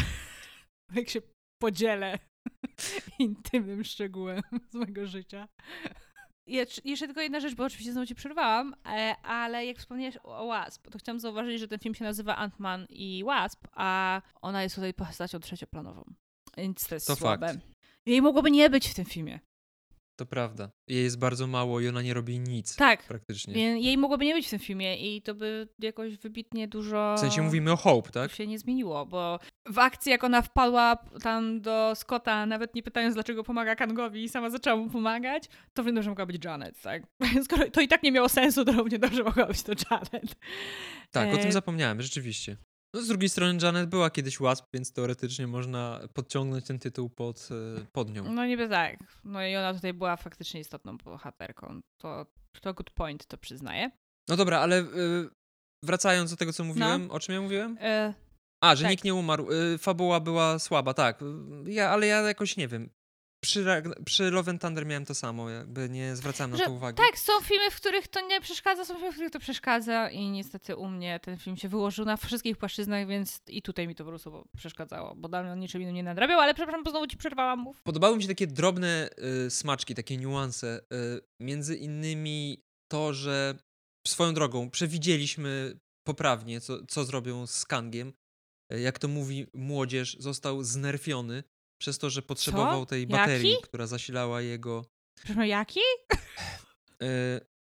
Jak się podzielę intymnym szczegółem z mojego życia. Jeszcze tylko jedna rzecz, bo oczywiście znowu ci przerwałam, ale jak wspomniałeś o Wasp, to chciałam zauważyć, że ten film się nazywa Ant-Man i Wasp, a ona jest tutaj postacią trzecioplanową. Więc to jest To słabe. fakt. Jej mogłoby nie być w tym filmie. To prawda. Jej jest bardzo mało i ona nie robi nic. Tak. Praktycznie. Jej mogłoby nie być w tym filmie i to by jakoś wybitnie dużo... W sensie mówimy o Hope, tak? się nie zmieniło, bo w akcji jak ona wpadła tam do Scotta, nawet nie pytając dlaczego pomaga Kangowi i sama zaczęła mu pomagać, to wiem, że mogła być Janet, tak? Skoro to i tak nie miało sensu, to równie dobrze mogła być to Janet. Tak, e... o tym zapomniałem, rzeczywiście. No z drugiej strony Janet była kiedyś Wasp, więc teoretycznie można podciągnąć ten tytuł pod, pod nią. No niby tak. No i ona tutaj była faktycznie istotną bohaterką. To, to good point, to przyznaję. No dobra, ale y, wracając do tego, co mówiłem, no. o czym ja mówiłem? E... A, że tak. nikt nie umarł. Y, fabuła była słaba, tak. Ja, ale ja jakoś nie wiem. Przy, przy Love and Thunder miałem to samo, jakby nie zwracałem na że, to uwagi. Tak, są filmy, w których to nie przeszkadza, są filmy, w których to przeszkadza i niestety u mnie ten film się wyłożył na wszystkich płaszczyznach, więc i tutaj mi to po prostu przeszkadzało, bo Damian niczym innym nie nadrabiał, ale przepraszam, bo znowu ci przerwałam, mów. Podobały mi się takie drobne y, smaczki, takie niuanse. Y, między innymi to, że swoją drogą przewidzieliśmy poprawnie, co, co zrobią z Kangiem. Y, jak to mówi młodzież, został znerfiony przez to, że potrzebował co? tej baterii, Jaki? która zasilała jego... Przepraszam, jaki? Y,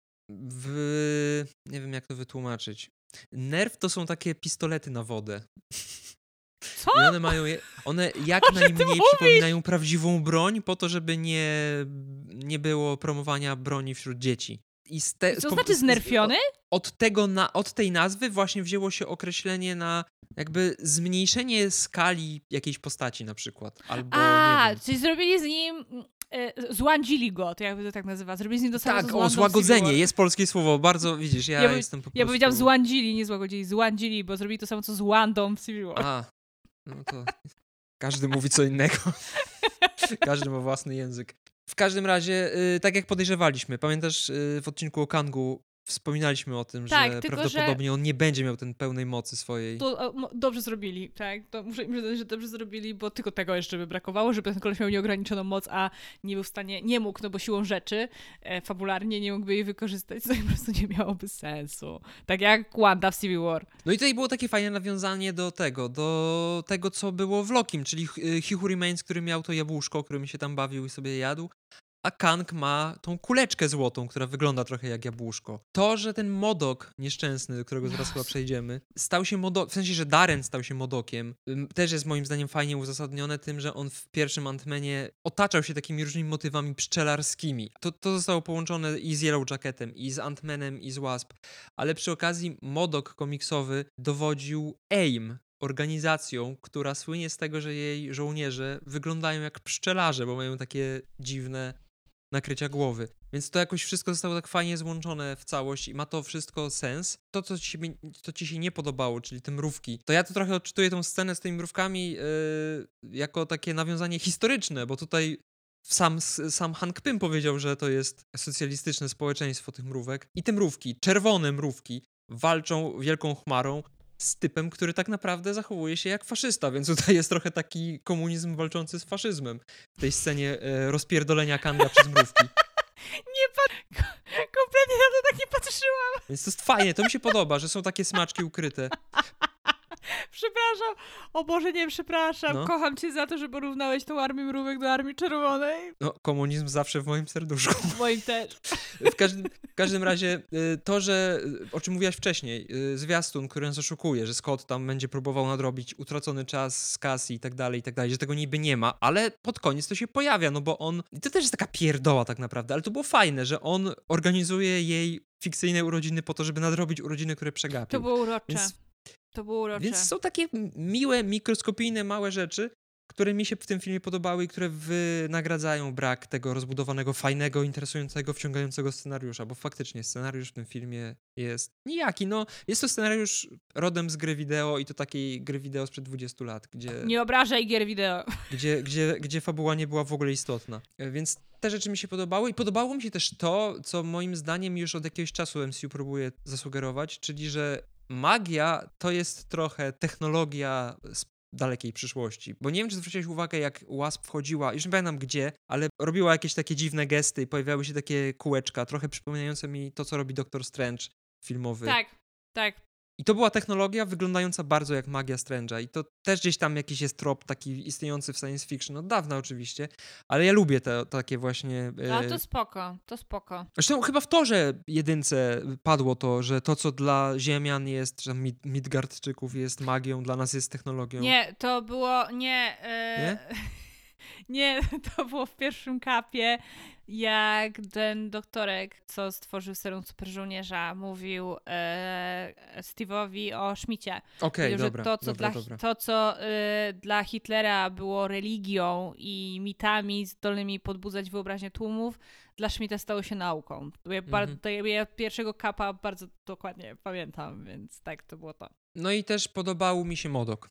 w... Nie wiem, jak to wytłumaczyć. Nerf to są takie pistolety na wodę. Co? I one mają, je, one jak najmniej przypominają prawdziwą broń po to, żeby nie, nie było promowania broni wśród dzieci. I z te, Co z, znaczy z, znerfiony? Od, tego na, od tej nazwy właśnie wzięło się określenie na jakby zmniejszenie skali jakiejś postaci na przykład. Albo, A, nie wiem. czyli zrobili z nim... E, złandzili go, to jakby to tak nazywa. Zrobili z nim to samo, Tak, co o, złagodzenie, jest polskie słowo, bardzo, widzisz, ja, ja jestem po prostu... Ja powiedziałam złandzili, nie złagodzili, złandzili, bo zrobili to samo, co z Wandą w Civil War. A, no to każdy mówi co innego. Każdy ma własny język. W każdym razie, y, tak jak podejrzewaliśmy, pamiętasz y, w odcinku o Kangu wspominaliśmy o tym, tak, że tylko, prawdopodobnie że... on nie będzie miał tej pełnej mocy swojej. To o, dobrze zrobili, tak? To muszę im przyznać, że dobrze zrobili, bo tylko tego jeszcze by brakowało, żeby ten koleś miał nieograniczoną moc, a nie był w stanie, nie mógł, no bo siłą rzeczy e, fabularnie nie mógłby jej wykorzystać, co po prostu nie miałoby sensu. Tak jak Wanda w Civil War. No i tutaj było takie fajne nawiązanie do tego, do tego, co było w Lokim, czyli He Who Remains, który miał to jabłuszko, którym się tam bawił i sobie jadł. A Kang ma tą kuleczkę złotą, która wygląda trochę jak jabłuszko. To, że ten Modok nieszczęsny, do którego zaraz chyba przejdziemy, stał się Modokiem, w sensie, że Darren stał się Modokiem, też jest moim zdaniem fajnie uzasadnione tym, że on w pierwszym Ant-Manie otaczał się takimi różnymi motywami pszczelarskimi. To, to zostało połączone i z Yellow Jacketem, i z Ant-Manem, i z Wasp. Ale przy okazji Modok komiksowy dowodził AIM, organizacją, która słynie z tego, że jej żołnierze wyglądają jak pszczelarze, bo mają takie dziwne nakrycia głowy. Więc to jakoś wszystko zostało tak fajnie złączone w całość i ma to wszystko sens. To, co ci się, co ci się nie podobało, czyli te mrówki, to ja to trochę odczytuję tą scenę z tymi mrówkami yy, jako takie nawiązanie historyczne, bo tutaj sam, sam Hank Pym powiedział, że to jest socjalistyczne społeczeństwo tych mrówek. I te mrówki, czerwone mrówki, walczą wielką chmarą z typem, który tak naprawdę zachowuje się jak faszysta, więc tutaj jest trochę taki komunizm walczący z faszyzmem w tej scenie e, rozpierdolenia Kanga przez mrówki. Nie pa- kompletnie na to tak nie patrzyłam. Więc to jest fajnie, to mi się podoba, że są takie smaczki ukryte. Przepraszam. O Boże, nie, przepraszam. No. Kocham cię za to, że porównałeś tą Armię Mrówek do Armii Czerwonej. No, komunizm zawsze w moim serduszku. W moim też. W każdym, w każdym razie y, to, że, y, o czym mówiłaś wcześniej, y, zwiastun, który nas oszukuje, że Scott tam będzie próbował nadrobić utracony czas z Cassie i tak dalej, i tak dalej, że tego niby nie ma, ale pod koniec to się pojawia, no bo on, i to też jest taka pierdoła tak naprawdę, ale to było fajne, że on organizuje jej fikcyjne urodziny po to, żeby nadrobić urodziny, które przegapił. To było urocze. Więc, to było urocze. Więc są takie miłe, mikroskopijne, małe rzeczy, które mi się w tym filmie podobały i które wynagradzają brak tego rozbudowanego, fajnego, interesującego, wciągającego scenariusza, bo faktycznie scenariusz w tym filmie jest nijaki. No, jest to scenariusz rodem z gry wideo i to takiej gry wideo sprzed dwudziestu lat, gdzie... Nie obrażaj gier wideo. Gdzie, gdzie, gdzie fabuła nie była w ogóle istotna. Więc te rzeczy mi się podobały i podobało mi się też to, co moim zdaniem już od jakiegoś czasu M C U próbuje zasugerować, czyli że magia to jest trochę technologia z dalekiej przyszłości. Bo nie wiem, czy zwróciłeś uwagę, jak Wasp wchodziła, już nie pamiętam gdzie, ale robiła jakieś takie dziwne gesty i pojawiały się takie kółeczka, trochę przypominające mi to, co robi Doctor Strange filmowy. Tak, tak. I to była technologia wyglądająca bardzo jak magia Strange'a i to też gdzieś tam jakiś jest trop taki istniejący w science fiction, od dawna oczywiście, ale ja lubię te takie właśnie... A to spoko, to spoko. Zresztą chyba w Torze jedynce padło to, że to, co dla Ziemian jest, czy Mid- Midgardczyków jest magią, dla nas jest technologią. Nie, to było, nie... Yy... Nie? Nie, to było w pierwszym kapie, jak ten doktorek, co stworzył serum superżołnierza, mówił e, Steve'owi o Schmidcie. Okej, Mówił, dobra, że to, co dobra, dla, dobra. To, co e, dla Hitlera było religią i mitami zdolnymi podbudzać wyobraźnię tłumów, dla Schmidta stało się nauką. Ja, Mhm. bar- to ja, ja pierwszego kapa bardzo dokładnie pamiętam, więc tak, to było to. No i też podobał mi się Modok.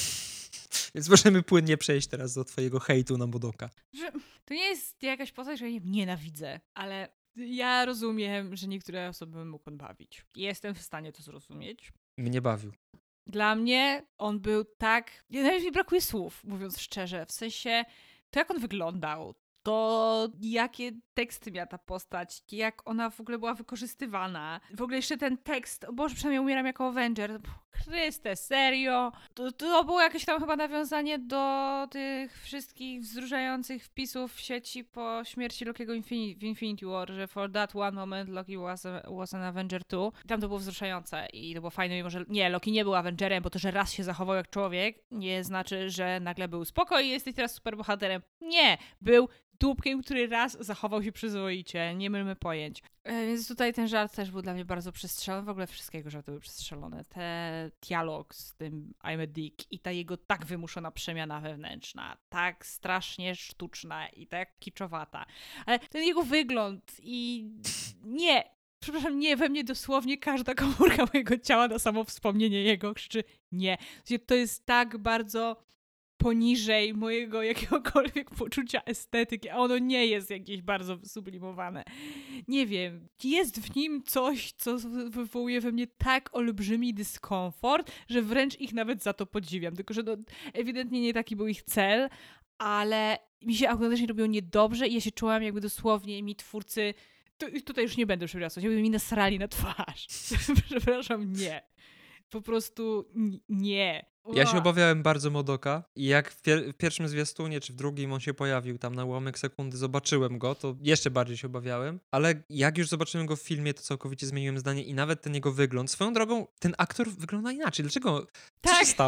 Więc możemy płynnie przejść teraz do twojego hejtu na Modoka. Że to nie jest jakaś postać, że ja nie nienawidzę, ale ja rozumiem, że niektóre osoby mogą bawić. Jestem w stanie to zrozumieć. Mnie bawił. Dla mnie on był tak... Ja nawet mi brakuje słów, mówiąc szczerze. W sensie, to jak on wyglądał, to jakie teksty miała ta postać, jak ona w ogóle była wykorzystywana. W ogóle jeszcze ten tekst, o Boże, przynajmniej umieram jako Avenger. Chryste, serio? To, to było jakieś tam chyba nawiązanie do tych wszystkich wzruszających wpisów w sieci po śmierci Lokiego Infin- w Infinity War, że for that one moment Loki was, a, was an Avenger too. I tam to było wzruszające i to było fajne, mimo że nie, Loki nie był Avengerem, bo to, że raz się zachował jak człowiek, nie znaczy, że nagle był spoko i jesteś teraz superbohaterem. Nie, był dupkiem, który raz zachował się przyzwoicie. Nie mylmy pojęć. E, więc tutaj ten żart też był dla mnie bardzo przestrzelony. W ogóle wszystkiego żarty były przestrzelone. Te dialog z tym I'm a dick i ta jego tak wymuszona przemiana wewnętrzna, tak strasznie sztuczna i tak kiczowata. Ale ten jego wygląd i nie, przepraszam, nie, we mnie dosłownie każda komórka mojego ciała na samo wspomnienie jego krzyczy nie. To jest tak bardzo poniżej mojego jakiegokolwiek poczucia estetyki, a ono nie jest jakieś bardzo wysublimowane. Nie wiem, jest w nim coś, co wywołuje we mnie tak olbrzymi dyskomfort, że wręcz ich nawet za to podziwiam. Tylko, że no, ewidentnie nie taki był ich cel, ale mi się autentycznie robiło niedobrze i ja się czułam, jakby dosłownie mi twórcy, to, tutaj już nie będę przewracać, jakby mi nasrali na twarz. Przepraszam, nie. Po prostu n- nie. Ja się obawiałem bardzo Modoka i jak w, pier- w pierwszym zwiastunie, czy w drugim on się pojawił tam na ułamek sekundy, zobaczyłem go, to jeszcze bardziej się obawiałem, ale jak już zobaczyłem go w filmie, to całkowicie zmieniłem zdanie i nawet ten jego wygląd. Swoją drogą, ten aktor wygląda inaczej. Dlaczego? Co tak. się stało?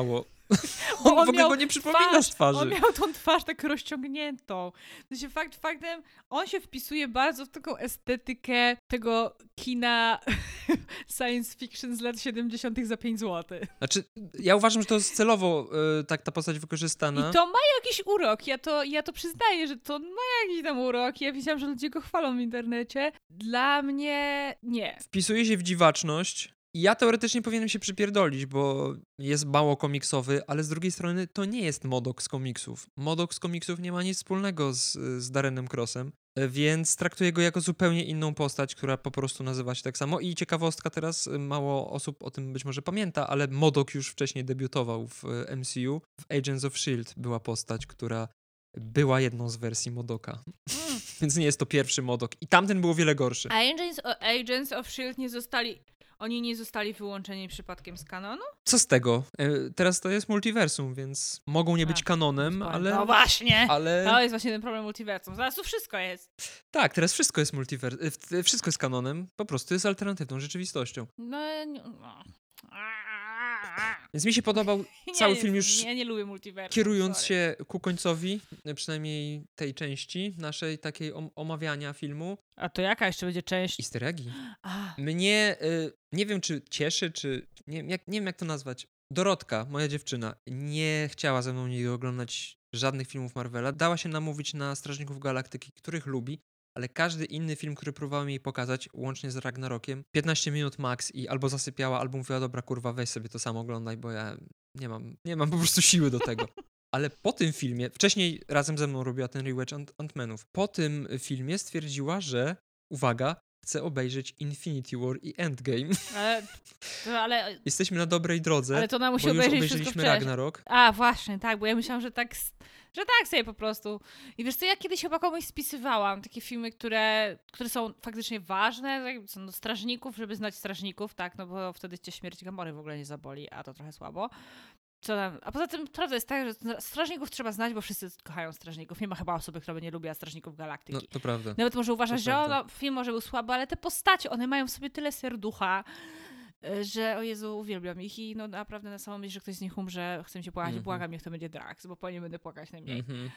On, On w ogóle miał go nie przypomina twarz, z twarzy. On miał tą twarz tak rozciągniętą. To się fakt faktem, on się wpisuje bardzo w taką estetykę tego kina science fiction z lat siedemdziesiątych za pięć złotych. Znaczy, ja uważam, że to jest celowo y, tak ta postać wykorzystana. I to ma jakiś urok, ja to, ja to przyznaję, że to ma jakiś tam urok. Ja widziałam, że ludzie go chwalą w internecie. Dla mnie nie. Wpisuje się w dziwaczność. I ja teoretycznie powinienem się przypierdolić, bo jest mało komiksowy, ale z drugiej strony to nie jest Modok z komiksów. Modok z komiksów nie ma nic wspólnego z, z Darrenem Crossem, więc traktuję go jako zupełnie inną postać, która po prostu nazywa się tak samo. I ciekawostka teraz, mało osób o tym być może pamięta, ale Modok już wcześniej debiutował w M C U. W Agents of Shield była postać, która była jedną z wersji Modoka. Mm. Więc nie jest to pierwszy Modok. I tamten był o wiele gorszy. Agents of, Agents of Shield nie zostali... Oni nie zostali wyłączeni przypadkiem z kanonu? Co z tego? E, teraz to jest multiversum, więc mogą nie być A, kanonem, ale... No właśnie! ale... To jest właśnie ten problem multiversum. Zaraz tu wszystko jest. Tak, teraz wszystko jest multiversum. Wszystko jest kanonem, po prostu jest alternatywną rzeczywistością. No... no. Więc mi się podobał cały nie, film już... Ja nie lubię multiversum. Kierując sorry. się ku końcowi, przynajmniej tej części naszej takiej om- omawiania filmu. A to jaka jeszcze będzie część? Easter eggi. A. Mnie, y, nie wiem czy cieszy, czy... Nie, jak, nie wiem jak to nazwać. Dorotka, moja dziewczyna, nie chciała ze mną nigdy oglądać żadnych filmów Marvela. Dała się namówić na Strażników Galaktyki, których lubi, ale każdy inny film, który próbowałem jej pokazać, łącznie z Ragnarokiem, piętnaście minut max i albo zasypiała, albo mówiła, dobra kurwa, weź sobie to samo oglądaj, bo ja nie mam, nie mam po prostu siły do tego. Ale po tym filmie, wcześniej razem ze mną robiła ten rewatch Ant- Ant-Manów, po tym filmie stwierdziła, że, uwaga, chce obejrzeć Infinity War i Endgame. Ale, to, ale, Jesteśmy na dobrej drodze, ale to nam musi bo już obejrzeć wszystko obejrzeliśmy wcześniej. Ragnarok. A, właśnie, tak, bo ja myślałam, że tak, że tak sobie po prostu. I wiesz co, ja kiedyś chyba komuś spisywałam takie filmy, które, które są faktycznie ważne, tak, są do strażników, żeby znać strażników, tak, no bo wtedy cię śmierć Gamory w ogóle nie zaboli, a to trochę słabo. Co tam? A poza tym prawda jest tak, że strażników trzeba znać, bo wszyscy kochają strażników. Nie ma chyba osoby, która by nie lubiła strażników Galaktyki. No, to prawda. Nawet może uważać, To że prawda. o, no, film może był słaby, ale te postacie, one mają w sobie tyle serducha, że o Jezu, uwielbiam ich i no naprawdę na samą myśl, że ktoś z nich umrze, chcę mi się płakać, mm-hmm. błagam, niech to będzie Drax, bo po nim będę płakać najmniej. Mm-hmm.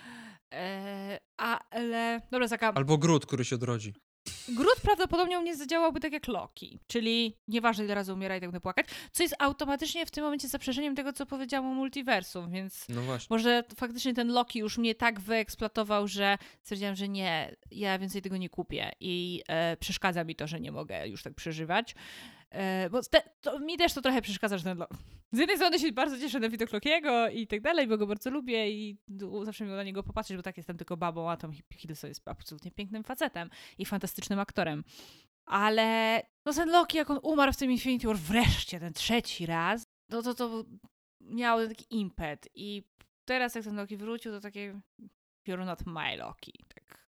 E, ale... Dobra, Zaka... Albo Groot, który się odrodzi. Groot prawdopodobnie u mnie zadziałałby tak jak Loki, czyli nieważne ile razy umiera i tak będę płakać, co jest automatycznie w tym momencie zaprzeczeniem tego, co powiedziałam o multiversum, więc no właśnie. może faktycznie ten Loki już mnie tak wyeksploatował, że stwierdziłam, że nie, ja więcej tego nie kupię i e, przeszkadza mi to, że nie mogę już tak przeżywać. E, bo te, to, mi też to trochę przeszkadza, że ten Loki... Z jednej strony się bardzo cieszę na widok Lokiego i tak dalej, bo go bardzo lubię i zawsze miło na niego popatrzeć, bo tak jestem tylko babą, a Tom Hiddleston jest absolutnie pięknym facetem i fantastycznym aktorem. Ale no ten Loki, jak on umarł w tym Infinity War wreszcie, ten trzeci raz, to to, to miał taki impet i teraz jak ten Loki wrócił, to takie you're not my Loki, tak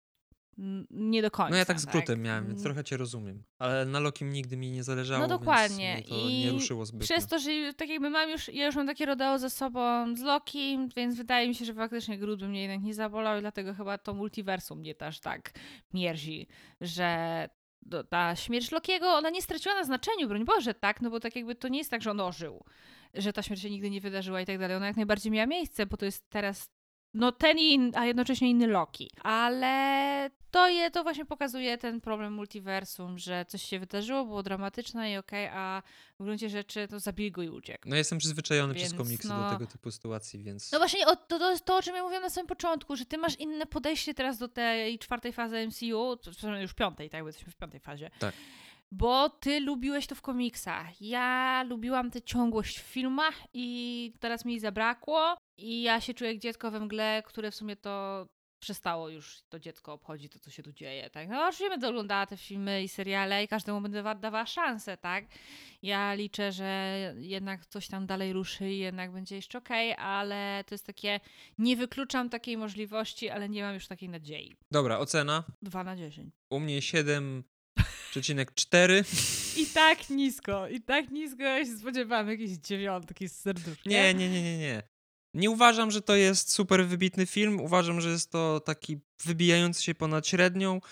nie do końca. No ja tak z tak? Grootem miałem, więc trochę cię rozumiem. Ale na Lokim nigdy mi nie zależało, no dokładnie. Więc mnie to I nie ruszyło zbytnio. przez to, że tak jakby mam już, ja już mam takie rodeo ze sobą z Loki, więc wydaje mi się, że faktycznie Groot by mnie jednak nie zabolał i dlatego chyba to multiversum mnie też tak mierzi, że ta śmierć Lokiego, ona nie straciła na znaczeniu, broń Boże, tak, no bo tak jakby to nie jest tak, że on ożył, że ta śmierć się nigdy nie wydarzyła i tak dalej. Ona jak najbardziej miała miejsce, bo to jest teraz no ten, in, a jednocześnie inny Loki. Ale to, je, to właśnie pokazuje ten problem multiversum, że coś się wydarzyło, było dramatyczne i okej, okay, a w gruncie rzeczy to zabili go i uciekł. No jestem przyzwyczajony więc, przez komiksy no, do tego typu sytuacji, więc... No właśnie o, to, to jest to, o czym ja mówiłam na samym początku, że ty masz inne podejście teraz do tej czwartej fazy M C U, już piątej, tak, bo jesteśmy w piątej fazie. Tak. Bo ty lubiłeś to w komiksach. Ja lubiłam tę ciągłość w filmach i teraz mi jej zabrakło. I ja się czuję jak dziecko we mgle, które w sumie to przestało już to dziecko obchodzić to, co się tu dzieje. Tak? No oczywiście będę oglądała te filmy i seriale i każdemu będę dawała szansę, tak? Ja liczę, że jednak coś tam dalej ruszy i jednak będzie jeszcze okej, okay, ale to jest takie, nie wykluczam takiej możliwości, ale nie mam już takiej nadziei. Dobra, ocena? dwa na dziesięć. U mnie siedem przecinek cztery. I tak nisko, i tak nisko, ja się spodziewałam jakiejś dziewiątki z serduszkiem. Nie, nie, nie, nie, nie. Nie uważam, że to jest super wybitny film. Uważam, że jest to taki wybijający się ponad średnią.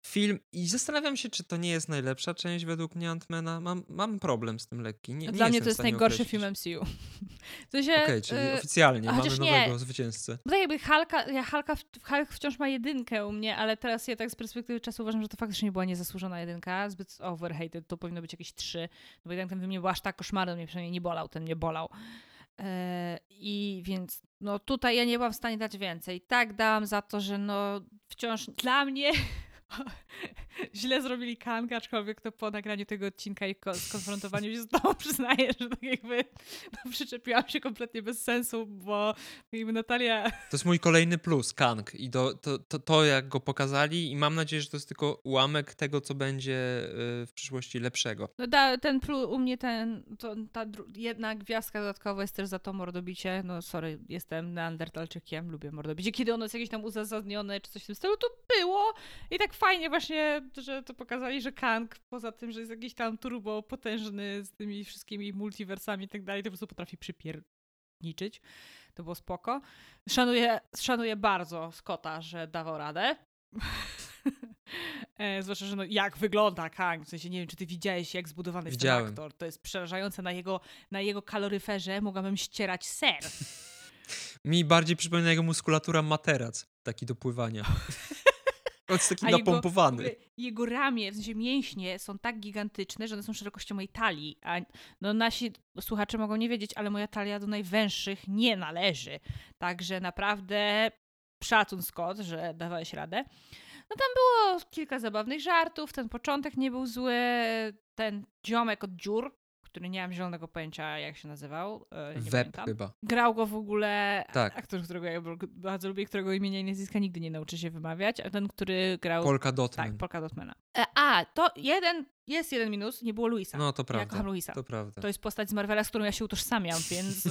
film i zastanawiam się, czy to nie jest najlepsza część według mnie Ant-Mana. Mam, mam problem z tym lekki. Nie, nie Dla mnie jestem to jest w stanie najgorszy określić. film M C U. W sensie, Okej, okay, czyli y, oficjalnie mamy chociaż nowego nie. zwycięzcę. Bo tak jakby Hulka, ja Hulka, Hulk wciąż ma jedynkę u mnie, ale teraz ja tak z perspektywy czasu uważam, że to faktycznie była niezasłużona jedynka, zbyt overhated, to powinno być jakieś trzy, no bo jednak ten film nie był aż tak koszmarny, mnie przynajmniej nie bolał, ten mnie bolał. Eee, I więc no tutaj ja nie byłam w stanie dać więcej. Tak dałam za to, że no wciąż dla mnie źle zrobili Kanga, aczkolwiek to po nagraniu tego odcinka i ko- skonfrontowaniu się z tobą przyznaję, że tak jakby no, przyczepiłam się kompletnie bez sensu, bo jakby Natalia... To jest mój kolejny plus, Kang. I do, to, to, to, jak go pokazali i mam nadzieję, że to jest tylko ułamek tego, co będzie y, w przyszłości lepszego. No da, ten plus, u mnie ten, to, ta dru- jedna gwiazdka dodatkowa jest też za to mordobicie. No sorry, jestem neandertalczykiem, lubię mordobicie. Kiedy ono jest jakieś tam uzasadnione, czy coś w tym stylu, to było. I tak fajnie właśnie, że to pokazali, że Kang, poza tym, że jest jakiś tam turbo potężny z tymi wszystkimi multiversami i tak dalej, to po prostu potrafi przypierniczyć. To było spoko. Szanuję, szanuję bardzo Scotta, że dawał radę. e, zwłaszcza, że no, jak wygląda Kang, w sensie nie wiem, czy ty widziałeś, jak zbudowany jest ten aktor. To jest przerażające. Na jego, na jego kaloryferze mogłabym ścierać ser. Mi bardziej przypomina jego muskulatura materac, taki do pływania. On jest taki A napompowany. Jego, jego ramię, w sensie mięśnie są tak gigantyczne, że one są szerokością mojej talii. A no nasi słuchacze mogą nie wiedzieć, ale moja talia do najwęższych nie należy. Także naprawdę szacun Scott, że dawałeś radę. No tam było kilka zabawnych żartów, ten początek nie był zły, ten ziomek od dziur, który nie mam zielonego pojęcia, jak się nazywał. Nie Web pamiętam. chyba. Grał go w ogóle tak. aktor, którego ja bardzo lubię, którego imienia i nazwiska nigdy nie nauczy się wymawiać, a ten, który grał... Polka Dotman. Tak, Polka Dotmana. A, to jeden, jest jeden minus, nie było Luisa. No to prawda. Ja kocham Luisa. To prawda. To jest postać z Marvela, z którą ja się utożsamiam, więc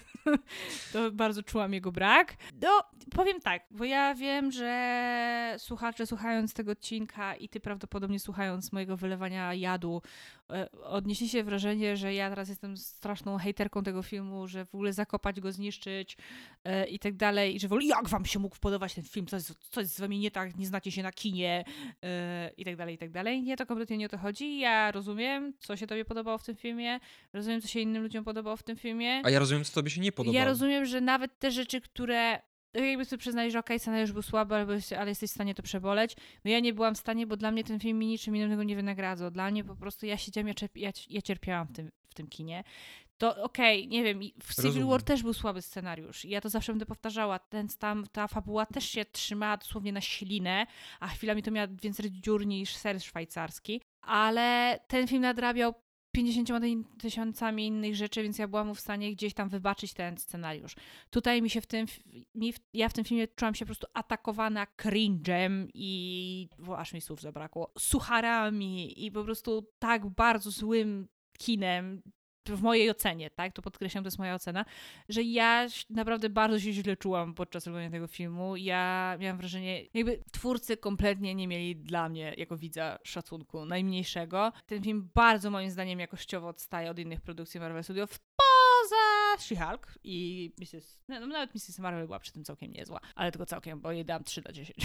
to bardzo czułam jego brak. No, powiem tak, bo ja wiem, że słuchacze słuchając tego odcinka i ty prawdopodobnie słuchając mojego wylewania jadu, odnieśliście wrażenie, że ja teraz jestem straszną hejterką tego filmu, że w ogóle zakopać go, zniszczyć e, i tak dalej, i że w ogóle jak wam się mógł podobać ten film, coś, coś z wami nie tak, nie znacie się na kinie e, i tak dalej, i tak dalej. Nie, to kompletnie nie o to chodzi. Ja rozumiem, co się tobie podobało w tym filmie, rozumiem, co się innym ludziom podobało w tym filmie. A ja rozumiem, co tobie się nie podobało. Ja rozumiem, że nawet te rzeczy, które jakby sobie przyznali, że okej, okay, scenariusz był słaby, ale jesteś w stanie to przeboleć. No ja nie byłam w stanie, bo dla mnie ten film mi niczym innym tego nie wynagradzał. Dla mnie po prostu ja siedziałam, ja, czerp- ja, ja cierpiałam w tym, w tym kinie. To okej, okay, nie wiem, w Civil Rozumiem. War też był słaby scenariusz. I ja to zawsze będę powtarzała. Ten, tam, ta fabuła też się trzymała dosłownie na ślinę, a chwilami to miała więcej dziur niż ser szwajcarski. Ale ten film nadrabiał pięćdziesięcioma tysiącami innych rzeczy, więc ja byłam mu w stanie gdzieś tam wybaczyć ten scenariusz. Tutaj mi się w tym, mi w, ja w tym filmie czułam się po prostu atakowana cringe'em i, bo aż mi słów zabrakło, sucharami i po prostu tak bardzo złym kinem, w mojej ocenie, tak, to podkreślam, to jest moja ocena, że ja naprawdę bardzo się źle czułam podczas oglądania tego filmu. Ja miałam wrażenie, jakby twórcy kompletnie nie mieli dla mnie, jako widza, szacunku najmniejszego. Ten film bardzo moim zdaniem jakościowo odstaje od innych produkcji Marvel Studios, poza She-Hulk i missus No, nawet missus Marvel była przy tym całkiem niezła, ale tylko całkiem, bo jej dałam trzy na dziesięć.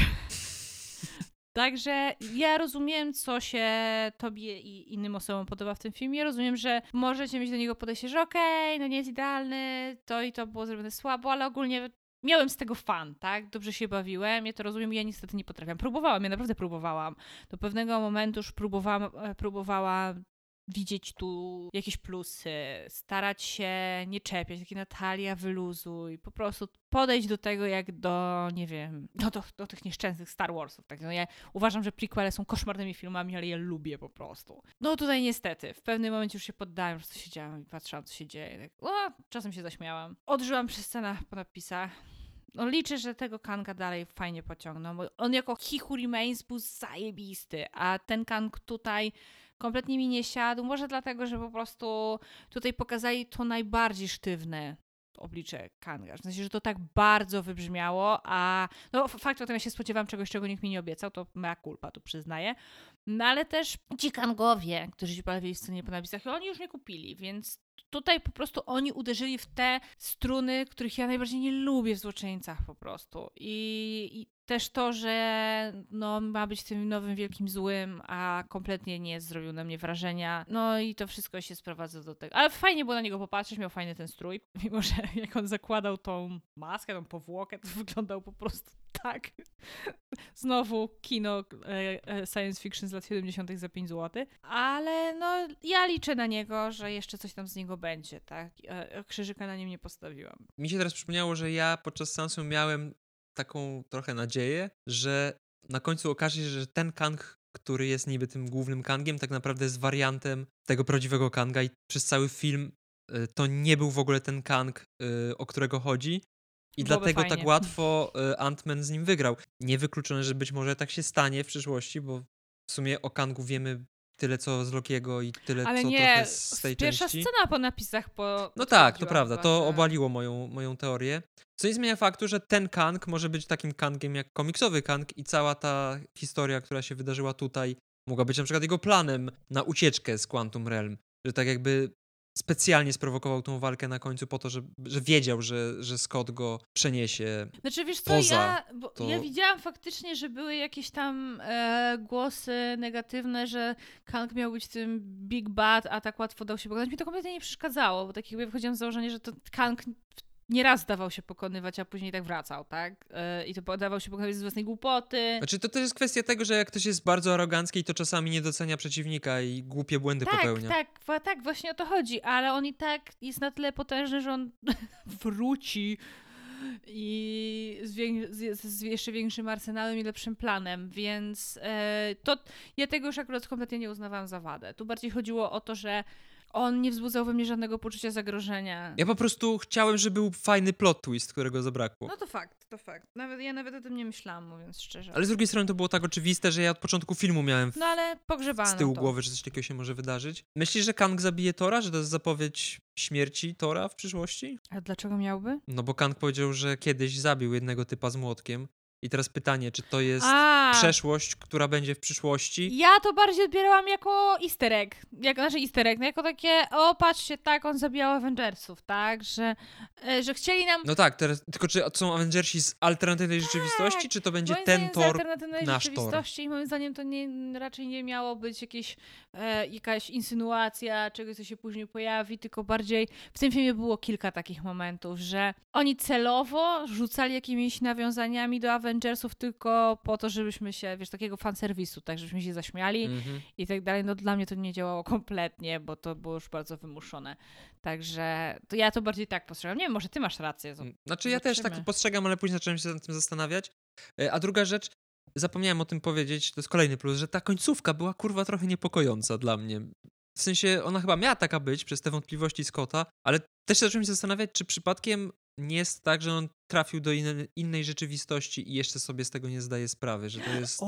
Także ja rozumiem, co się tobie i innym osobom podoba w tym filmie. Rozumiem, że możecie mieć do niego podejście, że okej, okay, no nie jest idealny, to i to było zrobione słabo, ale ogólnie miałem z tego fan, tak? Dobrze się bawiłem, ja to rozumiem, ja niestety nie potrafiłam. Próbowałam, ja naprawdę próbowałam. Do pewnego momentu już próbowałam, próbowałam widzieć tu jakieś plusy, starać się nie czepiać, takie Natalia, wyluzuj, po prostu podejść do tego jak do, nie wiem, no do, do tych nieszczęsnych Star Warsów. Tak? No ja uważam, że prequele są koszmarnymi filmami, ale je lubię po prostu. No tutaj niestety, w pewnym momencie już się poddałem, że co się dzieje i patrzyłam, co się dzieje. Tak, o, czasem się zaśmiałam. Odżyłam przy scenach po napisach. No liczę, że tego Kanga dalej fajnie pociągną, bo on jako He Who Remains był zajebisty, a ten Kang tutaj kompletnie mi nie siadł, może dlatego, że po prostu tutaj pokazali to najbardziej sztywne oblicze Kanga. W sensie, że to tak bardzo wybrzmiało, a no fakt, o tym ja się spodziewałam czegoś, czego nikt mi nie obiecał, to mea culpa, tu przyznaję. No ale też ci Kangowie, którzy się pojawili w scenie po napisach, oni już nie kupili, więc tutaj po prostu oni uderzyli w te struny, których ja najbardziej nie lubię w złoczyńcach po prostu. I, i też to, że no, ma być tym nowym wielkim złym, a kompletnie nie zrobił na mnie wrażenia. No i to wszystko się sprowadza do tego. Ale fajnie było na niego popatrzeć, miał fajny ten strój. Mimo, że jak on zakładał tą maskę, tą powłokę, to wyglądał po prostu tak. Znowu kino e, science fiction z lat siedemdziesiątych za pięć złotych. Ale no ja liczę na niego, że jeszcze coś tam z niego będzie, tak? E, krzyżyka na nim nie postawiłam. Mi się teraz przypomniało, że ja podczas seansu miałem taką trochę nadzieję, że na końcu okaże się, że ten Kang, który jest niby tym głównym Kangiem, tak naprawdę jest wariantem tego prawdziwego Kanga i przez cały film y, to nie był w ogóle ten Kang, y, o którego chodzi i Byłoby dlatego fajnie. tak łatwo y, Ant-Man z nim wygrał. Niewykluczone, że być może tak się stanie w przyszłości, bo w sumie o Kangu wiemy tyle co z Lokiego i tyle Ale co nie, trochę z tej pierwsza części. scena po napisach po... No tak, to potwierdziła prawda, chyba, to że- obaliło moją, moją teorię. Co nie zmienia faktu, że ten Kang może być takim Kangiem jak komiksowy Kang i cała ta historia, która się wydarzyła tutaj, mogła być na przykład jego planem na ucieczkę z Quantum Realm. Że tak jakby specjalnie sprowokował tą walkę na końcu po to, że, że wiedział, że, że Scott go przeniesie. Znaczy, wiesz co, poza ja, bo to- ja widziałam faktycznie, że były jakieś tam e, głosy negatywne, że Kang miał być tym Big Bad, a tak łatwo dał się pokonać. Mi to kompletnie nie przeszkadzało, bo tak jakby wchodziłam z założenia, że to Kang nieraz dawał się pokonywać, a później tak wracał, tak? E, I to dawał się pokonywać z własnej głupoty. Znaczy to też jest kwestia tego, że jak ktoś jest bardzo arogancki, to czasami nie docenia przeciwnika i głupie błędy Tak, popełnia. tak, wa- tak, właśnie o to chodzi, ale on i tak jest na tyle potężny, że on wróci i z, wię- z, z jeszcze większym arsenałem i lepszym planem, więc e, to ja tego już akurat kompletnie nie uznawałam za wadę. Tu bardziej chodziło o to, że on nie wzbudzał we mnie żadnego poczucia zagrożenia. Ja po prostu chciałem, żeby był fajny plot twist, którego zabrakło. No to fakt, to fakt. Nawet, ja nawet o tym nie myślałam, mówiąc szczerze. Ale z drugiej strony to było tak oczywiste, że ja od początku filmu miałem w, No ale pogrzebano z tyłu to. głowy, że coś takiego się może wydarzyć. Myślisz, że Kang zabije Tora? Że to jest zapowiedź śmierci Tora w przyszłości? A dlaczego miałby? No bo Kang powiedział, że kiedyś zabił jednego typa z młotkiem. I teraz pytanie, czy to jest A, przeszłość, która będzie w przyszłości? ja to bardziej odbierałam jako easter egg. Jak, znaczy easter egg, no jako takie, o patrzcie, tak, on zabijał Avengersów, tak, że, e, że chcieli nam... No tak, teraz, tylko czy to są Avengersi z alternatywnej rzeczywistości, czy to będzie moim ten zdaniem z Thor? alternatywnej nasz rzeczywistości i moim zdaniem to nie, raczej nie miało być jakieś, e, jakaś insynuacja czegoś, co się później pojawi, tylko bardziej w tym filmie było kilka takich momentów, że oni celowo rzucali jakimiś nawiązaniami do Avengersów tylko po to, żebyśmy się, wiesz, takiego fanserwisu, tak, żebyśmy się zaśmiali Mhm. i tak dalej. No dla mnie to nie działało kompletnie, bo to było już bardzo wymuszone. Także to ja to bardziej tak postrzegam. Nie wiem, może ty masz rację. to- Znaczy ja też Zobaczymy. tak postrzegam, ale później zacząłem się nad tym zastanawiać. E, A druga rzecz, zapomniałem o tym powiedzieć, to jest kolejny plus, że ta końcówka była kurwa trochę niepokojąca dla mnie. W sensie ona chyba miała taka być przez te wątpliwości Scotta, ale też zacząłem się zastanawiać, czy przypadkiem nie jest tak, że on trafił do innej, innej rzeczywistości i jeszcze sobie z tego nie zdaje sprawy, że to jest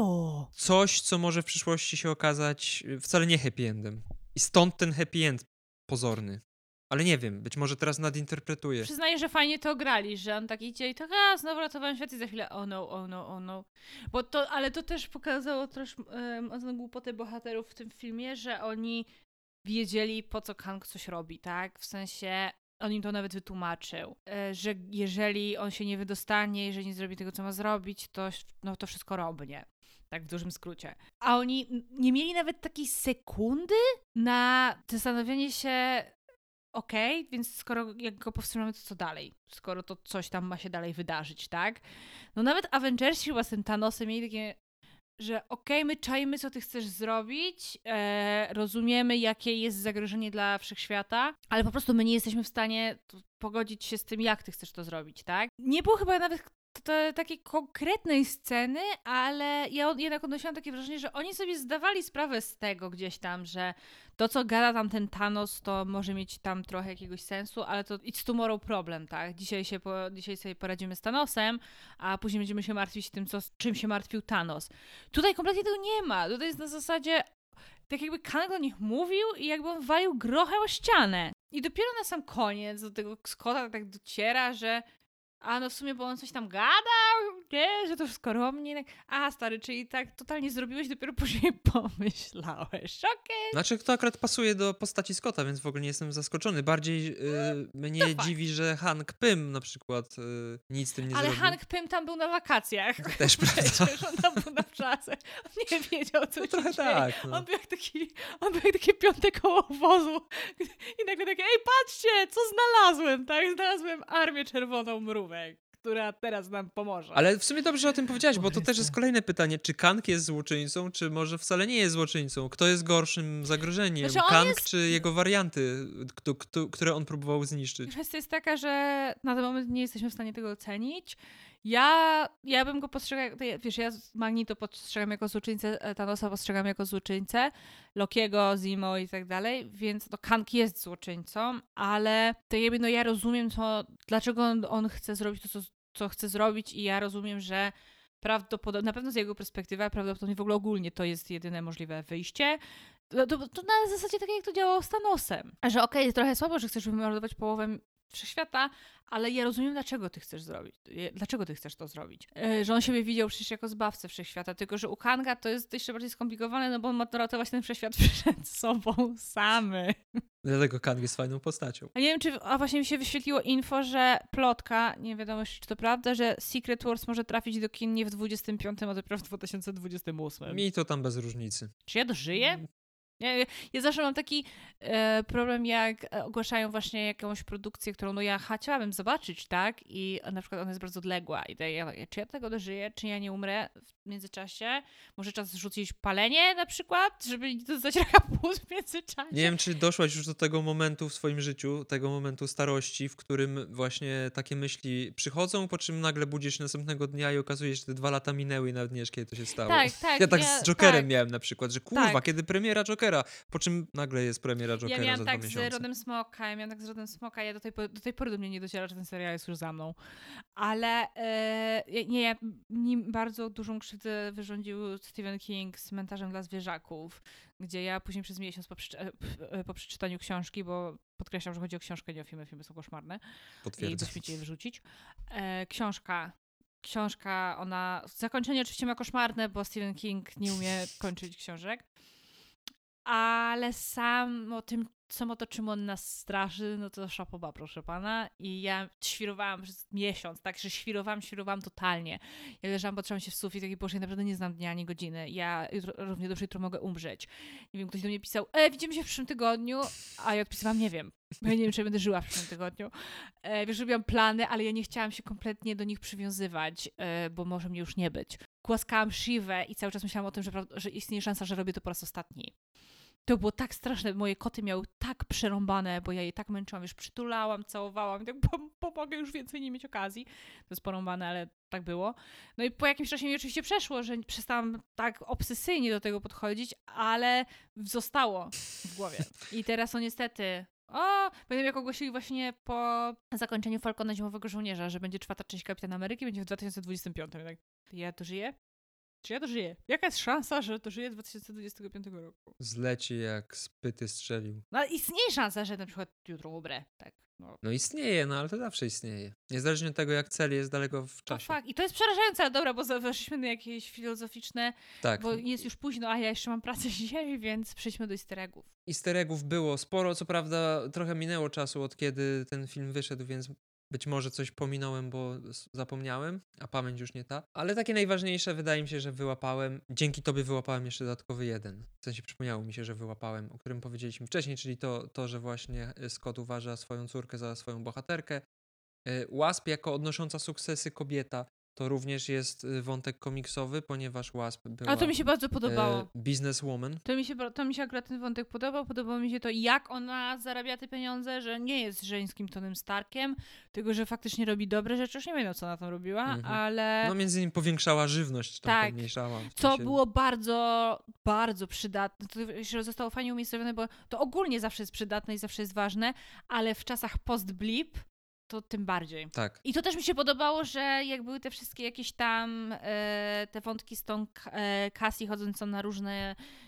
O! coś, co może w przyszłości się okazać y, wcale nie happy endem. I stąd ten happy end pozorny. Ale nie wiem, być może teraz nadinterpretuję. Przyznaję, że fajnie to grali, że on tak idzie i tak, a znowu ratowałem świat i za chwilę oh no, oh no, oh no. Bo to, ale to też pokazało troszkę um, głupotę bohaterów w tym filmie, że oni wiedzieli, po co Kang coś robi, tak? W sensie on im to nawet wytłumaczył, e, że jeżeli on się nie wydostanie, jeżeli nie zrobi tego, co ma zrobić, to, no, to wszystko robnie. Tak w dużym skrócie. A oni n- nie mieli nawet takiej sekundy na zastanowienie się, okej, więc skoro jak go powstrzymamy, to co dalej? Skoro to coś tam ma się dalej wydarzyć, tak? No nawet Avengersi chyba z tym Thanosem mieli takie, że okej, my czajmy, co ty chcesz zrobić, e, rozumiemy, jakie jest zagrożenie dla wszechświata, ale po prostu my nie jesteśmy w stanie t- pogodzić się z tym, jak ty chcesz to zrobić, tak? Nie było chyba nawet t- t- takiej konkretnej sceny, ale ja od- jednak odnosiłam takie wrażenie, że oni sobie zdawali sprawę z tego gdzieś tam, że to, co gada tam ten Thanos, to może mieć tam trochę jakiegoś sensu, ale to it's tomorrow problem, tak? Dzisiaj, się po, dzisiaj sobie poradzimy z Thanosem, a później będziemy się martwić tym, co, czym się martwił Thanos. Tutaj kompletnie tego nie ma. Tutaj jest na zasadzie, tak jakby Kang do nich mówił i jakby on walił grochem o ścianę. I dopiero na sam koniec do tego Scotta tak dociera, że A no w sumie, bo on coś tam gadał, nie, że to wszystko romnie. A stary, czyli tak totalnie zrobiłeś, dopiero później pomyślałeś. Okej. Okay. Znaczy, to akurat pasuje do postaci Scotta, więc w ogóle nie jestem zaskoczony. Bardziej yy, mnie to dziwi, że Hank Pym na przykład yy, nic z tym nie Ale zrobił. Ale Hank Pym tam był na wakacjach. To też prawda. Przecież on tam był na czasach. On nie wiedział, co no, się trochę dzieje. tak. No. On był jak taki, on był jak takie piąte koło wozu. I nagle takie, ej, patrzcie, co znalazłem, tak? Znalazłem Armię Czerwoną Mrówek, która teraz nam pomoże. Ale w sumie dobrze, że o tym powiedziałeś, bo to też jest kolejne pytanie. Czy Kang jest złoczyńcą, czy może wcale nie jest złoczyńcą? Kto jest gorszym zagrożeniem? Znaczy, on Kang jest- czy jego warianty, kto, kto, które on próbował zniszczyć? Kwestia jest taka, że na ten moment nie jesteśmy w stanie tego ocenić. Ja, ja bym go postrzegał, wiesz, ja Magneto postrzegam jako złoczyńcę, Thanosa postrzegam jako złoczyńcę, Lokiego, Zemo i tak dalej, więc no Kang jest złoczyńcą, ale to jakby, no ja rozumiem, co, dlaczego on, on chce zrobić to, co, co chce zrobić i ja rozumiem, że prawdopodobnie, na pewno z jego perspektywy, a prawdopodobnie w ogóle ogólnie to jest jedyne możliwe wyjście. To, to, to na zasadzie tak jak to działało z Thanosem, że okej, okay, trochę słabo, że chcesz wymordować połowę wszechświata, ale ja rozumiem, dlaczego ty chcesz zrobić. Dlaczego ty chcesz to zrobić. Yy, że on siebie widział przecież jako zbawcę wszechświata, tylko że u Kanga to jest jeszcze bardziej skomplikowane, no bo on ma to ratować ten wszechświat przed sobą samy. Dlatego Kang jest fajną postacią. A nie wiem, czy, a właśnie mi się wyświetliło info, że plotka, nie wiadomo czy to prawda, że Secret Wars może trafić do kin nie w dwudziestym piątym, a dopiero w dwa tysiące dwudziestym ósmym. Mi to tam bez różnicy. Czy ja dożyję? Ja, ja zawsze mam taki e, problem, jak ogłaszają właśnie jakąś produkcję, którą no ja chciałabym zobaczyć, tak? I na przykład ona jest bardzo odległa. I to ja, czy ja tego dożyję, czy ja nie umrę w międzyczasie? Może czas zrzucić palenie na przykład, żeby nie dostać raka płuc w międzyczasie? Nie wiem, czy doszłaś już do tego momentu w swoim życiu, tego momentu starości, w którym właśnie takie myśli przychodzą, po czym nagle budzisz się następnego dnia i okazuje się, że te dwa lata minęły i nawet nie wiesz, kiedy to się stało. Tak, tak. Ja tak ja, z Jokerem tak. miałem na przykład, że kurwa, Tak. kiedy premiera Jokera, po czym nagle jest premiera Jokera Ja miałam za tak dwa z miesiące. Rodem Smoka, ja miałam tak z Rodem Smoka, ja do tej, do tej pory do mnie nie dociera, że ten serial jest już za mną. Ale e, nie, ja, mi bardzo dużą krzywdę wyrządził Stephen King z Cmentarzem dla zwierzaków, gdzie ja później przez miesiąc po, przeczy, po przeczytaniu książki, bo podkreślam, że chodzi o książkę, nie o filmy, filmy są koszmarne. Potwierdzę. I do śmieci je wyrzucić. E, książka. Książka, ona... Zakończenie oczywiście ma koszmarne, bo Stephen King nie umie kończyć książek. Ale samo tym, samo to, czym on nas straszy, no to szapoba, proszę pana. I ja świrowałam przez miesiąc, tak, że świrowałam, świrowałam totalnie. Ja leżałam, patrzyłam się w sufit, taki boże, ja naprawdę nie znam dnia ani godziny. Ja jutro, równie dobrze jutro mogę umrzeć. Nie wiem, ktoś do mnie pisał, e, widzimy się w przyszłym tygodniu, a ja odpisywałam, nie wiem. Bo ja nie wiem, czy ja będę żyła w przyszłym tygodniu. E, wiesz, robiłam plany, ale ja nie chciałam się kompletnie do nich przywiązywać, e, bo może mnie już nie być. Głaskałam Shivę i cały czas myślałam o tym, że, że istnieje szansa, że robię to po raz ostatni. To było tak straszne. Moje koty miały tak przerąbane, bo ja je tak męczyłam, już przytulałam, całowałam i tak pomogę już więcej nie mieć okazji. To jest porąbane, ale tak było. No i po jakimś czasie mi oczywiście przeszło, że przestałam tak obsesyjnie do tego podchodzić, ale zostało w głowie. I teraz to niestety... O, pamiętam jak ogłosili właśnie po zakończeniu Falcona Zimowego Żołnierza, że będzie czwarta część Kapitana Ameryki, będzie w dwa tysiące dwudziestym piątym. Tak, ja to żyję? Czy ja to żyję? Jaka jest szansa, że to żyje dwa tysiące dwudziestego piątego roku? Zleci jak spyty strzelił. No istnieje szansa, że na przykład jutro umrę. Tak. No. No istnieje, no ale to zawsze istnieje. Niezależnie od tego, jak cel jest daleko w czasie. O, fakt. I to jest przerażające, ale dobra, bo weszliśmy na jakieś filozoficzne, tak. Bo jest już późno, a ja jeszcze mam pracę dzisiaj, więc przejdźmy do easter eggów. Easter eggów było sporo, co prawda trochę minęło czasu od kiedy ten film wyszedł, więc być może coś pominąłem, bo zapomniałem, a pamięć już nie ta. Ale takie najważniejsze wydaje mi się, że wyłapałem. Dzięki tobie wyłapałem jeszcze dodatkowy jeden. W sensie przypomniało mi się, że wyłapałem, o którym powiedzieliśmy wcześniej, czyli to, to że właśnie Scott uważa swoją córkę za swoją bohaterkę. Wasp jako odnosząca sukcesy kobieta. To również jest wątek komiksowy, ponieważ Wasp była... A to mi się bardzo podobało. E, businesswoman. To mi, się, to mi się akurat ten wątek podobał. Podobało mi się to, jak ona zarabia te pieniądze, że nie jest żeńskim Tonym Starkiem, tylko że faktycznie robi dobre rzeczy. Już nie wiem, co ona tam robiła, mhm. ale... No między innymi powiększała żywność, tam tak, pomniejszała. Co się... było bardzo, bardzo przydatne. To jeszcze zostało fajnie umiejscowione, bo to ogólnie zawsze jest przydatne i zawsze jest ważne, ale w czasach post-blip to tym bardziej. Tak. I to też mi się podobało, że jak były te wszystkie jakieś tam e, te wątki z tą e, Cassie chodzącą na różne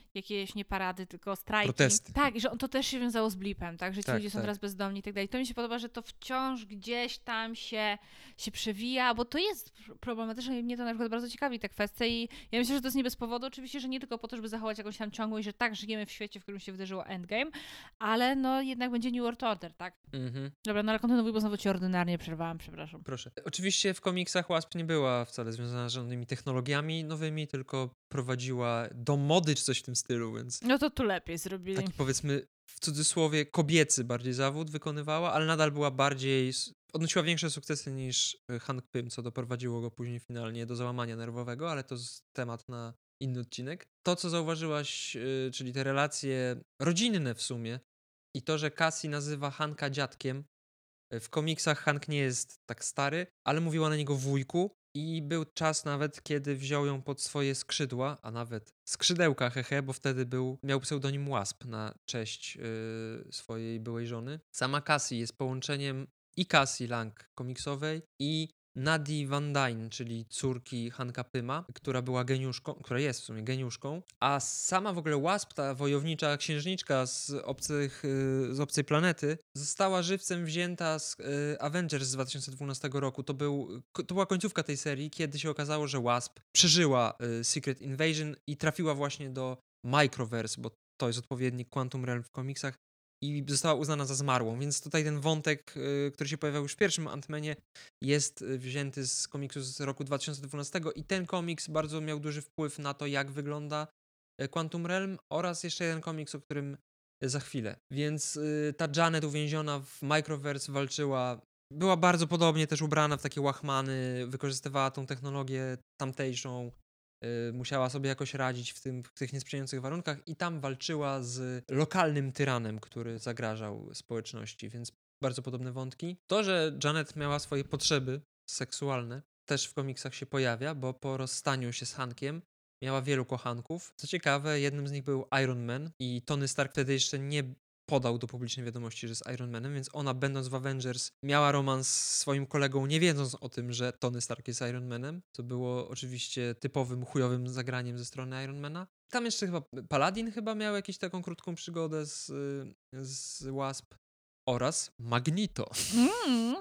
jakieś nie parady, tylko strajki. Protesty. Tak, i że on to też się wiązało z blipem, tak, że ci Tak, ludzie są tak. teraz bezdomni i tak dalej. To mi się podoba, że to wciąż gdzieś tam się, się przewija, bo to jest problematyczne i mnie to na przykład bardzo ciekawi ta kwestia i ja myślę, że to jest nie bez powodu, oczywiście, że nie tylko po to, żeby zachować jakąś tam ciągłość, że tak, żyjemy w świecie, w którym się wydarzyło Endgame, ale no jednak będzie New World Order, tak? Mhm. Dobra, no ale kontynuuj, bo znowu ci ordynarnie przerwałam, przepraszam. Proszę. Oczywiście w komiksach Wasp nie była wcale związana z żadnymi technologiami nowymi, tylko prowadziła do mody czy coś w tym stylu, więc No to tu lepiej zrobili. taki powiedzmy w cudzysłowie kobiecy bardziej zawód wykonywała, ale nadal była bardziej, odnosiła większe sukcesy niż Hank Pym, co doprowadziło go później finalnie do załamania nerwowego, ale to jest temat na inny odcinek. To, co zauważyłaś, yy, czyli te relacje rodzinne w sumie i to, że Cassie nazywa Hanka dziadkiem. W komiksach Hank nie jest tak stary, ale mówiła na niego wujku i był czas nawet, kiedy wziął ją pod swoje skrzydła, a nawet skrzydełka, hehe, bo wtedy był, miał pseudonim Wasp na cześć yy, swojej byłej żony. Sama Cassie jest połączeniem i Cassie Lang komiksowej i Nadii Van Dyne, czyli córki Hanka Pyma, która była geniuszką, która jest w sumie geniuszką, a sama w ogóle Wasp, ta wojownicza księżniczka z, obcych, yy, z obcej planety, została żywcem wzięta z yy, Avengers z dwa tysiące dwunastego roku. To, był, to była końcówka tej serii, kiedy się okazało, że Wasp przeżyła yy, Secret Invasion i trafiła właśnie do Microverse, bo to jest odpowiednik Quantum Realm w komiksach, i została uznana za zmarłą, więc tutaj ten wątek, y, który się pojawiał już w pierwszym Ant-Manie, jest y, wzięty z komiksu z roku dwa tysiące dwunastego i ten komiks bardzo miał duży wpływ na to, jak wygląda y, Quantum Realm oraz jeszcze jeden komiks, o którym y, za chwilę. Więc y, ta Janet uwięziona w Microverse walczyła, była bardzo podobnie też ubrana w takie łachmany, wykorzystywała tą technologię tamtejszą, y, musiała sobie jakoś radzić w, tym, w tych niesprzyjających warunkach i tam walczyła z lokalnym tyranem, który zagrażał społeczności, więc bardzo podobne wątki. To, że Janet miała swoje potrzeby seksualne, też w komiksach się pojawia, bo po rozstaniu się z Hankiem miała wielu kochanków. Co ciekawe, jednym z nich był Iron Man i Tony Stark wtedy jeszcze nie podał do publicznej wiadomości, że jest Iron Manem, więc ona, będąc w Avengers, miała romans z swoim kolegą, nie wiedząc o tym, że Tony Stark jest Iron Manem, co było oczywiście typowym chujowym zagraniem ze strony Iron Mana. Tam jeszcze chyba Paladin chyba miał jakąś taką krótką przygodę z, z Wasp oraz Magneto. Mm.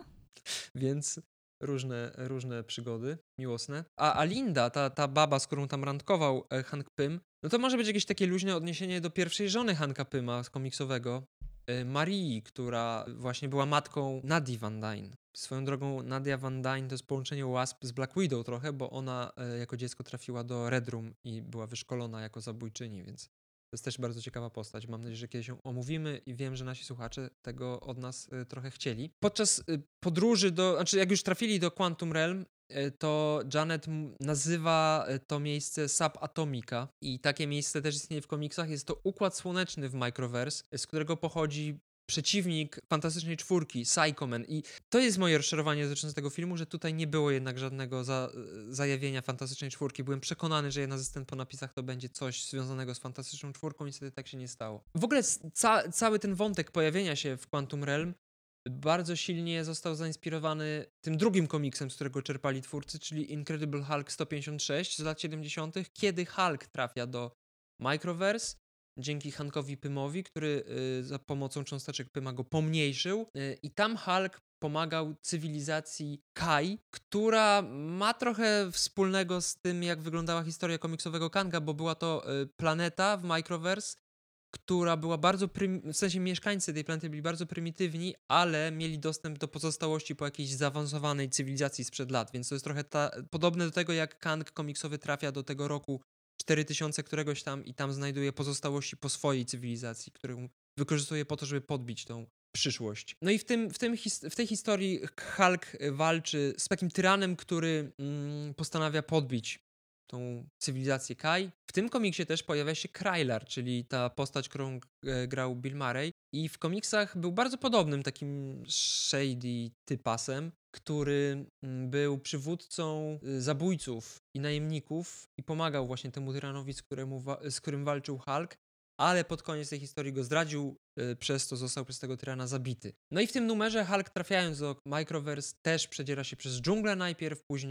Więc różne, różne przygody miłosne. A, a Linda, ta, ta baba, z którą tam randkował e, Hank Pym, no to może być jakieś takie luźne odniesienie do pierwszej żony Hanka Pyma z komiksowego, e, Marii, która właśnie była matką Nadii Van Dyne. Swoją drogą Nadia Van Dyne to jest połączenie Wasp z Black Widow trochę, bo ona e, jako dziecko trafiła do Red Room i była wyszkolona jako zabójczyni, więc to jest też bardzo ciekawa postać. Mam nadzieję, że kiedyś ją omówimy i wiem, że nasi słuchacze tego od nas y, trochę chcieli. Podczas y, podróży do, znaczy jak już trafili do Quantum Realm, y, to Janet m- nazywa y, to miejsce Subatomica i takie miejsce też istnieje w komiksach. Jest to układ słoneczny w Microverse, y, z którego pochodzi przeciwnik Fantastycznej Czwórki, Psycho Man. I to jest moje rozczarowanie dotyczące tego filmu, że tutaj nie było jednak żadnego za, zajawienia Fantastycznej Czwórki. Byłem przekonany, że jedna ze scen po napisach to będzie coś związanego z Fantastyczną Czwórką, niestety tak się nie stało. W ogóle ca, cały ten wątek pojawienia się w Quantum Realm bardzo silnie został zainspirowany tym drugim komiksem, z którego czerpali twórcy, czyli Incredible Hulk sto pięćdziesiąt sześć z lat siedemdziesiątych, kiedy Hulk trafia do Microverse, dzięki Hankowi Pymowi, który y, za pomocą cząsteczek Pyma go pomniejszył y, i tam Hulk pomagał cywilizacji Kai, która ma trochę wspólnego z tym, jak wyglądała historia komiksowego Kanga, bo była to y, planeta w Microverse, która była bardzo, prymi- w sensie mieszkańcy tej planety byli bardzo prymitywni, ale mieli dostęp do pozostałości po jakiejś zaawansowanej cywilizacji sprzed lat, więc to jest trochę ta, podobne do tego, jak Kang komiksowy trafia do tego roku cztery tysiące któregoś tam i tam znajduje pozostałości po swojej cywilizacji, którą wykorzystuje po to, żeby podbić tą przyszłość. No i w, tym, w, tym his- w tej historii Hulk walczy z takim tyranem, który mm, postanawia podbić tą cywilizację Kai. W tym komiksie też pojawia się Krylar, czyli ta postać, którą e, grał Bill Murray. I w komiksach był bardzo podobnym takim shady typasem, który mm, był przywódcą y, zabójców i najemników i pomagał właśnie temu tyranowi, z, któremu wa- z którym walczył Hulk, ale pod koniec tej historii go zdradził, y, przez to został przez tego tyrana zabity. No i w tym numerze Hulk, trafiając do Microverse, też przedziera się przez dżunglę najpierw, później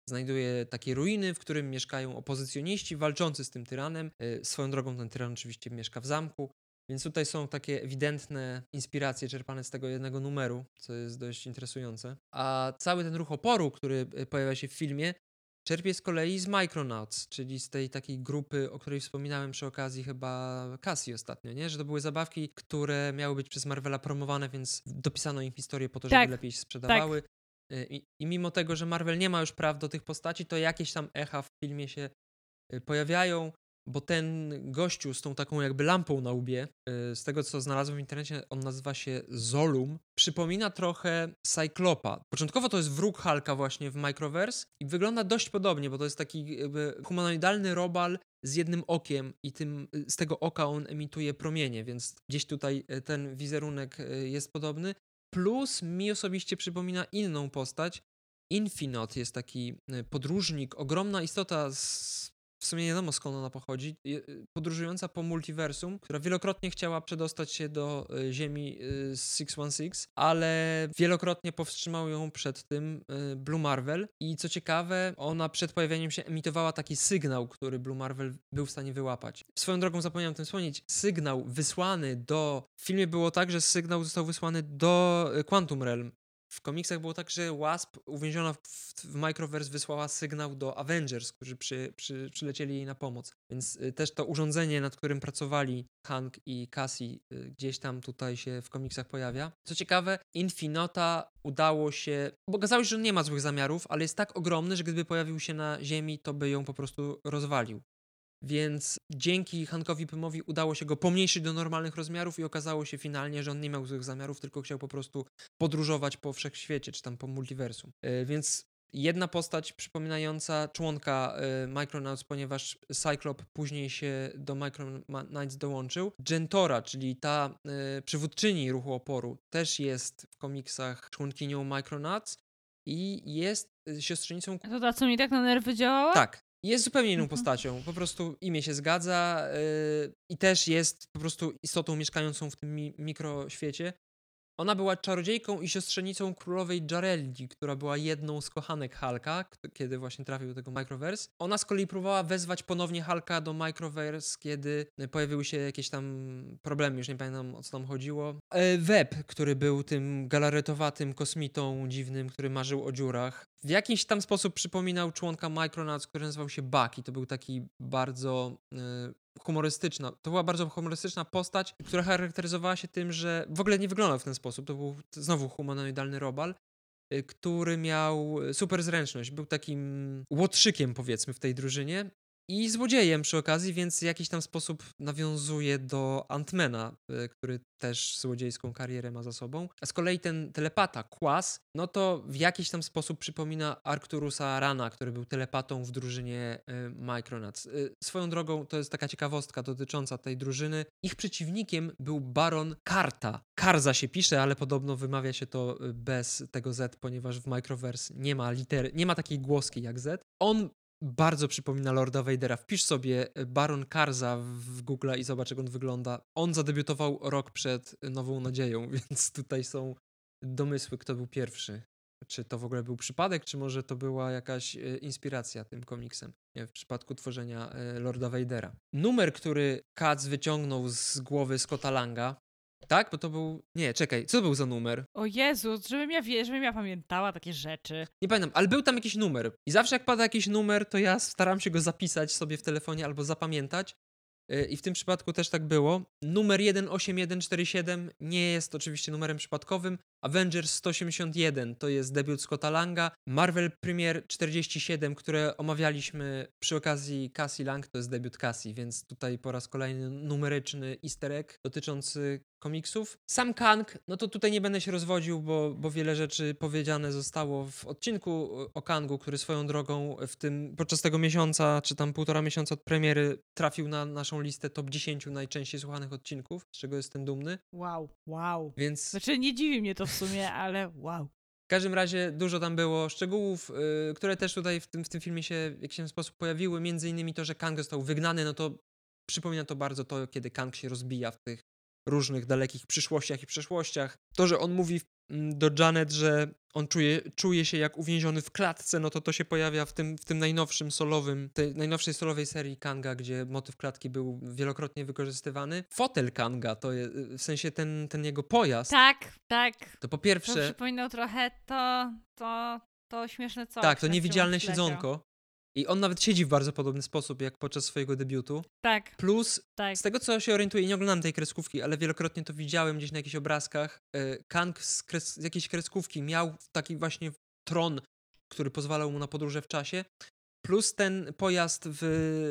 znajduje takie ruiny, w którym mieszkają opozycjoniści walczący z tym tyranem. Swoją drogą ten tyran oczywiście mieszka w zamku, więc tutaj są takie ewidentne inspiracje czerpane z tego jednego numeru, co jest dość interesujące. A cały ten ruch oporu, który pojawia się w filmie, czerpie z kolei z Micronauts, czyli z tej takiej grupy, o której wspominałem przy okazji chyba Cassie ostatnio, nie? Że to były zabawki, które miały być przez Marvela promowane, więc dopisano im historię po to, żeby Tak, lepiej się sprzedawały. tak. I, I mimo tego, że Marvel nie ma już praw do tych postaci, to jakieś tam echa w filmie się pojawiają, bo ten gościu z tą taką jakby lampą na łbie, z tego co znalazłem w internecie, on nazywa się Zolum, przypomina trochę Cyklopa. Początkowo to jest wróg Hulka właśnie w Microverse i wygląda dość podobnie, bo to jest taki jakby humanoidalny robal z jednym okiem i tym, z tego oka on emituje promienie, więc gdzieś tutaj ten wizerunek jest podobny. Plus mi osobiście przypomina inną postać. Infinite jest taki podróżnik, ogromna istota z w sumie nie wiadomo skąd ona pochodzi, podróżująca po multiversum, która wielokrotnie chciała przedostać się do Ziemi z sześćset szesnaście, ale wielokrotnie powstrzymał ją przed tym Blue Marvel i co ciekawe, ona przed pojawieniem się emitowała taki sygnał, który Blue Marvel był w stanie wyłapać. Swoją drogą zapomniałem o tym wspomnieć, sygnał wysłany do... W filmie było tak, że sygnał został wysłany do Quantum Realm. W komiksach było tak, że Wasp uwięziona w, w Microverse wysłała sygnał do Avengers, którzy przy, przy, przylecieli jej na pomoc. Więc y, też to urządzenie, nad którym pracowali Hank i Cassie, y, gdzieś tam tutaj się w komiksach pojawia. Co ciekawe, Infinota udało się... Bo okazało się, że on nie ma złych zamiarów, ale jest tak ogromny, że gdyby pojawił się na Ziemi, to by ją po prostu rozwalił. Więc dzięki Hankowi Pymowi udało się go pomniejszyć do normalnych rozmiarów i okazało się finalnie, że on nie miał złych zamiarów, tylko chciał po prostu podróżować po wszechświecie, czy tam po multiversum. Yy, więc jedna postać przypominająca członka yy, Micronauts, ponieważ Cyclop później się do Micronauts dołączył. Jentora, czyli ta yy, przywódczyni ruchu oporu, też jest w komiksach członkinią Micronauts i jest siostrzenicą... A to ta, co mi tak na nerwy działała? Tak. Jest zupełnie inną Mhm. postacią, po prostu imię się zgadza yy, i też jest po prostu istotą mieszkającą w tym mi- mikroświecie. Ona była czarodziejką i siostrzenicą królowej Jarelli, która była jedną z kochanek Hulka, k- kiedy właśnie trafił do tego Microverse. Ona z kolei próbowała wezwać ponownie Hulka do Microverse, kiedy pojawiły się jakieś tam problemy, już nie pamiętam o co tam chodziło. E, Web, który był tym galaretowatym kosmitą dziwnym, który marzył o dziurach, w jakiś tam sposób przypominał członka Micronauts, który nazywał się Buck i to był taki bardzo... Yy, humorystyczna. To była bardzo humorystyczna postać, która charakteryzowała się tym, że w ogóle nie wyglądał w ten sposób. To był znowu humanoidalny robal, który miał super zręczność. Był takim łotrzykiem, powiedzmy, w tej drużynie i złodziejem przy okazji, więc w jakiś tam sposób nawiązuje do Ant-Mana, który też złodziejską karierę ma za sobą. A z kolei ten telepata, Quas, no to w jakiś tam sposób przypomina Arcturusa Rana, który był telepatą w drużynie y, Micronauts. Y, swoją drogą to jest taka ciekawostka dotycząca tej drużyny. Ich przeciwnikiem był Baron Karta. Karza się pisze, ale podobno wymawia się to bez tego Z, ponieważ w Microverse nie ma litery, nie ma takiej głoski jak Z. On bardzo przypomina Lorda Vadera. Wpisz sobie Baron Karza w Google i zobacz, jak on wygląda. On zadebiutował rok przed Nową Nadzieją, więc tutaj są domysły, kto był pierwszy. Czy to w ogóle był przypadek, czy może to była jakaś inspiracja tym komiksem w przypadku tworzenia Lorda Vadera. Numer, który Katz wyciągnął z głowy Scotta Langa, tak? Bo to był... Nie, czekaj, co to był za numer? O Jezu, żebym ja, wie, żebym ja pamiętała takie rzeczy. Nie pamiętam, ale był tam jakiś numer. I zawsze jak pada jakiś numer, to ja staram się go zapisać sobie w telefonie albo zapamiętać. I w tym przypadku też tak było. Numer jeden osiem jeden cztery siedem nie jest oczywiście numerem przypadkowym. Avengers sto osiemdziesiąt jeden to jest debiut Scotta Langa. Marvel Premier czterdzieści siedem, które omawialiśmy przy okazji Cassie Lang, to jest debiut Cassie, więc tutaj po raz kolejny numeryczny easter egg dotyczący komiksów. Sam Kang, no to tutaj nie będę się rozwodził, bo, bo wiele rzeczy powiedziane zostało w odcinku o Kangu, który swoją drogą w tym, podczas tego miesiąca, czy tam półtora miesiąca od premiery trafił na naszą listę top dziesięć najczęściej słuchanych odcinków, z czego jestem dumny. Wow, wow. Więc... Znaczy nie dziwi mnie to w sumie, ale wow. W każdym razie dużo tam było szczegółów, yy, które też tutaj w tym, w tym filmie się w jakiś sposób pojawiły. Między innymi to, że Kang został wygnany, no to przypomina to bardzo to, kiedy Kang się rozbija w tych różnych dalekich przyszłościach i przeszłościach. To, że on mówi mm, do Janet, że on czuje, czuje się jak uwięziony w klatce, no to to się pojawia w tym, w tym najnowszym solowym, tej najnowszej solowej serii Kanga, gdzie motyw klatki był wielokrotnie wykorzystywany. Fotel Kanga, to jest, w sensie ten, ten jego pojazd, Tak, tak. to po To pierwsze, przypominał trochę to, to, to śmieszne coś. tak, to na czym on niewidzialne przyleciał. siedzonko i on nawet siedzi w bardzo podobny sposób, jak podczas swojego debiutu. Tak, Plus, tak. z tego co się orientuję, nie oglądam tej kreskówki, ale wielokrotnie to widziałem gdzieś na jakichś obrazkach, e, Kang z, kres, z jakiejś kreskówki miał taki właśnie tron, który pozwalał mu na podróże w czasie. Plus ten pojazd w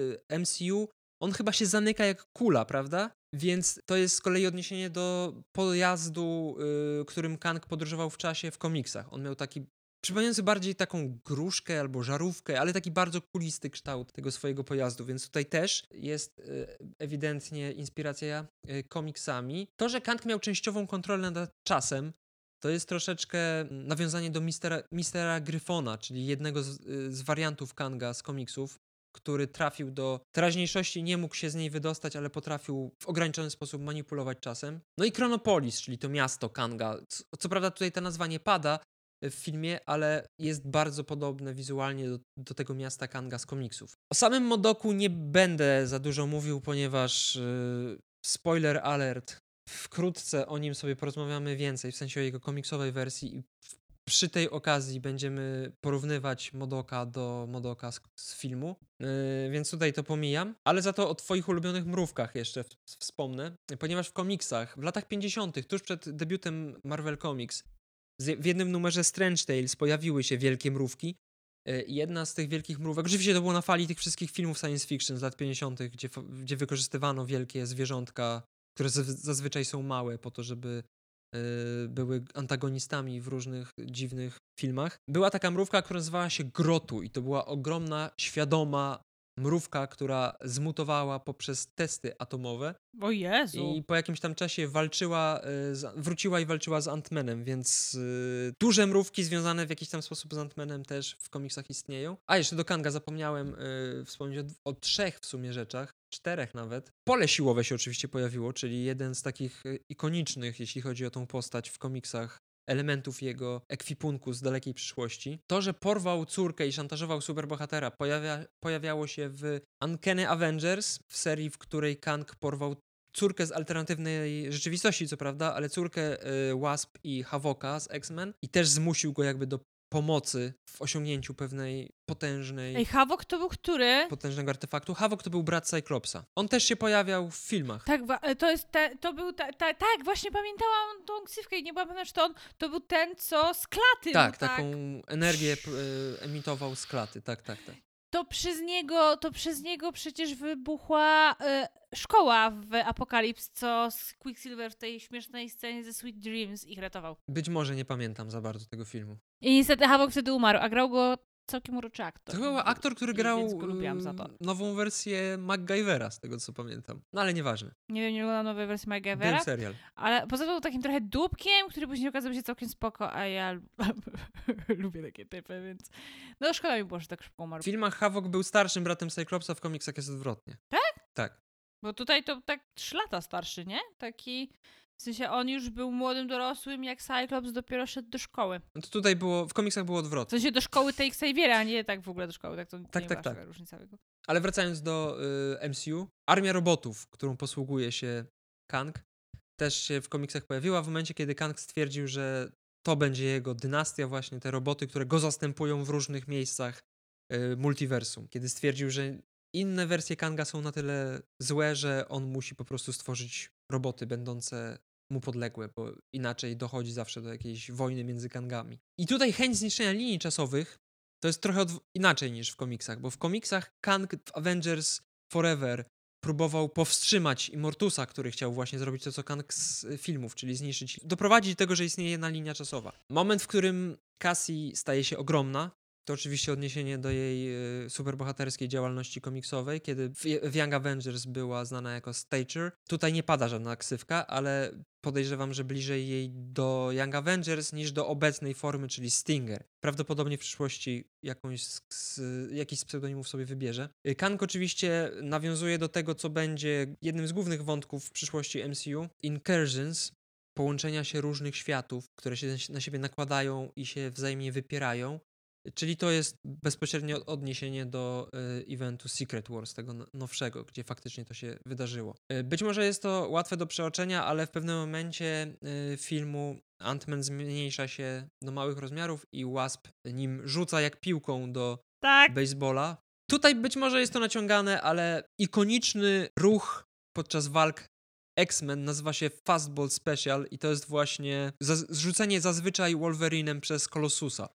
M C U, on chyba się zamyka jak kula, prawda? Więc to jest z kolei odniesienie do pojazdu, y, którym Kang podróżował w czasie w komiksach. On miał taki przypominający bardziej taką gruszkę albo żarówkę, ale taki bardzo kulisty kształt tego swojego pojazdu, więc tutaj też jest y, ewidentnie inspiracja y, komiksami. To, że Kang miał częściową kontrolę nad czasem, to jest troszeczkę nawiązanie do mistera, mistera Gryfona, czyli jednego z, y, z wariantów Kanga z komiksów, który trafił do teraźniejszości, nie mógł się z niej wydostać, ale potrafił w ograniczony sposób manipulować czasem. No i Chronopolis, czyli to miasto Kanga. Co, co prawda tutaj ta nazwa nie pada w filmie, ale jest bardzo podobne wizualnie do, do tego miasta Kanga z komiksów. O samym Modoku nie będę za dużo mówił, ponieważ yy, spoiler alert, wkrótce o nim sobie porozmawiamy więcej, w sensie o jego komiksowej wersji i w, przy tej okazji będziemy porównywać Modoka do Modoka z, z filmu, yy, więc tutaj to pomijam, ale za to o twoich ulubionych mrówkach jeszcze w, wspomnę, ponieważ w komiksach w latach pięćdziesiątych, tuż przed debiutem Marvel Comics, w jednym numerze Strange Tales pojawiły się wielkie mrówki. Jedna z tych wielkich mrówek, oczywiście to było na fali tych wszystkich filmów science fiction z lat pięćdziesiątych, gdzie, gdzie wykorzystywano wielkie zwierzątka, które zazwyczaj są małe po to, żeby y, były antagonistami w różnych dziwnych filmach. Była taka mrówka, która nazywała się Grotu i to była ogromna, świadoma mrówka, która zmutowała poprzez testy atomowe. O Jezu. I po jakimś tam czasie walczyła, y, z, wróciła i walczyła z Ant-Manem, więc y, duże mrówki związane w jakiś tam sposób z Ant-Manem też w komiksach istnieją. A jeszcze do Kanga zapomniałem y, wspomnieć o, o trzech w sumie rzeczach, czterech nawet. Pole siłowe się oczywiście pojawiło, czyli jeden z takich y, ikonicznych, jeśli chodzi o tą postać w komiksach, elementów jego ekwipunku z dalekiej przyszłości. To, że porwał córkę i szantażował superbohatera, pojawia, pojawiało się w Uncanny Avengers, w serii, w której Kang porwał córkę z alternatywnej rzeczywistości, co prawda, ale córkę y, Wasp i Havoka z X-Men i też zmusił go jakby do pomocy w osiągnięciu pewnej potężnej... Ej, Havok to był który? potężnego artefaktu. Havok to był brat Cyclopsa. On też się pojawiał w filmach. Tak, to jest te, to był, ta, ta, tak, właśnie pamiętałam tą ksywkę i nie byłam pewna, czy to on, to był ten, co z klaty. Tak, no, taką tak. energię y, emitował z klaty, tak, tak, tak. To przez niego, to przez niego przecież wybuchła y, szkoła w Apokalips, co z Quicksilver w tej śmiesznej scenie ze Sweet Dreams ich ratował. Być może nie pamiętam za bardzo tego filmu. I niestety Havok wtedy umarł, a grał go całkiem uroczy aktor. To chyba aktor, który grał więc go lubiłam za to. nową wersję MacGyvera, z tego co pamiętam. No ale nieważne. Nie wiem, nie oglądam nowej wersji MacGyvera. Był serial. Ale poza tym był takim trochę dupkiem, który później okazał się całkiem spoko, a ja lubię takie typy, więc no szkoda mi było, że tak szybko umarł. W filmach Havok był starszym bratem Cyclopsa, w komiksach jest odwrotnie. Tak? Tak. Bo tutaj to tak trzy lata starszy, nie? Taki, w sensie on już był młodym dorosłym, jak Cyclops dopiero szedł do szkoły. No to tutaj było, w komiksach było W odwrotnie. sensie do szkoły tej Xaviera, a nie tak w ogóle do szkoły. Tak, to Tak, nie tak, ma tak. taka różnica wieku. Ale wracając do y, M C U, Armia Robotów, którą posługuje się Kang, też się w komiksach pojawiła w momencie, kiedy Kang stwierdził, że to będzie jego dynastia, właśnie te roboty, które go zastępują w różnych miejscach y, multiversum. Kiedy stwierdził, że inne wersje Kanga są na tyle złe, że on musi po prostu stworzyć roboty będące mu podległe, bo inaczej dochodzi zawsze do jakiejś wojny między Kangami. I tutaj chęć zniszczenia linii czasowych to jest trochę odw- inaczej niż w komiksach, bo w komiksach Kang w Avengers Forever próbował powstrzymać Immortusa, który chciał właśnie zrobić to, co Kang z filmów, czyli zniszczyć, doprowadzić do tego, że istnieje jedna linia czasowa. Moment, w którym Cassie staje się ogromna, to oczywiście odniesienie do jej y, superbohaterskiej działalności komiksowej, kiedy w, w Young Avengers była znana jako Stature. Tutaj nie pada żadna ksywka, ale podejrzewam, że bliżej jej do Young Avengers niż do obecnej formy, czyli Stinger. Prawdopodobnie w przyszłości jakąś z, z, jakiś z pseudonimów sobie wybierze. Kang oczywiście nawiązuje do tego, co będzie jednym z głównych wątków w przyszłości M C U, Incursions, połączenia się różnych światów, które się na siebie nakładają i się wzajemnie wypierają. Czyli to jest bezpośrednie odniesienie do y, eventu Secret Wars, tego nowszego, gdzie faktycznie to się wydarzyło. Y, być może jest to łatwe do przeoczenia, ale w pewnym momencie y, filmu Ant-Man zmniejsza się do małych rozmiarów i Wasp nim rzuca jak piłką do Tak. baseballa. Tutaj być może jest to naciągane, ale ikoniczny ruch podczas walk X-Men nazywa się Fastball Special i to jest właśnie zrzucenie zazwyczaj Wolverinem przez Colossusa.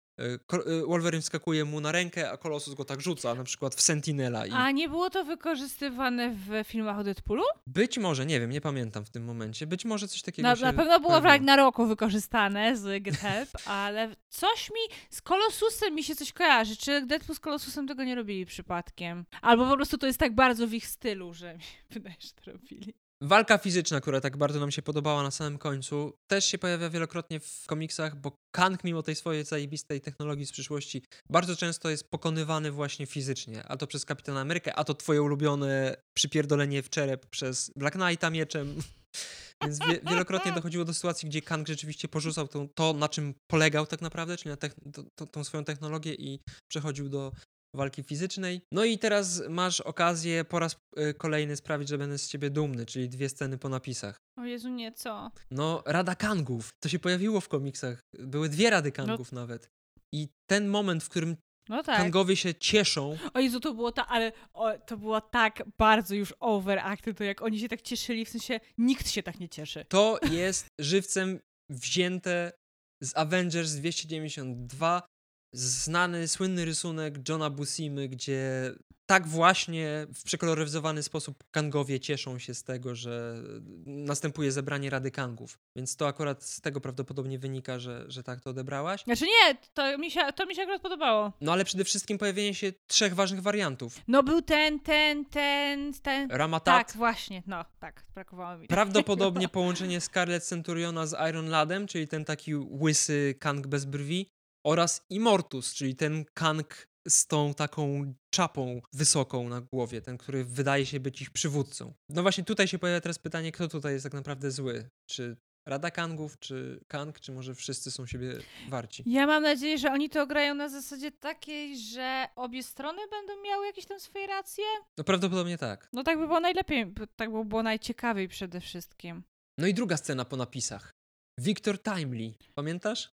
Wolverine wskakuje mu na rękę, a Colossus go tak rzuca, na przykład w Sentinela. I... A nie było to wykorzystywane w filmach o Deadpoolu? Być może, nie wiem, nie pamiętam w tym momencie. Być może coś takiego Na, się na pewno było pojawiło. w Ragnaroku wykorzystane z Get Help, ale coś mi z Colossusem mi się coś kojarzy. Czy Deadpool z Colossusem tego nie robili przypadkiem? Albo po prostu to jest tak bardzo w ich stylu, że mi się wydaje, że to robili. Walka fizyczna, która tak bardzo nam się podobała na samym końcu, też się pojawia wielokrotnie w komiksach, bo Kang, mimo tej swojej zajebistej technologii z przyszłości, bardzo często jest pokonywany właśnie fizycznie. A to przez Kapitana Amerykę, a to twoje ulubione przypierdolenie w czerep przez Black Knighta mieczem. Więc wie, wielokrotnie dochodziło do sytuacji, gdzie Kang rzeczywiście porzucał to, to na czym polegał tak naprawdę, czyli na techn- to, to, tą swoją technologię i przechodził do walki fizycznej. No i teraz masz okazję po raz y, kolejny sprawić, że będę z ciebie dumny, czyli dwie sceny po napisach. O Jezu, nie, co? No, Rada Kangów. To się pojawiło w komiksach. Były dwie Rady Kangów no. nawet. I ten moment, w którym no tak. Kangowie się cieszą. O Jezu, to było ta, ale o, to było tak bardzo już overacted, to jak oni się tak cieszyli, w sensie nikt się tak nie cieszy. To jest żywcem wzięte z Avengers dwieście dziewięćdziesiąt dwa, znany, słynny rysunek Johna Buscemy, gdzie tak właśnie w przekoloryzowany sposób Kangowie cieszą się z tego, że następuje zebranie Rady Kangów. Więc to akurat z tego prawdopodobnie wynika, że, że tak to odebrałaś. Znaczy nie, to mi się, to mi się akurat podobało. No ale przede wszystkim pojawienie się trzech ważnych wariantów. No był ten, ten, ten, ten. Ramatat. Tak, właśnie, no, tak, brakowało mi. Prawdopodobnie połączenie Scarlet Centuriona z Iron Ladem, czyli ten taki łysy Kang bez brwi, oraz Immortus, czyli ten Kang z tą taką czapą wysoką na głowie, ten, który wydaje się być ich przywódcą. No właśnie tutaj się pojawia teraz pytanie, kto tutaj jest tak naprawdę zły? Czy Rada Kangów, czy Kang, czy może wszyscy są siebie warci? Ja mam nadzieję, że oni to grają na zasadzie takiej, że obie strony będą miały jakieś tam swoje racje. No prawdopodobnie tak. No tak by było najlepiej, tak by było najciekawiej przede wszystkim. No i druga scena po napisach. Victor Timely, pamiętasz?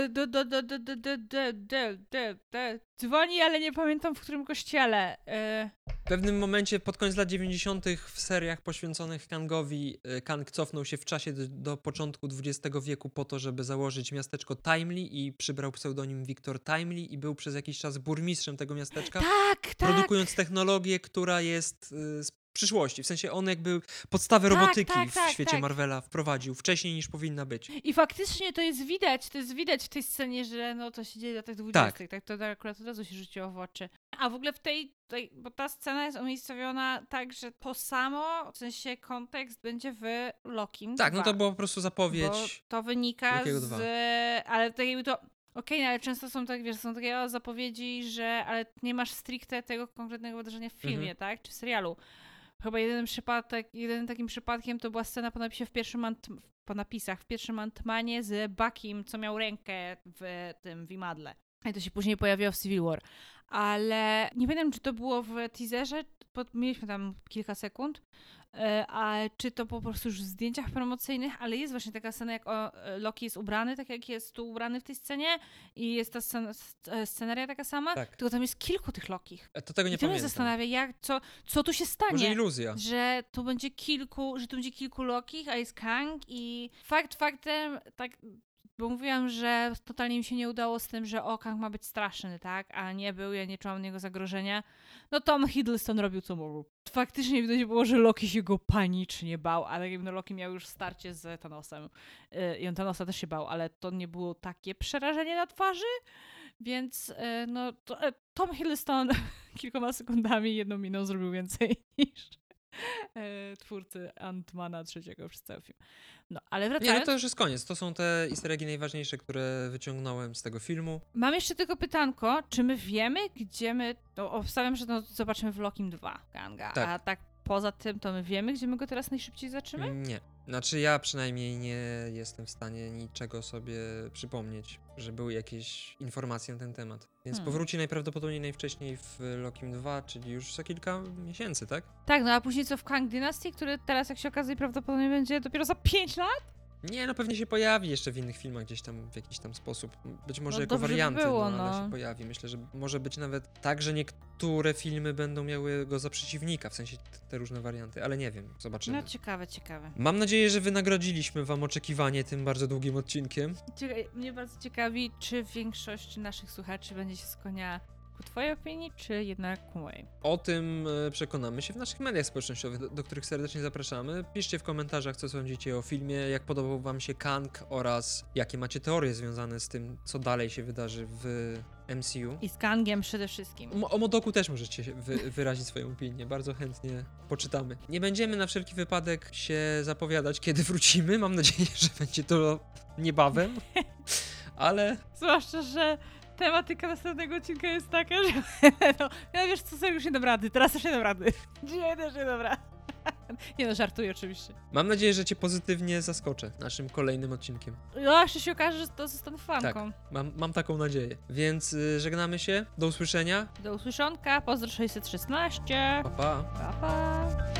Dzwoni, ale nie pamiętam w którym kościele. W pewnym momencie pod koniec lat dziewięćdziesiątych w seriach poświęconych Kangowi Kang cofnął się w czasie do, do początku dwudziestego wieku po to, żeby założyć miasteczko Timely i przybrał pseudonim Victor Timely i był przez jakiś czas burmistrzem tego miasteczka. Tak, produkując tak. technologię, która jest y, z przyszłości. W sensie on jakby podstawę tak, robotyki tak, w tak, świecie tak. Marvela wprowadził wcześniej niż powinna być. I faktycznie to jest widać, to jest widać w tej scenie, że no to się dzieje w latach dwudziestych. Tak. tak, to akurat od razu się rzuciło w oczy. A w ogóle w tej, tej, bo ta scena jest umiejscowiona tak, że to samo, w sensie kontekst będzie w Lokim Tak, dwa, no to była po prostu zapowiedź. Bo to wynika Lokiego z... dwa. Ale tak jakby to... Okej, okay, no ale często są tak, wiesz, są takie zapowiedzi, że ale nie masz stricte tego konkretnego wydarzenia w filmie, mhm. tak? Czy w serialu. Chyba jedynym przypadek, jedynym takim przypadkiem to była scena po napisie w pierwszym Ant- po napisach w pierwszym Ant-Manie z Buckim, co miał rękę w tym w imadle. I to się później pojawiło w Civil War. Ale nie pamiętam, czy to było w teaserze, bo mieliśmy tam kilka sekund, a czy to po prostu już w zdjęciach promocyjnych, ale jest właśnie taka scena, jak o, Loki jest ubrany, tak jak jest tu ubrany w tej scenie i jest ta scena, scenaria taka sama, tak. tylko tam jest kilku tych Lokich. To tego nie I to pamiętam. mnie zastanawia, jak, co, co tu się stanie. Może iluzja. Że tu będzie kilku, że tu będzie kilku Lokich, a jest Kang i fakt faktem, tak, bo mówiłam, że totalnie mi się nie udało z tym, że o, Kang ma być straszny, tak, a nie był, ja nie czułam niego zagrożenia. No Tom Hiddleston robił co mógł. Faktycznie widać było, że Loki się go panicznie bał, ale jakby no Loki miał już starcie z Thanosem yy, i on Thanosa też się bał, ale to nie było takie przerażenie na twarzy, więc yy, no to, yy, Tom Hiddleston kilkoma sekundami, jedną miną zrobił więcej niż yy, twórcy Ant-Mana trzeciego przez cały film. No, ale wracając... Nie, no to już jest koniec. To są te easter eggi najważniejsze, które wyciągnąłem z tego filmu. Mam jeszcze tylko pytanko, czy my wiemy, gdzie my... No, obstawiam, że no, zobaczymy w Lokim dwa Kanga, tak. A tak poza tym, to my wiemy, gdzie my go teraz najszybciej zobaczymy? Nie. Znaczy ja przynajmniej nie jestem w stanie niczego sobie przypomnieć, że były jakieś informacje na ten temat. Więc Hmm. powróci najprawdopodobniej najwcześniej w Lokim dwa, czyli już za kilka miesięcy, tak? Tak, no a później co w Kang Dynasty, który teraz, jak się okazuje, prawdopodobnie będzie dopiero za pięć lat? Nie, no pewnie się pojawi jeszcze w innych filmach gdzieś tam w jakiś tam sposób. Być może No jako dobrze by warianty, było, no, ale no. się pojawi. Myślę, że może być nawet tak, że niektóre filmy będą miały go za przeciwnika, w sensie t- te różne warianty, ale nie wiem, zobaczymy. No ciekawe, ciekawe. Mam nadzieję, że wynagrodziliśmy wam oczekiwanie tym bardzo długim odcinkiem. Czekaj, mnie bardzo ciekawi, czy większość naszych słuchaczy będzie się skłaniała ku twojej opinii, czy jednak ku mojej. O tym e, przekonamy się w naszych mediach społecznościowych, do, do których serdecznie zapraszamy. Piszcie w komentarzach, co sądzicie o filmie, jak podobał wam się Kang oraz jakie macie teorie związane z tym, co dalej się wydarzy w M C U. I z Kangiem przede wszystkim. O, o Modoku też możecie się wy, wyrazić swoją opinię, bardzo chętnie poczytamy. Nie będziemy na wszelki wypadek się zapowiadać, kiedy wrócimy. Mam nadzieję, że będzie to niebawem, ale Zwłaszcza, że tematyka następnego odcinka jest taka, że no, ja wiesz co, serio już nie dam rady, teraz też nie dam rady. Dzisiaj też nie dam rady. Nie no, żartuję oczywiście. mam nadzieję, że cię pozytywnie zaskoczę naszym kolejnym odcinkiem. No, jeszcze się okaże, że to zostanę fanką. Mam, mam taką nadzieję. Więc y, żegnamy się, do usłyszenia. Do usłyszonka, pozdro sześćset szesnaście. Pa, pa. Pa, pa.